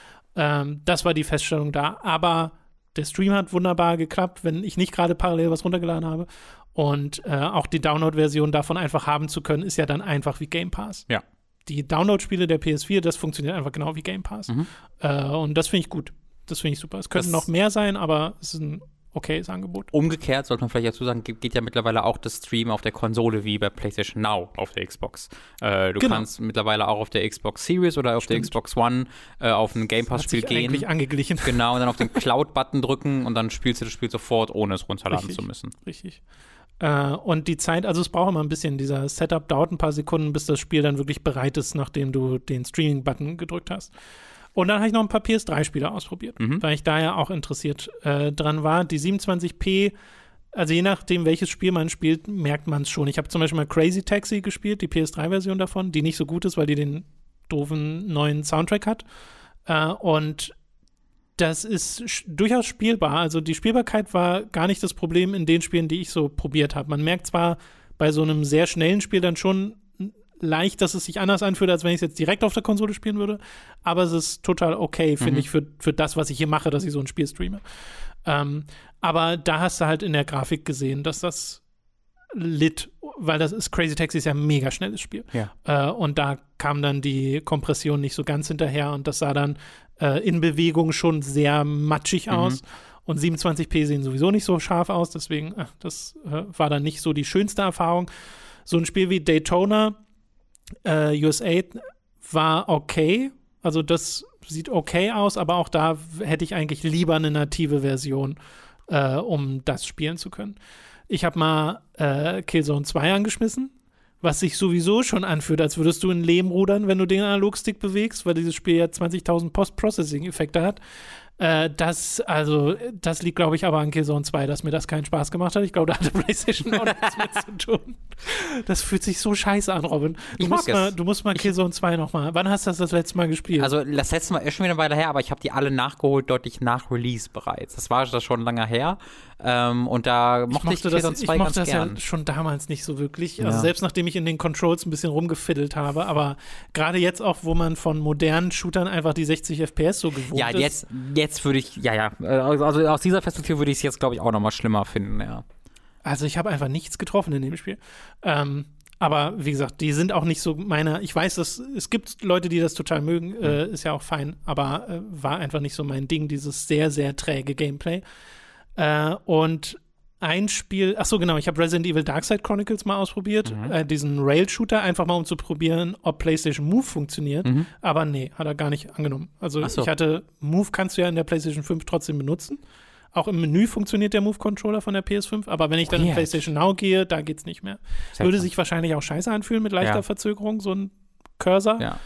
Ähm, das war die Feststellung da. Aber der Stream hat wunderbar geklappt, wenn ich nicht gerade parallel was runtergeladen habe. Und äh, auch die Download-Version davon einfach haben zu können, ist ja dann einfach wie Game Pass.
Ja.
Die Download-Spiele der P S vier, das funktioniert einfach genau wie Game Pass.
Mhm.
Äh, und das finde ich gut. Das finde ich super. Es könnten
Das-
noch mehr sein, aber es ist ein okayes Angebot.
Umgekehrt sollte man vielleicht dazu sagen, geht, geht ja mittlerweile auch das Stream auf der Konsole wie bei PlayStation Now auf der Xbox. Äh, du
Genau.
kannst mittlerweile auch auf der Xbox Series oder auf der
Stimmt.
Xbox One äh, auf ein Game
Hat
Pass-Spiel
sich
gehen.
eigentlich angeglichen.
Genau, und dann auf den Cloud-Button drücken und dann spielst du das Spiel sofort, ohne es runterladen
Richtig.
zu müssen.
Richtig. Äh, und die Zeit, also es braucht immer ein bisschen, dieser Setup dauert ein paar Sekunden, bis das Spiel dann wirklich bereit ist, nachdem du den Streaming-Button gedrückt hast. Und dann habe ich noch ein paar P S drei Spiele ausprobiert,
Mhm.
weil ich da ja auch interessiert äh, dran war. Die siebenundzwanzig p, also je nachdem, welches Spiel man spielt, merkt man es schon. Ich habe zum Beispiel mal Crazy Taxi gespielt, die P S drei Version davon, die nicht so gut ist, weil die den doofen neuen Soundtrack hat. Äh, und das ist sch- durchaus spielbar. Also die Spielbarkeit war gar nicht das Problem in den Spielen, die ich so probiert habe. Man merkt zwar bei so einem sehr schnellen Spiel dann schon leicht, dass es sich anders anfühlt, als wenn ich es jetzt direkt auf der Konsole spielen würde, aber es ist total okay, finde
Mhm.
ich, für, für das, was ich hier mache, dass ich so ein Spiel streame. Ähm, aber da hast du halt in der Grafik gesehen, dass das litt, weil das ist Crazy Taxi ist ja ein mega schnelles Spiel.
Ja.
Äh, und da kam dann die Kompression nicht so ganz hinterher und das sah dann äh, in Bewegung schon sehr matschig
Mhm.
aus. Und siebenundzwanzig p sehen sowieso nicht so scharf aus, deswegen, äh, das äh, war dann nicht so die schönste Erfahrung. So ein Spiel wie Daytona äh, U S A war okay, also das sieht okay aus, aber auch da w- hätte ich eigentlich lieber eine native Version, äh, um das spielen zu können. Ich habe mal äh, Killzone zwei angeschmissen, was sich sowieso schon anfühlt, als würdest du in Lehm rudern, wenn du den Analogstick bewegst, weil dieses Spiel ja zwanzigtausend Post-Processing-Effekte hat. Äh, das, also, das liegt, glaube ich, aber an Killzone zwei, dass mir das keinen Spaß gemacht hat. Ich glaube, da hatte PlayStation auch nichts mit zu tun. Das fühlt sich so scheiße an, Robin. Du
Ich
musst
mag
mal,
es.
du musst mal Killzone zwei nochmal. Wann hast du das das letzte Mal gespielt?
Also das letzte Mal ist schon wieder eine Weile her, aber ich habe die alle nachgeholt, deutlich nach Release bereits. Das war das schon lange her. Ähm, und da
ich
mochte ich,
mochte das,
Killzone
ich
zwei
mochte
ganz
das
gern.
ja schon damals nicht so wirklich. Also
Ja.
selbst nachdem ich in den Controls ein bisschen rumgefiddelt habe, aber gerade jetzt auch, wo man von modernen Shootern einfach die sechzig F P S so gewohnt
Ja,
ist.
jetzt, jetzt würde ich, ja, ja, äh, also aus dieser Perspektive würde ich es jetzt, glaube ich, auch noch mal schlimmer finden, ja.
Also ich habe einfach nichts getroffen in dem Spiel. Ähm, aber wie gesagt, die sind auch nicht so meine, ich weiß, dass es gibt Leute, die das total mögen, äh, ist ja auch fein, aber äh, war einfach nicht so mein Ding, dieses sehr, sehr träge Gameplay. Äh, und ein Spiel, ach so genau, ich habe Resident Evil Darkside Chronicles mal ausprobiert,
Mhm.
äh, diesen Rail-Shooter, einfach mal um zu probieren, ob PlayStation Move funktioniert,
Mhm.
aber nee, hat er gar nicht angenommen. Also
Ach so.
ich hatte, Move kannst du ja in der PlayStation fünf trotzdem benutzen. Auch im Menü funktioniert der Move-Controller von der P S fünf, aber wenn ich dann in
Weird.
PlayStation Now gehe, da geht's nicht mehr.
Seltsam.
Würde sich wahrscheinlich auch scheiße anfühlen mit leichter
Ja.
Verzögerung, so ein Cursor,
Ja.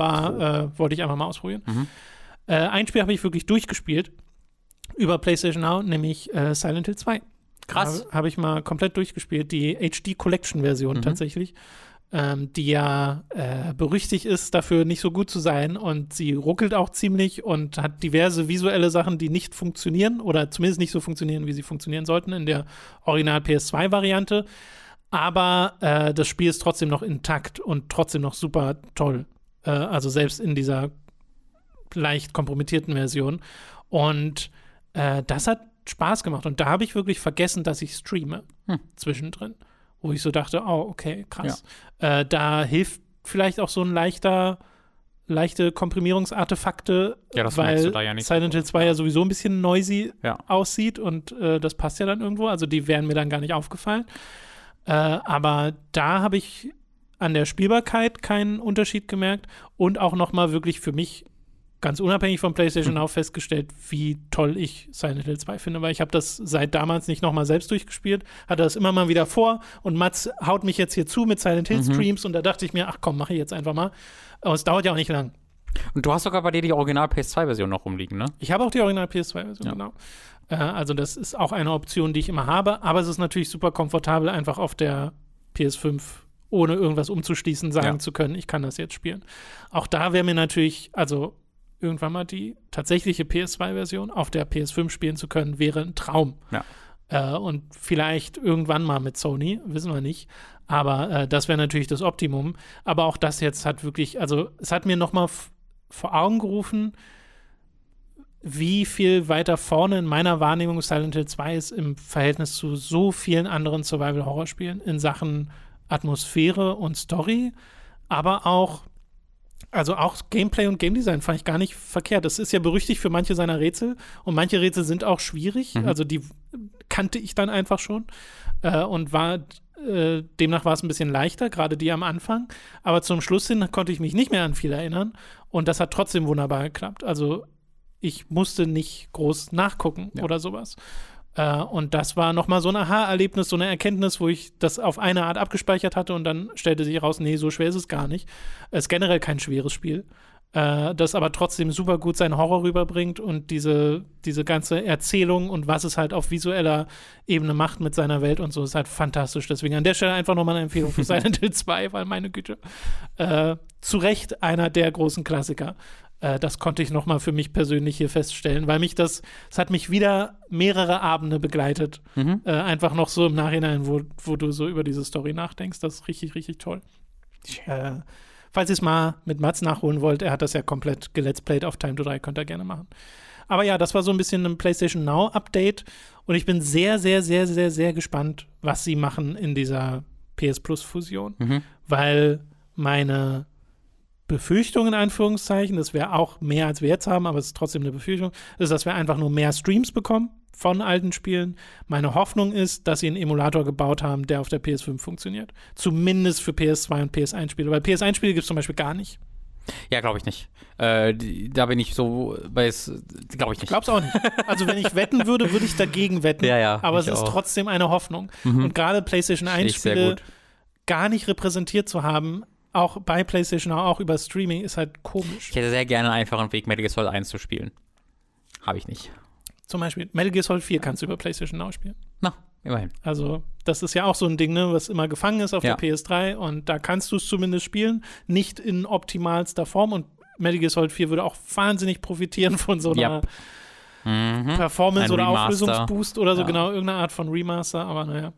aber äh, wollte ich einfach mal ausprobieren.
Mhm.
Äh, ein Spiel habe ich wirklich durchgespielt über PlayStation Now, nämlich äh, Silent Hill zwei.
Krass.
Habe hab ich mal komplett durchgespielt, die H D Collection Version
Mhm.
tatsächlich, ähm, die ja äh, berüchtigt ist, dafür nicht so gut zu sein und sie ruckelt auch ziemlich und hat diverse visuelle Sachen, die nicht funktionieren oder zumindest nicht so funktionieren, wie sie funktionieren sollten in der Original P S zwei Variante. Aber äh, das Spiel ist trotzdem noch intakt und trotzdem noch super toll. Äh, also selbst in dieser leicht kompromittierten Version. Und äh, das hat Spaß gemacht. Und da habe ich wirklich vergessen, dass ich streame
Hm.
zwischendrin. Wo ich so dachte, oh, okay, krass. Äh, da hilft vielleicht auch so ein leichter, leichte Komprimierungsartefakte,
Ja, das merkst
weil
du da ja nicht.
Silent Hill zwei ja sowieso ein bisschen noisy
Ja.
aussieht und äh, das passt ja dann irgendwo. Also die wären mir dann gar nicht aufgefallen. Äh, aber da habe ich an der Spielbarkeit keinen Unterschied gemerkt und auch nochmal wirklich für mich ganz unabhängig von PlayStation Now festgestellt, wie toll ich Silent Hill zwei finde, weil ich habe das seit damals nicht nochmal selbst durchgespielt, hatte das immer mal wieder vor und Mats haut mich jetzt hier zu mit Silent Hill Streams mhm. und da dachte ich mir, ach komm, mache ich jetzt einfach mal. Aber es dauert ja auch nicht lang.
Und du hast sogar bei dir die Original-P S zwei Version noch rumliegen, ne?
Ich habe auch die Original-P S zwei Version, ja. genau. Äh, also das ist auch eine Option, die ich immer habe, aber es ist natürlich super komfortabel, einfach auf der P S fünf ohne irgendwas umzuschließen, sagen ja. zu können, ich kann das jetzt spielen. Auch da wäre mir natürlich, also irgendwann mal die tatsächliche P S zwei Version auf der P S fünf spielen zu können, wäre ein Traum.
Ja.
Äh, und vielleicht irgendwann mal mit Sony, wissen wir nicht. Aber äh, das wäre natürlich das Optimum. Aber auch das jetzt hat wirklich, also es hat mir noch mal f- vor Augen gerufen, wie viel weiter vorne in meiner Wahrnehmung Silent Hill zwei ist im Verhältnis zu so vielen anderen Survival-Horror-Spielen in Sachen Atmosphäre und Story, aber auch also auch Gameplay und Game Design fand ich gar nicht verkehrt. Das ist ja berüchtigt für manche seiner Rätsel und manche Rätsel sind auch schwierig, mhm. also die kannte ich dann einfach schon äh, und war äh, demnach war es ein bisschen leichter, gerade die am Anfang, aber zum Schluss hin konnte ich mich nicht mehr an viel erinnern und das hat trotzdem wunderbar geklappt. Also ich musste nicht groß nachgucken ja. oder sowas. Uh, und das war nochmal so ein Aha-Erlebnis, so eine Erkenntnis, wo ich das auf eine Art abgespeichert hatte und dann stellte sich raus, nee, so schwer ist es gar nicht. Es ist generell kein schweres Spiel, uh, das aber trotzdem super gut seinen Horror rüberbringt und diese, diese ganze Erzählung und was es halt auf visueller Ebene macht mit seiner Welt und so, ist halt fantastisch. Deswegen an der Stelle einfach nochmal eine Empfehlung für Silent Hill zwei, weil meine Güte, uh, zu Recht einer der großen Klassiker. Äh, das konnte ich nochmal für mich persönlich hier feststellen, weil mich das, es hat mich wieder mehrere Abende begleitet. Mhm. Äh, einfach noch so im Nachhinein, wo, wo du so über diese Story nachdenkst. Das ist richtig, richtig toll. Äh, falls ihr es mal mit Mats nachholen wollt, er hat das ja komplett gelet's played auf Time to drei, könnt ihr gerne machen. Aber ja, das war so ein bisschen ein PlayStation Now Update und ich bin sehr, sehr, sehr, sehr, sehr gespannt, was sie machen in dieser P S Plus Fusion, mhm. weil meine Befürchtung in Anführungszeichen, das wäre auch mehr, als wir jetzt haben, aber es ist trotzdem eine Befürchtung, ist, dass wir einfach nur mehr Streams bekommen von alten Spielen. Meine Hoffnung ist, dass sie einen Emulator gebaut haben, der auf der P S fünf funktioniert. Zumindest für P S zwei und P S eins Spiele, weil P S eins Spiele gibt es zum Beispiel gar nicht.
Ja, glaube ich nicht. Äh, die, da bin ich so, weil es, glaube ich nicht.
Glaub's auch nicht. Also wenn ich wetten würde, würde ich dagegen wetten.
Ja, ja,
aber es ist auch. Trotzdem eine Hoffnung. Mhm. Und gerade PlayStation eins Spiele gar nicht repräsentiert zu haben, auch bei PlayStation, auch über Streaming, ist halt komisch.
Ich hätte sehr gerne einen einfachen Weg, Metal Gear Solid eins zu spielen. Habe ich nicht.
Zum Beispiel Metal Gear Solid vier kannst du über PlayStation Now spielen.
Na, immerhin.
Also, das ist ja auch so ein Ding, ne, was immer gefangen ist auf ja. der P S drei und da kannst du es zumindest spielen, nicht in optimalster Form und Metal Gear Solid vier würde auch wahnsinnig profitieren von so einer
yep. mhm.
Performance- oder Auflösungsboost oder so, ja. genau, irgendeine Art von Remaster, aber naja.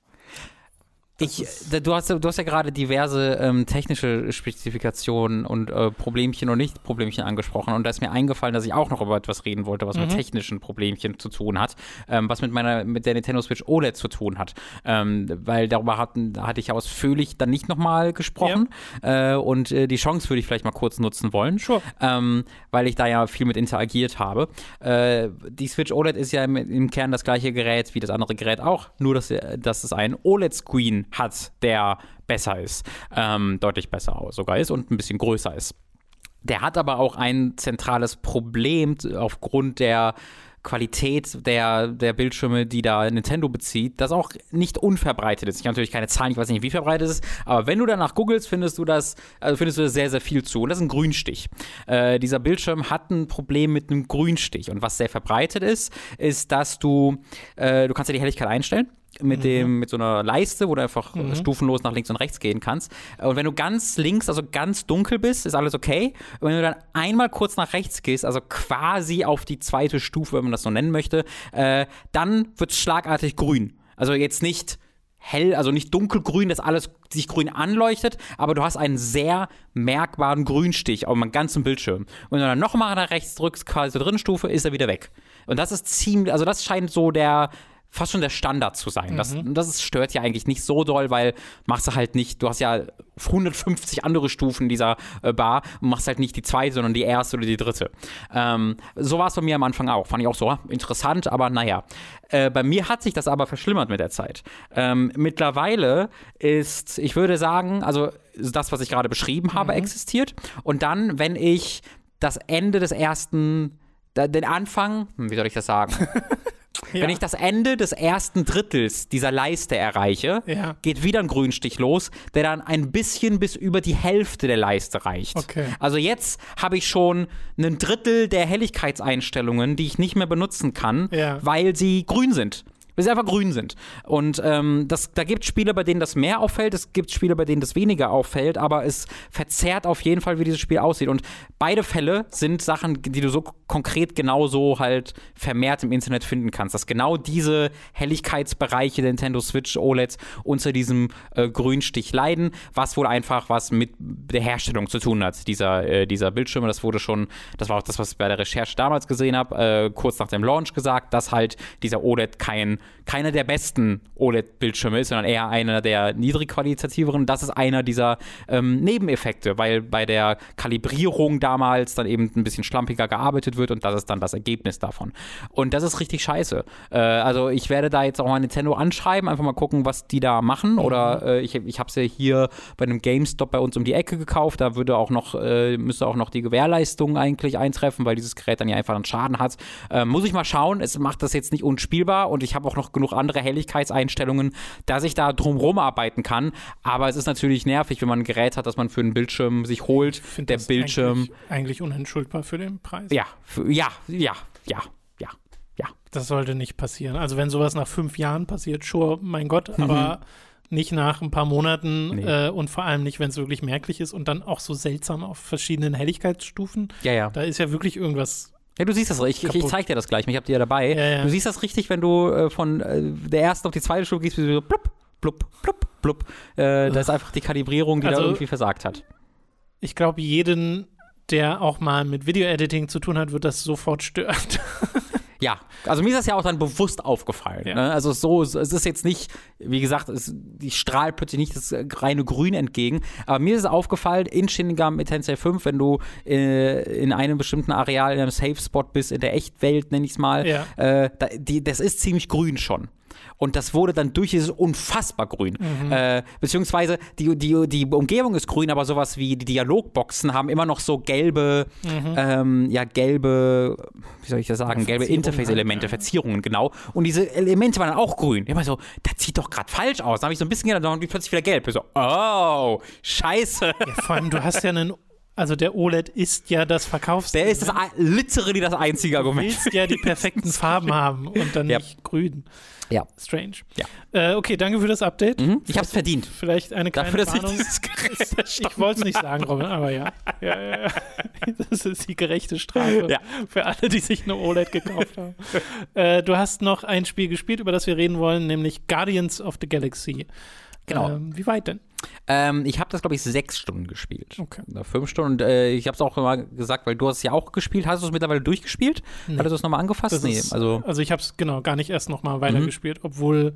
Ich, du, hast, du hast ja gerade diverse ähm, technische Spezifikationen und äh, Problemchen und Nicht-Problemchen angesprochen und da ist mir eingefallen, dass ich auch noch über etwas reden wollte, was mhm. mit technischen Problemchen zu tun hat, ähm, was mit meiner mit der Nintendo Switch O L E D zu tun hat, ähm, weil darüber hatten, hatte ich ausführlich dann nicht nochmal gesprochen ja. äh, und äh, die Chance würde ich vielleicht mal kurz nutzen wollen,
sure.
ähm, weil ich da ja viel mit interagiert habe. Äh, die Switch O L E D ist ja im, im Kern das gleiche Gerät wie das andere Gerät auch, nur dass, dass es einen O L E D-Screen hat, der besser ist, ähm, deutlich besser sogar ist und ein bisschen größer ist. Der hat aber auch ein zentrales Problem aufgrund der Qualität der, der Bildschirme, die da Nintendo bezieht, das auch nicht unverbreitet ist. Ich habe natürlich keine Zahlen, ich weiß nicht, wie verbreitet es ist, aber wenn du danach googelst, findest du das, also findest du das sehr, sehr viel zu. Und das ist ein Grünstich. Äh, dieser Bildschirm hat ein Problem mit einem Grünstich. Und was sehr verbreitet ist, ist, dass du, äh, du kannst ja die Helligkeit einstellen. Mit, dem, mit so einer Leiste, wo du einfach mhm. stufenlos nach links und rechts gehen kannst. Und wenn du ganz links, also ganz dunkel bist, ist alles okay. Und wenn du dann einmal kurz nach rechts gehst, also quasi auf die zweite Stufe, wenn man das so nennen möchte, äh, dann wird es schlagartig grün. Also jetzt nicht hell, also nicht dunkelgrün, dass alles sich grün anleuchtet, aber du hast einen sehr merkbaren Grünstich auf dem ganzen Bildschirm. Und wenn du dann nochmal nach rechts drückst, quasi zur dritten Stufe, ist er wieder weg. Und das ist ziemlich, also das scheint so der fast schon der Standard zu sein. Mhm. Das, das ist, stört ja eigentlich nicht so doll, weil machst du halt nicht, du hast ja hundertfünfzig andere Stufen dieser äh, Bar und machst halt nicht die zweite, sondern die erste oder die dritte. Ähm, so war es bei mir am Anfang auch. Fand ich auch so interessant, aber naja. Äh, bei mir hat sich das aber verschlimmert mit der Zeit. Ähm, mittlerweile ist, ich würde sagen, also das, was ich gerade beschrieben habe, mhm. existiert. Und dann, wenn ich das Ende des ersten, den Anfang, wie soll ich das sagen? Ja. Wenn ich das Ende des ersten Drittels dieser Leiste erreiche,
ja.
geht wieder ein Grünstich los, der dann ein bisschen bis über die Hälfte der Leiste reicht.
Okay.
Also jetzt habe ich schon ein Drittel der Helligkeitseinstellungen, die ich nicht mehr benutzen kann,
ja.
weil sie grün sind. Weil sie einfach grün sind. Und ähm, das, da gibt es Spiele, bei denen das mehr auffällt, es gibt Spiele, bei denen das weniger auffällt, aber es verzerrt auf jeden Fall, wie dieses Spiel aussieht. Und beide Fälle sind Sachen, die du so konkret genauso halt vermehrt im Internet finden kannst. Dass genau diese Helligkeitsbereiche der Nintendo Switch O L E Ds unter diesem äh, Grünstich leiden, was wohl einfach was mit der Herstellung zu tun hat, dieser, äh, dieser Bildschirme. Das wurde schon, das war auch das, was ich bei der Recherche damals gesehen habe, äh, kurz nach dem Launch gesagt, dass halt dieser O L E D kein keiner der besten O L E D-Bildschirme ist, sondern eher einer der niedrigqualitativeren. Das ist einer dieser ähm, Nebeneffekte, weil bei der Kalibrierung damals dann eben ein bisschen schlampiger gearbeitet wird und das ist dann das Ergebnis davon. Und das ist richtig scheiße. Äh, also ich werde da jetzt auch mal Nintendo anschreiben, einfach mal gucken, was die da machen. Mhm. Oder äh, ich, ich habe es ja hier bei einem GameStop bei uns um die Ecke gekauft. Da würde auch noch, äh, müsste auch noch die Gewährleistung eigentlich eintreffen, weil dieses Gerät dann ja einfach einen Schaden hat. Äh, muss ich mal schauen. Es macht das jetzt nicht unspielbar und ich habe auch noch genug andere Helligkeitseinstellungen, dass ich da drumherum arbeiten kann. Aber es ist natürlich nervig, wenn man ein Gerät hat, das man für einen Bildschirm sich holt. Der
das
Bildschirm.
Eigentlich, eigentlich unentschuldbar für den Preis.
Ja, für, ja, ja, ja, ja, ja.
Das sollte nicht passieren. Also wenn sowas nach fünf Jahren passiert, sure, mein Gott, mhm. aber nicht nach ein paar Monaten nee. äh, und vor allem nicht, wenn es wirklich merklich ist und dann auch so seltsam auf verschiedenen Helligkeitsstufen.
Ja, ja.
Da ist ja wirklich irgendwas.
Ja, du siehst das richtig. Ich, ich zeig dir das gleich. Ich hab dir ja dabei.
Ja, ja.
Du siehst das richtig, wenn du äh, von äh, der ersten auf die zweite Stufe gehst, wie du so blub, blub, blub, blub. Äh, da ist einfach die Kalibrierung, die also, da irgendwie versagt hat.
Ich glaube, jeden, der auch mal mit Video-Editing zu tun hat, wird das sofort stören.
Ja, also mir ist das ja auch dann bewusst aufgefallen.
Ja.
Ne? Also so, es ist jetzt nicht, wie gesagt, es, die strahlt plötzlich nicht das reine Grün entgegen, aber mir ist es aufgefallen, in Shin Megami Tensei fünf, wenn du äh, in einem bestimmten Areal, in einem Safe-Spot bist, in der Echtwelt, nenne ich es mal,
ja.
äh, da, die, das ist ziemlich grün schon. Und das wurde dann durch dieses unfassbar grün. Mhm. Äh, beziehungsweise die, die, die Umgebung ist grün, aber sowas wie die Dialogboxen haben immer noch so gelbe, mhm. ähm, ja, gelbe, wie soll ich das sagen, gelbe Interface-Elemente, ja. Verzierungen, genau. Und diese Elemente waren dann auch grün. Immer so, das sieht doch gerade falsch aus. Dann habe ich so ein bisschen gedacht, dann waren die plötzlich wieder gelb. Ich so, oh, scheiße.
Ja, vor allem, du hast ja einen Also der O L E D ist ja das Verkaufs...
Der ist das literally das einzige Argument.
Du willst ja die perfekten Farben haben und dann
ja.
nicht grün.
Ja.
Strange.
Ja.
Äh, okay, danke für das Update.
Mhm. Ich hab's verdient.
Vielleicht eine kleine
Dafür, dass
Warnung.
Ich, dieses Gerät
ich wollte es nicht sagen, Robin, aber ja. ja, ja, ja. Das ist die gerechte Strafe
ja.
für alle, die sich eine O L E D gekauft haben. äh, du hast noch ein Spiel gespielt, über das wir reden wollen, nämlich Guardians of the Galaxy.
Genau.
Ähm, wie weit denn?
Ähm, ich habe das, glaube ich, sechs Stunden gespielt.
Okay.
Oder fünf Stunden. Und äh, ich habe es auch immer gesagt, weil du hast es ja auch gespielt. Hast du es mittlerweile durchgespielt? Nee. Hattest du es nochmal angefasst?
Das
nee.
Ist,
also,
also ich habe es, genau, gar nicht erst nochmal weitergespielt, mhm. obwohl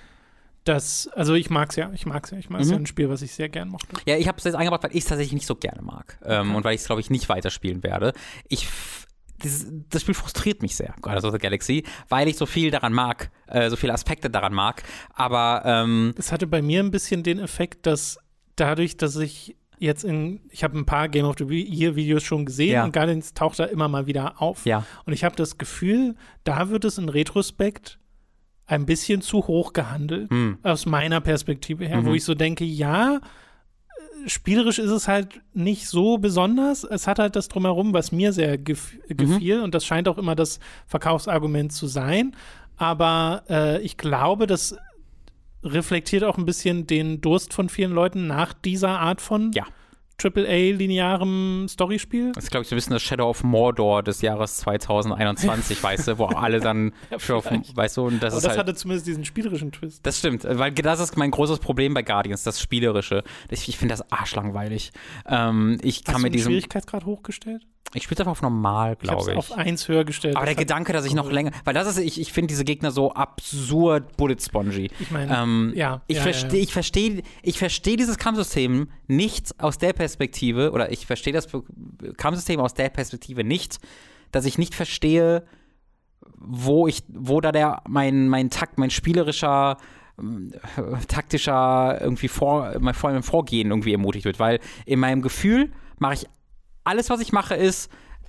das, also ich mag es ja, ich mag es ja. Ich mag es mhm. ja ein Spiel, was ich sehr gern mochte.
Ja, ich habe es jetzt eingebracht, weil ich es tatsächlich nicht so gerne mag. Ähm, okay. Und weil ich es, glaube ich, nicht weiterspielen werde. Ich Das, das Spiel frustriert mich sehr, Guardians of the Galaxy, weil ich so viel daran mag, äh, so viele Aspekte daran mag, aber ähm
es hatte bei mir ein bisschen den Effekt, dass dadurch, dass ich jetzt in, ich habe ein paar Game of the Year Videos schon gesehen
ja.
und Guardians taucht da immer mal wieder auf
ja.
und ich habe das Gefühl, da wird es in Retrospekt ein bisschen zu hoch gehandelt, hm. aus meiner Perspektive her, mhm. wo ich so denke, ja, spielerisch ist es halt nicht so besonders. Es hat halt das Drumherum, was mir sehr gef- gefiel. Mhm. Und das scheint auch immer das Verkaufsargument zu sein. Aber äh, ich glaube, das reflektiert auch ein bisschen den Durst von vielen Leuten nach dieser Art von
ja.
Triple A-linearem Storyspiel.
Das ist, glaube ich, so ein bisschen das Shadow of Mordor des Jahres zwanzig einundzwanzig, weißt du, wo alle dann
ja,
für auf, weißt du, und das
Aber
ist
das
halt,
hatte zumindest diesen spielerischen Twist.
Das stimmt, weil das ist mein großes Problem bei Guardians, das Spielerische. Ich, ich finde das arschlangweilig. Ähm, ich kann
Hast
mit
du den
diesem
Schwierigkeitsgrad hochgestellt?
Ich spiele es einfach auf normal, glaube ich.
Ich habe es auf eins höher gestellt.
Aber der Gedanke, dass ich noch länger, weil das ist, ich, ich finde diese Gegner so absurd bullet-spongy.
Ich meine,
ähm,
ja.
Ich
ja,
verstehe,
ja, ja.
ich verstehe, ich verstehe dieses Kampfsystem nicht aus der Perspektive, oder ich verstehe das Kampfsystem aus der Perspektive nicht, dass ich nicht verstehe, wo ich, wo da der, mein, mein Takt, mein spielerischer, taktischer irgendwie vor, mein, vor meinem Vorgehen irgendwie ermutigt wird, weil in meinem Gefühl mache ich alles, was ich mache, ist,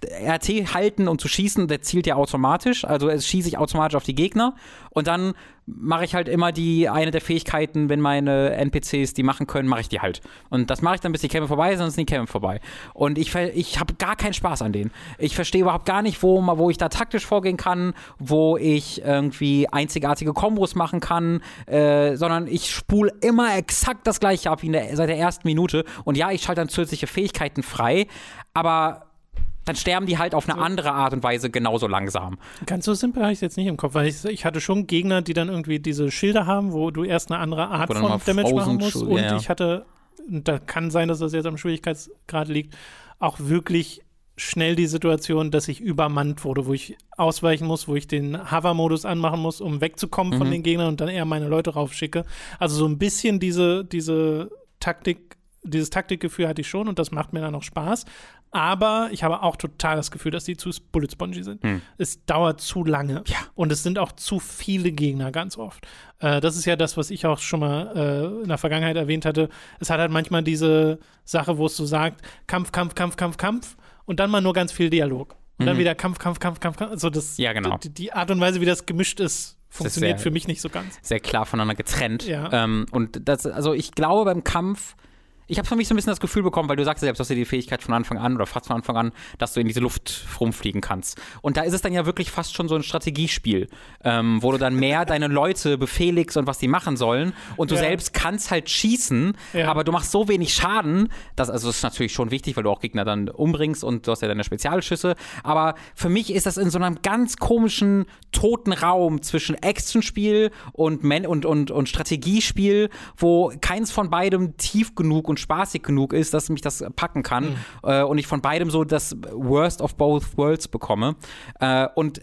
R T halten, um zu schießen, der zielt ja automatisch, also es schieße ich automatisch auf die Gegner und dann mache ich halt immer die, eine der Fähigkeiten, wenn meine N P Cs die machen können, mache ich die halt. Und das mache ich dann, bis die Kämpfe vorbei sind, sonst sind die Kämpfe vorbei. Und ich, ich habe gar keinen Spaß an denen. Ich verstehe überhaupt gar nicht, wo, wo ich da taktisch vorgehen kann, wo ich irgendwie einzigartige Kombos machen kann, äh, sondern ich spule immer exakt das Gleiche ab wie in der, seit der ersten Minute. Und ja, ich schalte dann zusätzliche Fähigkeiten frei, aber dann sterben die halt auf eine andere Art und Weise genauso langsam.
Ganz so simpel habe ich es jetzt nicht im Kopf, weil ich, ich hatte schon Gegner, die dann irgendwie diese Schilder haben, wo du erst eine andere Art
Oder
von Damage machen musst. Und
ja, ja.
ich hatte, da kann sein, dass das jetzt am Schwierigkeitsgrad liegt, auch wirklich schnell die Situation, dass ich übermannt wurde, wo ich ausweichen muss, wo ich den Hover-Modus anmachen muss, um wegzukommen mhm. von den Gegnern und dann eher meine Leute raufschicke. Also so ein bisschen diese, diese Taktik, dieses Taktikgefühl hatte ich schon und das macht mir dann auch Spaß. Aber ich habe auch total das Gefühl, dass die zu bullet spongy sind. Hm. Es dauert zu lange.
Ja.
Und es sind auch zu viele Gegner ganz oft. Äh, das ist ja das, was ich auch schon mal äh, in der Vergangenheit erwähnt hatte. Es hat halt manchmal diese Sache, wo es so sagt, Kampf, Kampf, Kampf, Kampf, Kampf und dann mal nur ganz viel Dialog. Und mhm. dann wieder Kampf, Kampf, Kampf, Kampf, Kampf. Also das,
ja, genau.
die, die Art und Weise, wie das gemischt ist, funktioniert
ist sehr,
für mich nicht so ganz.
Sehr klar voneinander getrennt.
Ja.
Ähm, und das, also ich glaube beim Kampf, ich habe für mich so ein bisschen das Gefühl bekommen, weil du sagst selbst, dass du die Fähigkeit von Anfang an oder fast von Anfang an, dass du in diese Luft rumfliegen kannst. Und da ist es dann ja wirklich fast schon so ein Strategiespiel, ähm, wo du dann mehr deine Leute befehligst und was die machen sollen. Und du ja. selbst kannst halt schießen, ja. aber du machst so wenig Schaden, dass, also das ist natürlich schon wichtig, weil du auch Gegner dann umbringst und du hast ja deine Spezialschüsse. Aber für mich ist das in so einem ganz komischen, toten Raum zwischen Actionspiel und, Man- und, und, und Strategiespiel, wo keins von beidem tief genug und spaßig genug ist, dass mich das packen kann mhm. äh, und ich von beidem so das Worst of both worlds bekomme. Äh, und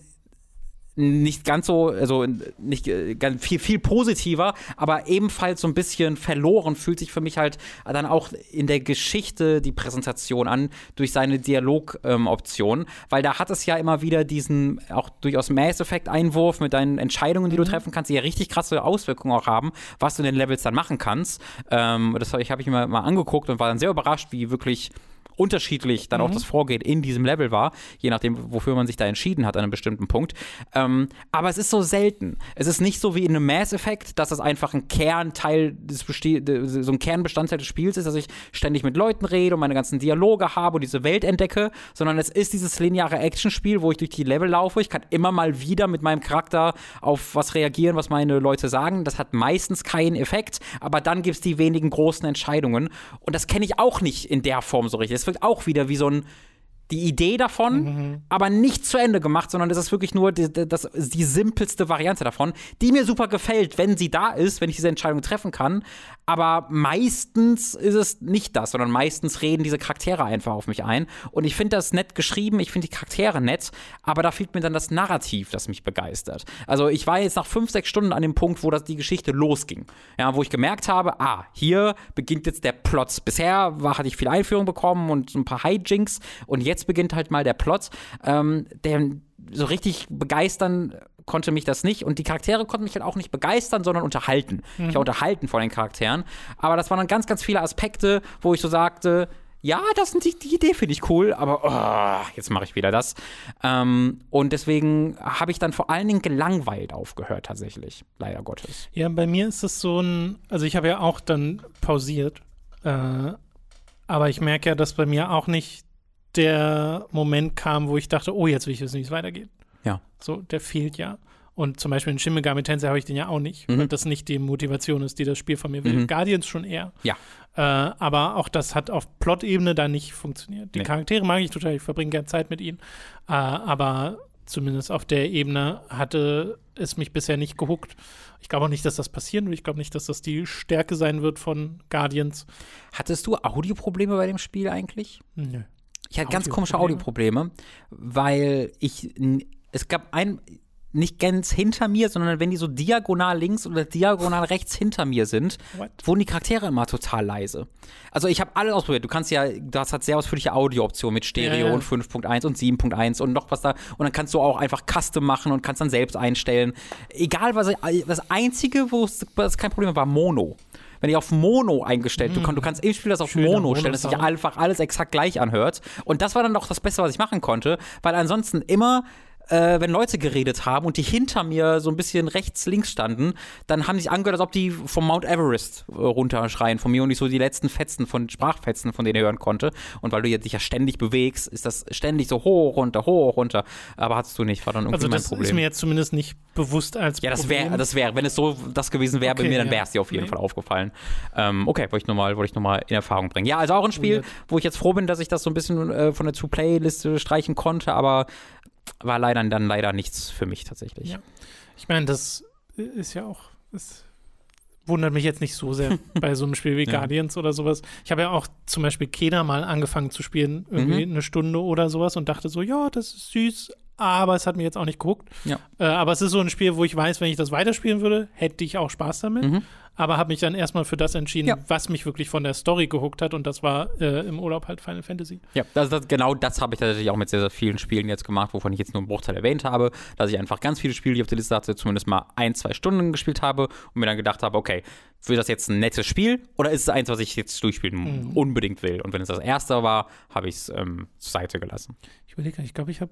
nicht ganz so, also nicht äh, ganz viel, viel positiver, aber ebenfalls so ein bisschen verloren fühlt sich für mich halt dann auch in der Geschichte die Präsentation an, durch seine Dialogoptionen, ähm, weil da hat es ja immer wieder diesen auch durchaus Mass Effect-Einwurf mit deinen Entscheidungen, die mhm. du treffen kannst, die ja richtig krasse Auswirkungen auch haben, was du in den Levels dann machen kannst. Ähm, das habe ich, hab ich mir mal angeguckt und war dann sehr überrascht, wie wirklich unterschiedlich dann mhm. auch das Vorgehen in diesem Level war, je nachdem, wofür man sich da entschieden hat an einem bestimmten Punkt. Ähm, aber es ist so selten. Es ist nicht so wie in einem Mass Effect, dass das einfach ein Kernteil des Beste- so ein Kernbestandteil des Spiels ist, dass ich ständig mit Leuten rede und meine ganzen Dialoge habe und diese Welt entdecke, sondern es ist dieses lineare Actionspiel, wo ich durch die Level laufe. Ich kann immer mal wieder mit meinem Charakter auf was reagieren, was meine Leute sagen. Das hat meistens keinen Effekt, aber dann gibt es die wenigen großen Entscheidungen. Und das kenne ich auch nicht in der Form so richtig. Es wirkt auch wieder wie so ein die Idee davon, mhm. aber nicht zu Ende gemacht, sondern es ist wirklich nur die, das, die simpelste Variante davon, die mir super gefällt, wenn sie da ist, wenn ich diese Entscheidung treffen kann. Aber meistens ist es nicht das, sondern meistens reden diese Charaktere einfach auf mich ein. Und ich finde das nett geschrieben, ich finde die Charaktere nett, aber da fehlt mir dann das Narrativ, das mich begeistert. Also ich war jetzt nach fünf, sechs Stunden an dem Punkt, wo das die Geschichte losging. Ja, wo ich gemerkt habe, ah, hier beginnt jetzt der Plot. Bisher war, hatte ich viel Einführung bekommen und so ein paar Hijinks und jetzt beginnt halt mal der Plot. Ähm, der so richtig begeistern konnte mich das nicht und die Charaktere konnten mich halt auch nicht begeistern, sondern unterhalten. Mhm. Ich war unterhalten von den Charakteren, aber das waren dann ganz, ganz viele Aspekte, wo ich so sagte, ja, das sind die, die Idee finde ich cool, aber oh, jetzt mache ich wieder das. Ähm, und deswegen habe ich dann vor allen Dingen gelangweilt aufgehört tatsächlich, leider Gottes.
Ja, bei mir ist es so ein, also ich habe ja auch dann pausiert, äh, aber ich merke ja, dass bei mir auch nicht der Moment kam, wo ich dachte, oh, jetzt will ich wissen, wie es weitergeht.
Ja.
So, der fehlt ja. Und zum Beispiel in Shin Megami Tensei habe ich den ja auch nicht, mhm. weil das nicht die Motivation ist, die das Spiel von mir will. Mhm. Guardians schon eher.
Ja.
Äh, aber auch das hat auf Plot-Ebene da nicht funktioniert. Die nee. Charaktere mag ich total, ich verbringe gerne Zeit mit ihnen. Äh, aber zumindest auf der Ebene hatte es mich bisher nicht gehuckt. Ich glaube auch nicht, dass das passieren wird. Ich glaube nicht, dass das die Stärke sein wird von Guardians.
Hattest du Audioprobleme bei dem Spiel eigentlich?
Nö.
Ich hatte ganz komische Audioprobleme, weil ich, es gab ein, nicht ganz hinter mir, sondern wenn die so diagonal links oder diagonal rechts hinter mir sind, What? wurden die Charaktere immer total leise. Also ich habe alles ausprobiert. Du kannst ja, das hat sehr ausführliche Audio-Optionen mit Stereo ja, ja. und fünf Punkt eins und sieben Punkt eins und noch was da. Und dann kannst du auch einfach Custom machen und kannst dann selbst einstellen. Egal, was, das Einzige, wo es kein Problem war, war Mono. wenn ich auf Mono eingestellt, mm. du, kann, du kannst im Spiel das auf Schöner Mono stellen, dass sich einfach alles exakt gleich anhört. Und das war dann auch das Beste, was ich machen konnte, weil ansonsten immer Äh, wenn Leute geredet haben und die hinter mir so ein bisschen rechts, links standen, dann haben die sich angehört, als ob die vom Mount Everest äh, runterschreien von mir und ich so die letzten Fetzen von Sprachfetzen von denen ich hören konnte. Und weil du jetzt dich ja ständig bewegst, ist das ständig so hoch, runter, hoch, runter. Aber hattest du nicht, war dann irgendwie
also
mein Problem.
Also das ist mir jetzt zumindest nicht bewusst als
Ja, das
Problem.
wäre, das wäre, wenn es so das gewesen wäre
okay,
bei mir, dann
ja.
wäre es dir auf jeden
nee.
Fall aufgefallen. Ähm, okay, wollte ich nochmal wollte ich noch mal in Erfahrung bringen. Ja, also auch ein Spiel, Weird. wo ich jetzt froh bin, dass ich das so ein bisschen äh, von der To-Play-Liste streichen konnte, aber war leider dann leider nichts für mich tatsächlich.
Ja. Ich meine, das ist ja auch, das wundert mich jetzt nicht so sehr bei so einem Spiel wie ja. Guardians oder sowas. Ich habe ja auch zum Beispiel Kena mal angefangen zu spielen, irgendwie mhm. eine Stunde oder sowas und dachte so, ja, das ist süß, aber es hat mich jetzt auch nicht gehuckt. Ja. Äh, aber es ist so ein Spiel, wo ich weiß, wenn ich das weiterspielen würde, hätte ich auch Spaß damit. Mhm. Aber habe mich dann erstmal für das entschieden, ja. was mich wirklich von der Story gehuckt hat und das war äh, im Urlaub halt Final Fantasy.
Ja, das, das, genau das habe ich tatsächlich auch mit sehr, sehr vielen Spielen jetzt gemacht, wovon ich jetzt nur einen Bruchteil erwähnt habe, dass ich einfach ganz viele Spiele, die ich auf der Liste hatte, zumindest mal ein, zwei Stunden gespielt habe und mir dann gedacht habe, okay, wird das jetzt ein nettes Spiel oder ist es eins, was ich jetzt durchspielen mhm. unbedingt will? Und wenn es das erste war, habe ich es ähm, zur Seite gelassen.
Ich überlege gar nicht, ich glaube, ich habe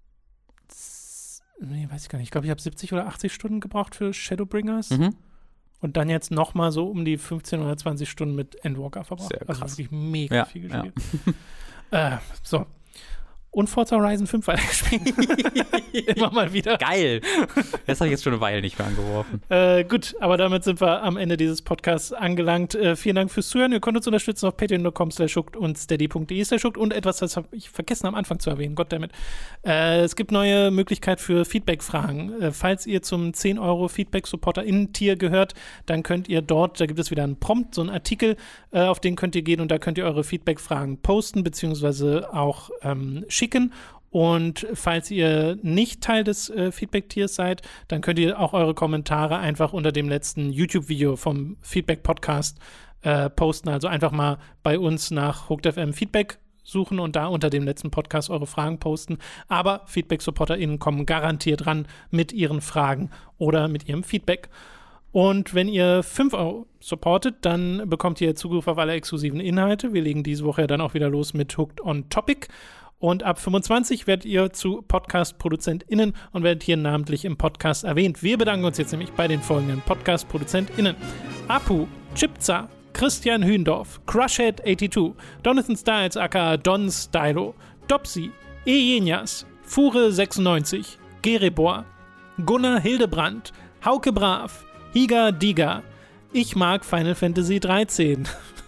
nee, weiß ich gar nicht, ich glaube, ich habe siebzig oder achtzig Stunden gebraucht für Shadowbringers. Mhm. Und dann jetzt noch mal so um die fünfzehn oder zwanzig Stunden mit Endwalker verbraucht.
Sehr krass.
Also wirklich mega
ja,
viel gespielt. Ja. äh, so. Und Forza Horizon fünf weitergespielt. Immer mal wieder.
Geil. Das habe ich jetzt schon eine Weile nicht mehr angeworfen.
Äh, gut, aber damit sind wir am Ende dieses Podcasts angelangt. Äh, vielen Dank fürs Zuhören. Ihr könnt uns unterstützen auf patreon punkt com slash schuckt und steady punkt de slash schuckt. Und etwas, das habe ich vergessen am Anfang zu erwähnen. Goddammit. Äh, es gibt neue Möglichkeit für Feedback-Fragen. Äh, falls ihr zum zehn Euro Feedback-Supporter-Innen-Tier gehört, dann könnt ihr dort, da gibt es wieder einen Prompt, so einen Artikel, äh, auf den könnt ihr gehen und da könnt ihr eure Feedback-Fragen posten, beziehungsweise auch ähm, schicken. Und falls ihr nicht Teil des äh, Feedback-Tiers seid, dann könnt ihr auch eure Kommentare einfach unter dem letzten YouTube-Video vom Feedback-Podcast äh, posten. Also einfach mal bei uns nach Hooked F M Feedback suchen und da unter dem letzten Podcast eure Fragen posten. Aber Feedback-SupporterInnen kommen garantiert ran mit ihren Fragen oder mit ihrem Feedback. Und wenn ihr fünf Euro supportet, dann bekommt ihr Zugriff auf alle exklusiven Inhalte. Wir legen diese Woche dann auch wieder los mit Hooked on Topic. Und ab fünfundzwanzig werdet ihr zu Podcast-ProduzentInnen und werdet hier namentlich im Podcast erwähnt. Wir bedanken uns jetzt nämlich bei den folgenden Podcast-ProduzentInnen: Apu, Chipza, Christian Hühndorf, Crushhead zweiundachtzig, Donathan Styles aka Don Stylo, Dopsy, Ejenias, Fure sechsundneunzig, Gerebor, Gunnar Hildebrand, Hauke Brav, Higa Diga, Ich mag Final Fantasy dreizehn,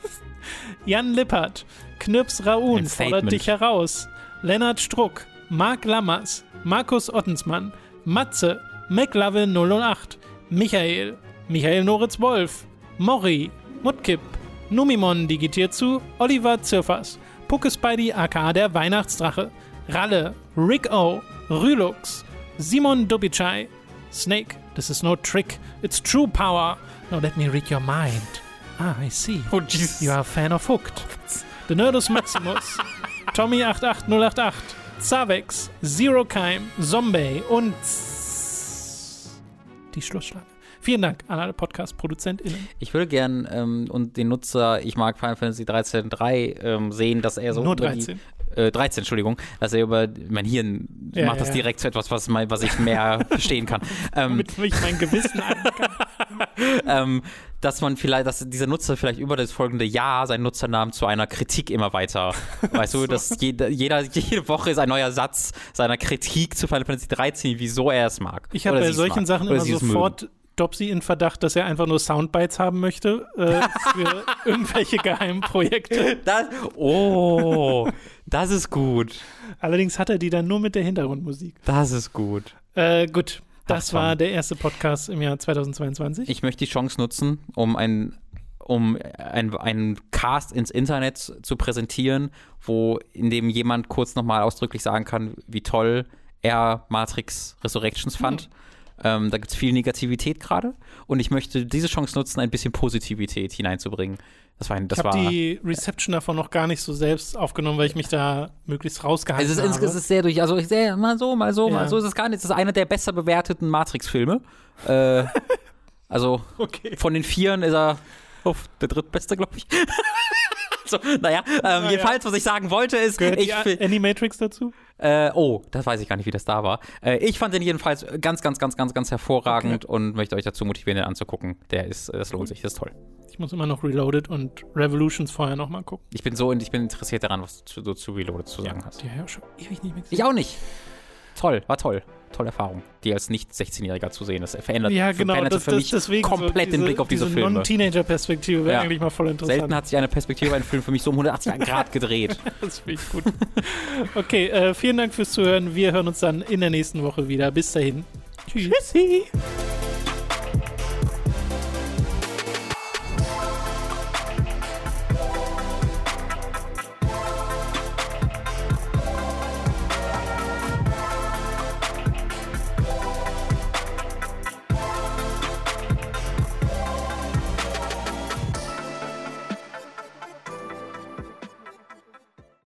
Jan Lippert, Knirps Raun fordert dich heraus, Lennart Struck, Marc Lammers, Markus Ottensmann, Matze, McLovin null null acht, Michael, Michael Noritz-Wolf, Mori, Mutkipp, Numimon digitiert zu, Oliver Zirfers, Puckespidey aka der Weihnachtsdrache, Ralle, Rick O, Rülux, Simon Dubicai, Snake, this is no trick, it's true power, now let me read your mind. Ah, I see.
Oh, Jesus.
You are a fan of Hooked. The Nerdus Maximus, Tommy acht acht null acht acht, Zavex, Zero Keim, Zombie und die Schlussschlange. Vielen Dank an alle Podcast-ProduzentInnen.
Ich würde gern ähm, und den Nutzer, ich mag Final Fantasy dreizehn Punkt drei ähm, sehen, dass er so
Nur
über
dreizehn.
Die, äh, dreizehn, Entschuldigung, dass er über, mein Hirn
ja,
macht das
ja.
direkt zu etwas, was, mein, was ich mehr verstehen kann. Ähm,
Damit ich mein Gewissen ein kann.
ähm, dass man vielleicht, dass dieser Nutzer vielleicht über das folgende Jahr seinen Nutzernamen zu einer Kritik immer weiter, weißt du, dass jeder, jeder, jede Woche ist ein neuer Satz seiner Kritik zu Final Fantasy dreizehn, wieso er es mag.
Ich habe bei solchen
mag,
Sachen immer sofort Dopsy in Verdacht, dass er einfach nur Soundbites haben möchte äh, für irgendwelche geheimen Projekte.
Das, oh, das ist gut.
Allerdings hat er die dann nur mit der Hintergrundmusik.
Das ist gut.
Äh, gut. Das war der erste Podcast im Jahr zweitausendzweiundzwanzig.
Ich möchte die Chance nutzen, um ein um ein, einen Cast ins Internet zu präsentieren, wo in dem jemand kurz nochmal ausdrücklich sagen kann, wie toll er Matrix Resurrections fand. Hm. Ähm, da gibt es viel Negativität gerade und ich möchte diese Chance nutzen, ein bisschen Positivität hineinzubringen. Das war ein, das
ich habe die Reception davon noch gar nicht so selbst aufgenommen, weil ich mich da möglichst rausgehalten
es ist,
habe.
Es ist sehr durch, also sehr, mal so, mal so,
ja.
mal so ist es gar nicht. Es ist einer der besser bewerteten Matrix-Filme. äh, also
okay.
Von den Vieren ist er Auf der drittbeste, glaube ich. So, naja, ähm,
naja.
jedenfalls, was ich sagen wollte, ist,
Gehört
ich
die Animatrix dazu?
Äh, oh, das weiß ich gar nicht, wie das da war. Äh, ich fand den jedenfalls ganz, ganz, ganz, ganz, ganz hervorragend okay. und möchte euch dazu motivieren, den anzugucken. Der ist, das lohnt sich, das ist toll.
Ich muss immer noch Reloaded und Revolutions vorher nochmal gucken.
Ich bin so, ich bin interessiert daran, was du zu, zu Reloaded zu sagen
ja,
hast.
Die ja schon ewig nicht mehr gesehen.
Ich auch nicht. Toll, war toll. Tolle Erfahrung, die als Nicht-sechzehnjähriger zu sehen. Das verändert,
ja, genau,
veränderte
das,
für mich
das,
komplett
so diese,
den Blick auf diese,
diese
Filme.
Non-Teenager-Perspektive wäre ja. eigentlich mal voll interessant.
Selten hat sich eine Perspektive ein Film für mich so um hundertachtzig Grad gedreht.
Das finde ich gut. Okay, äh, vielen Dank fürs Zuhören. Wir hören uns dann in der nächsten Woche wieder. Bis dahin.
Tschüssi.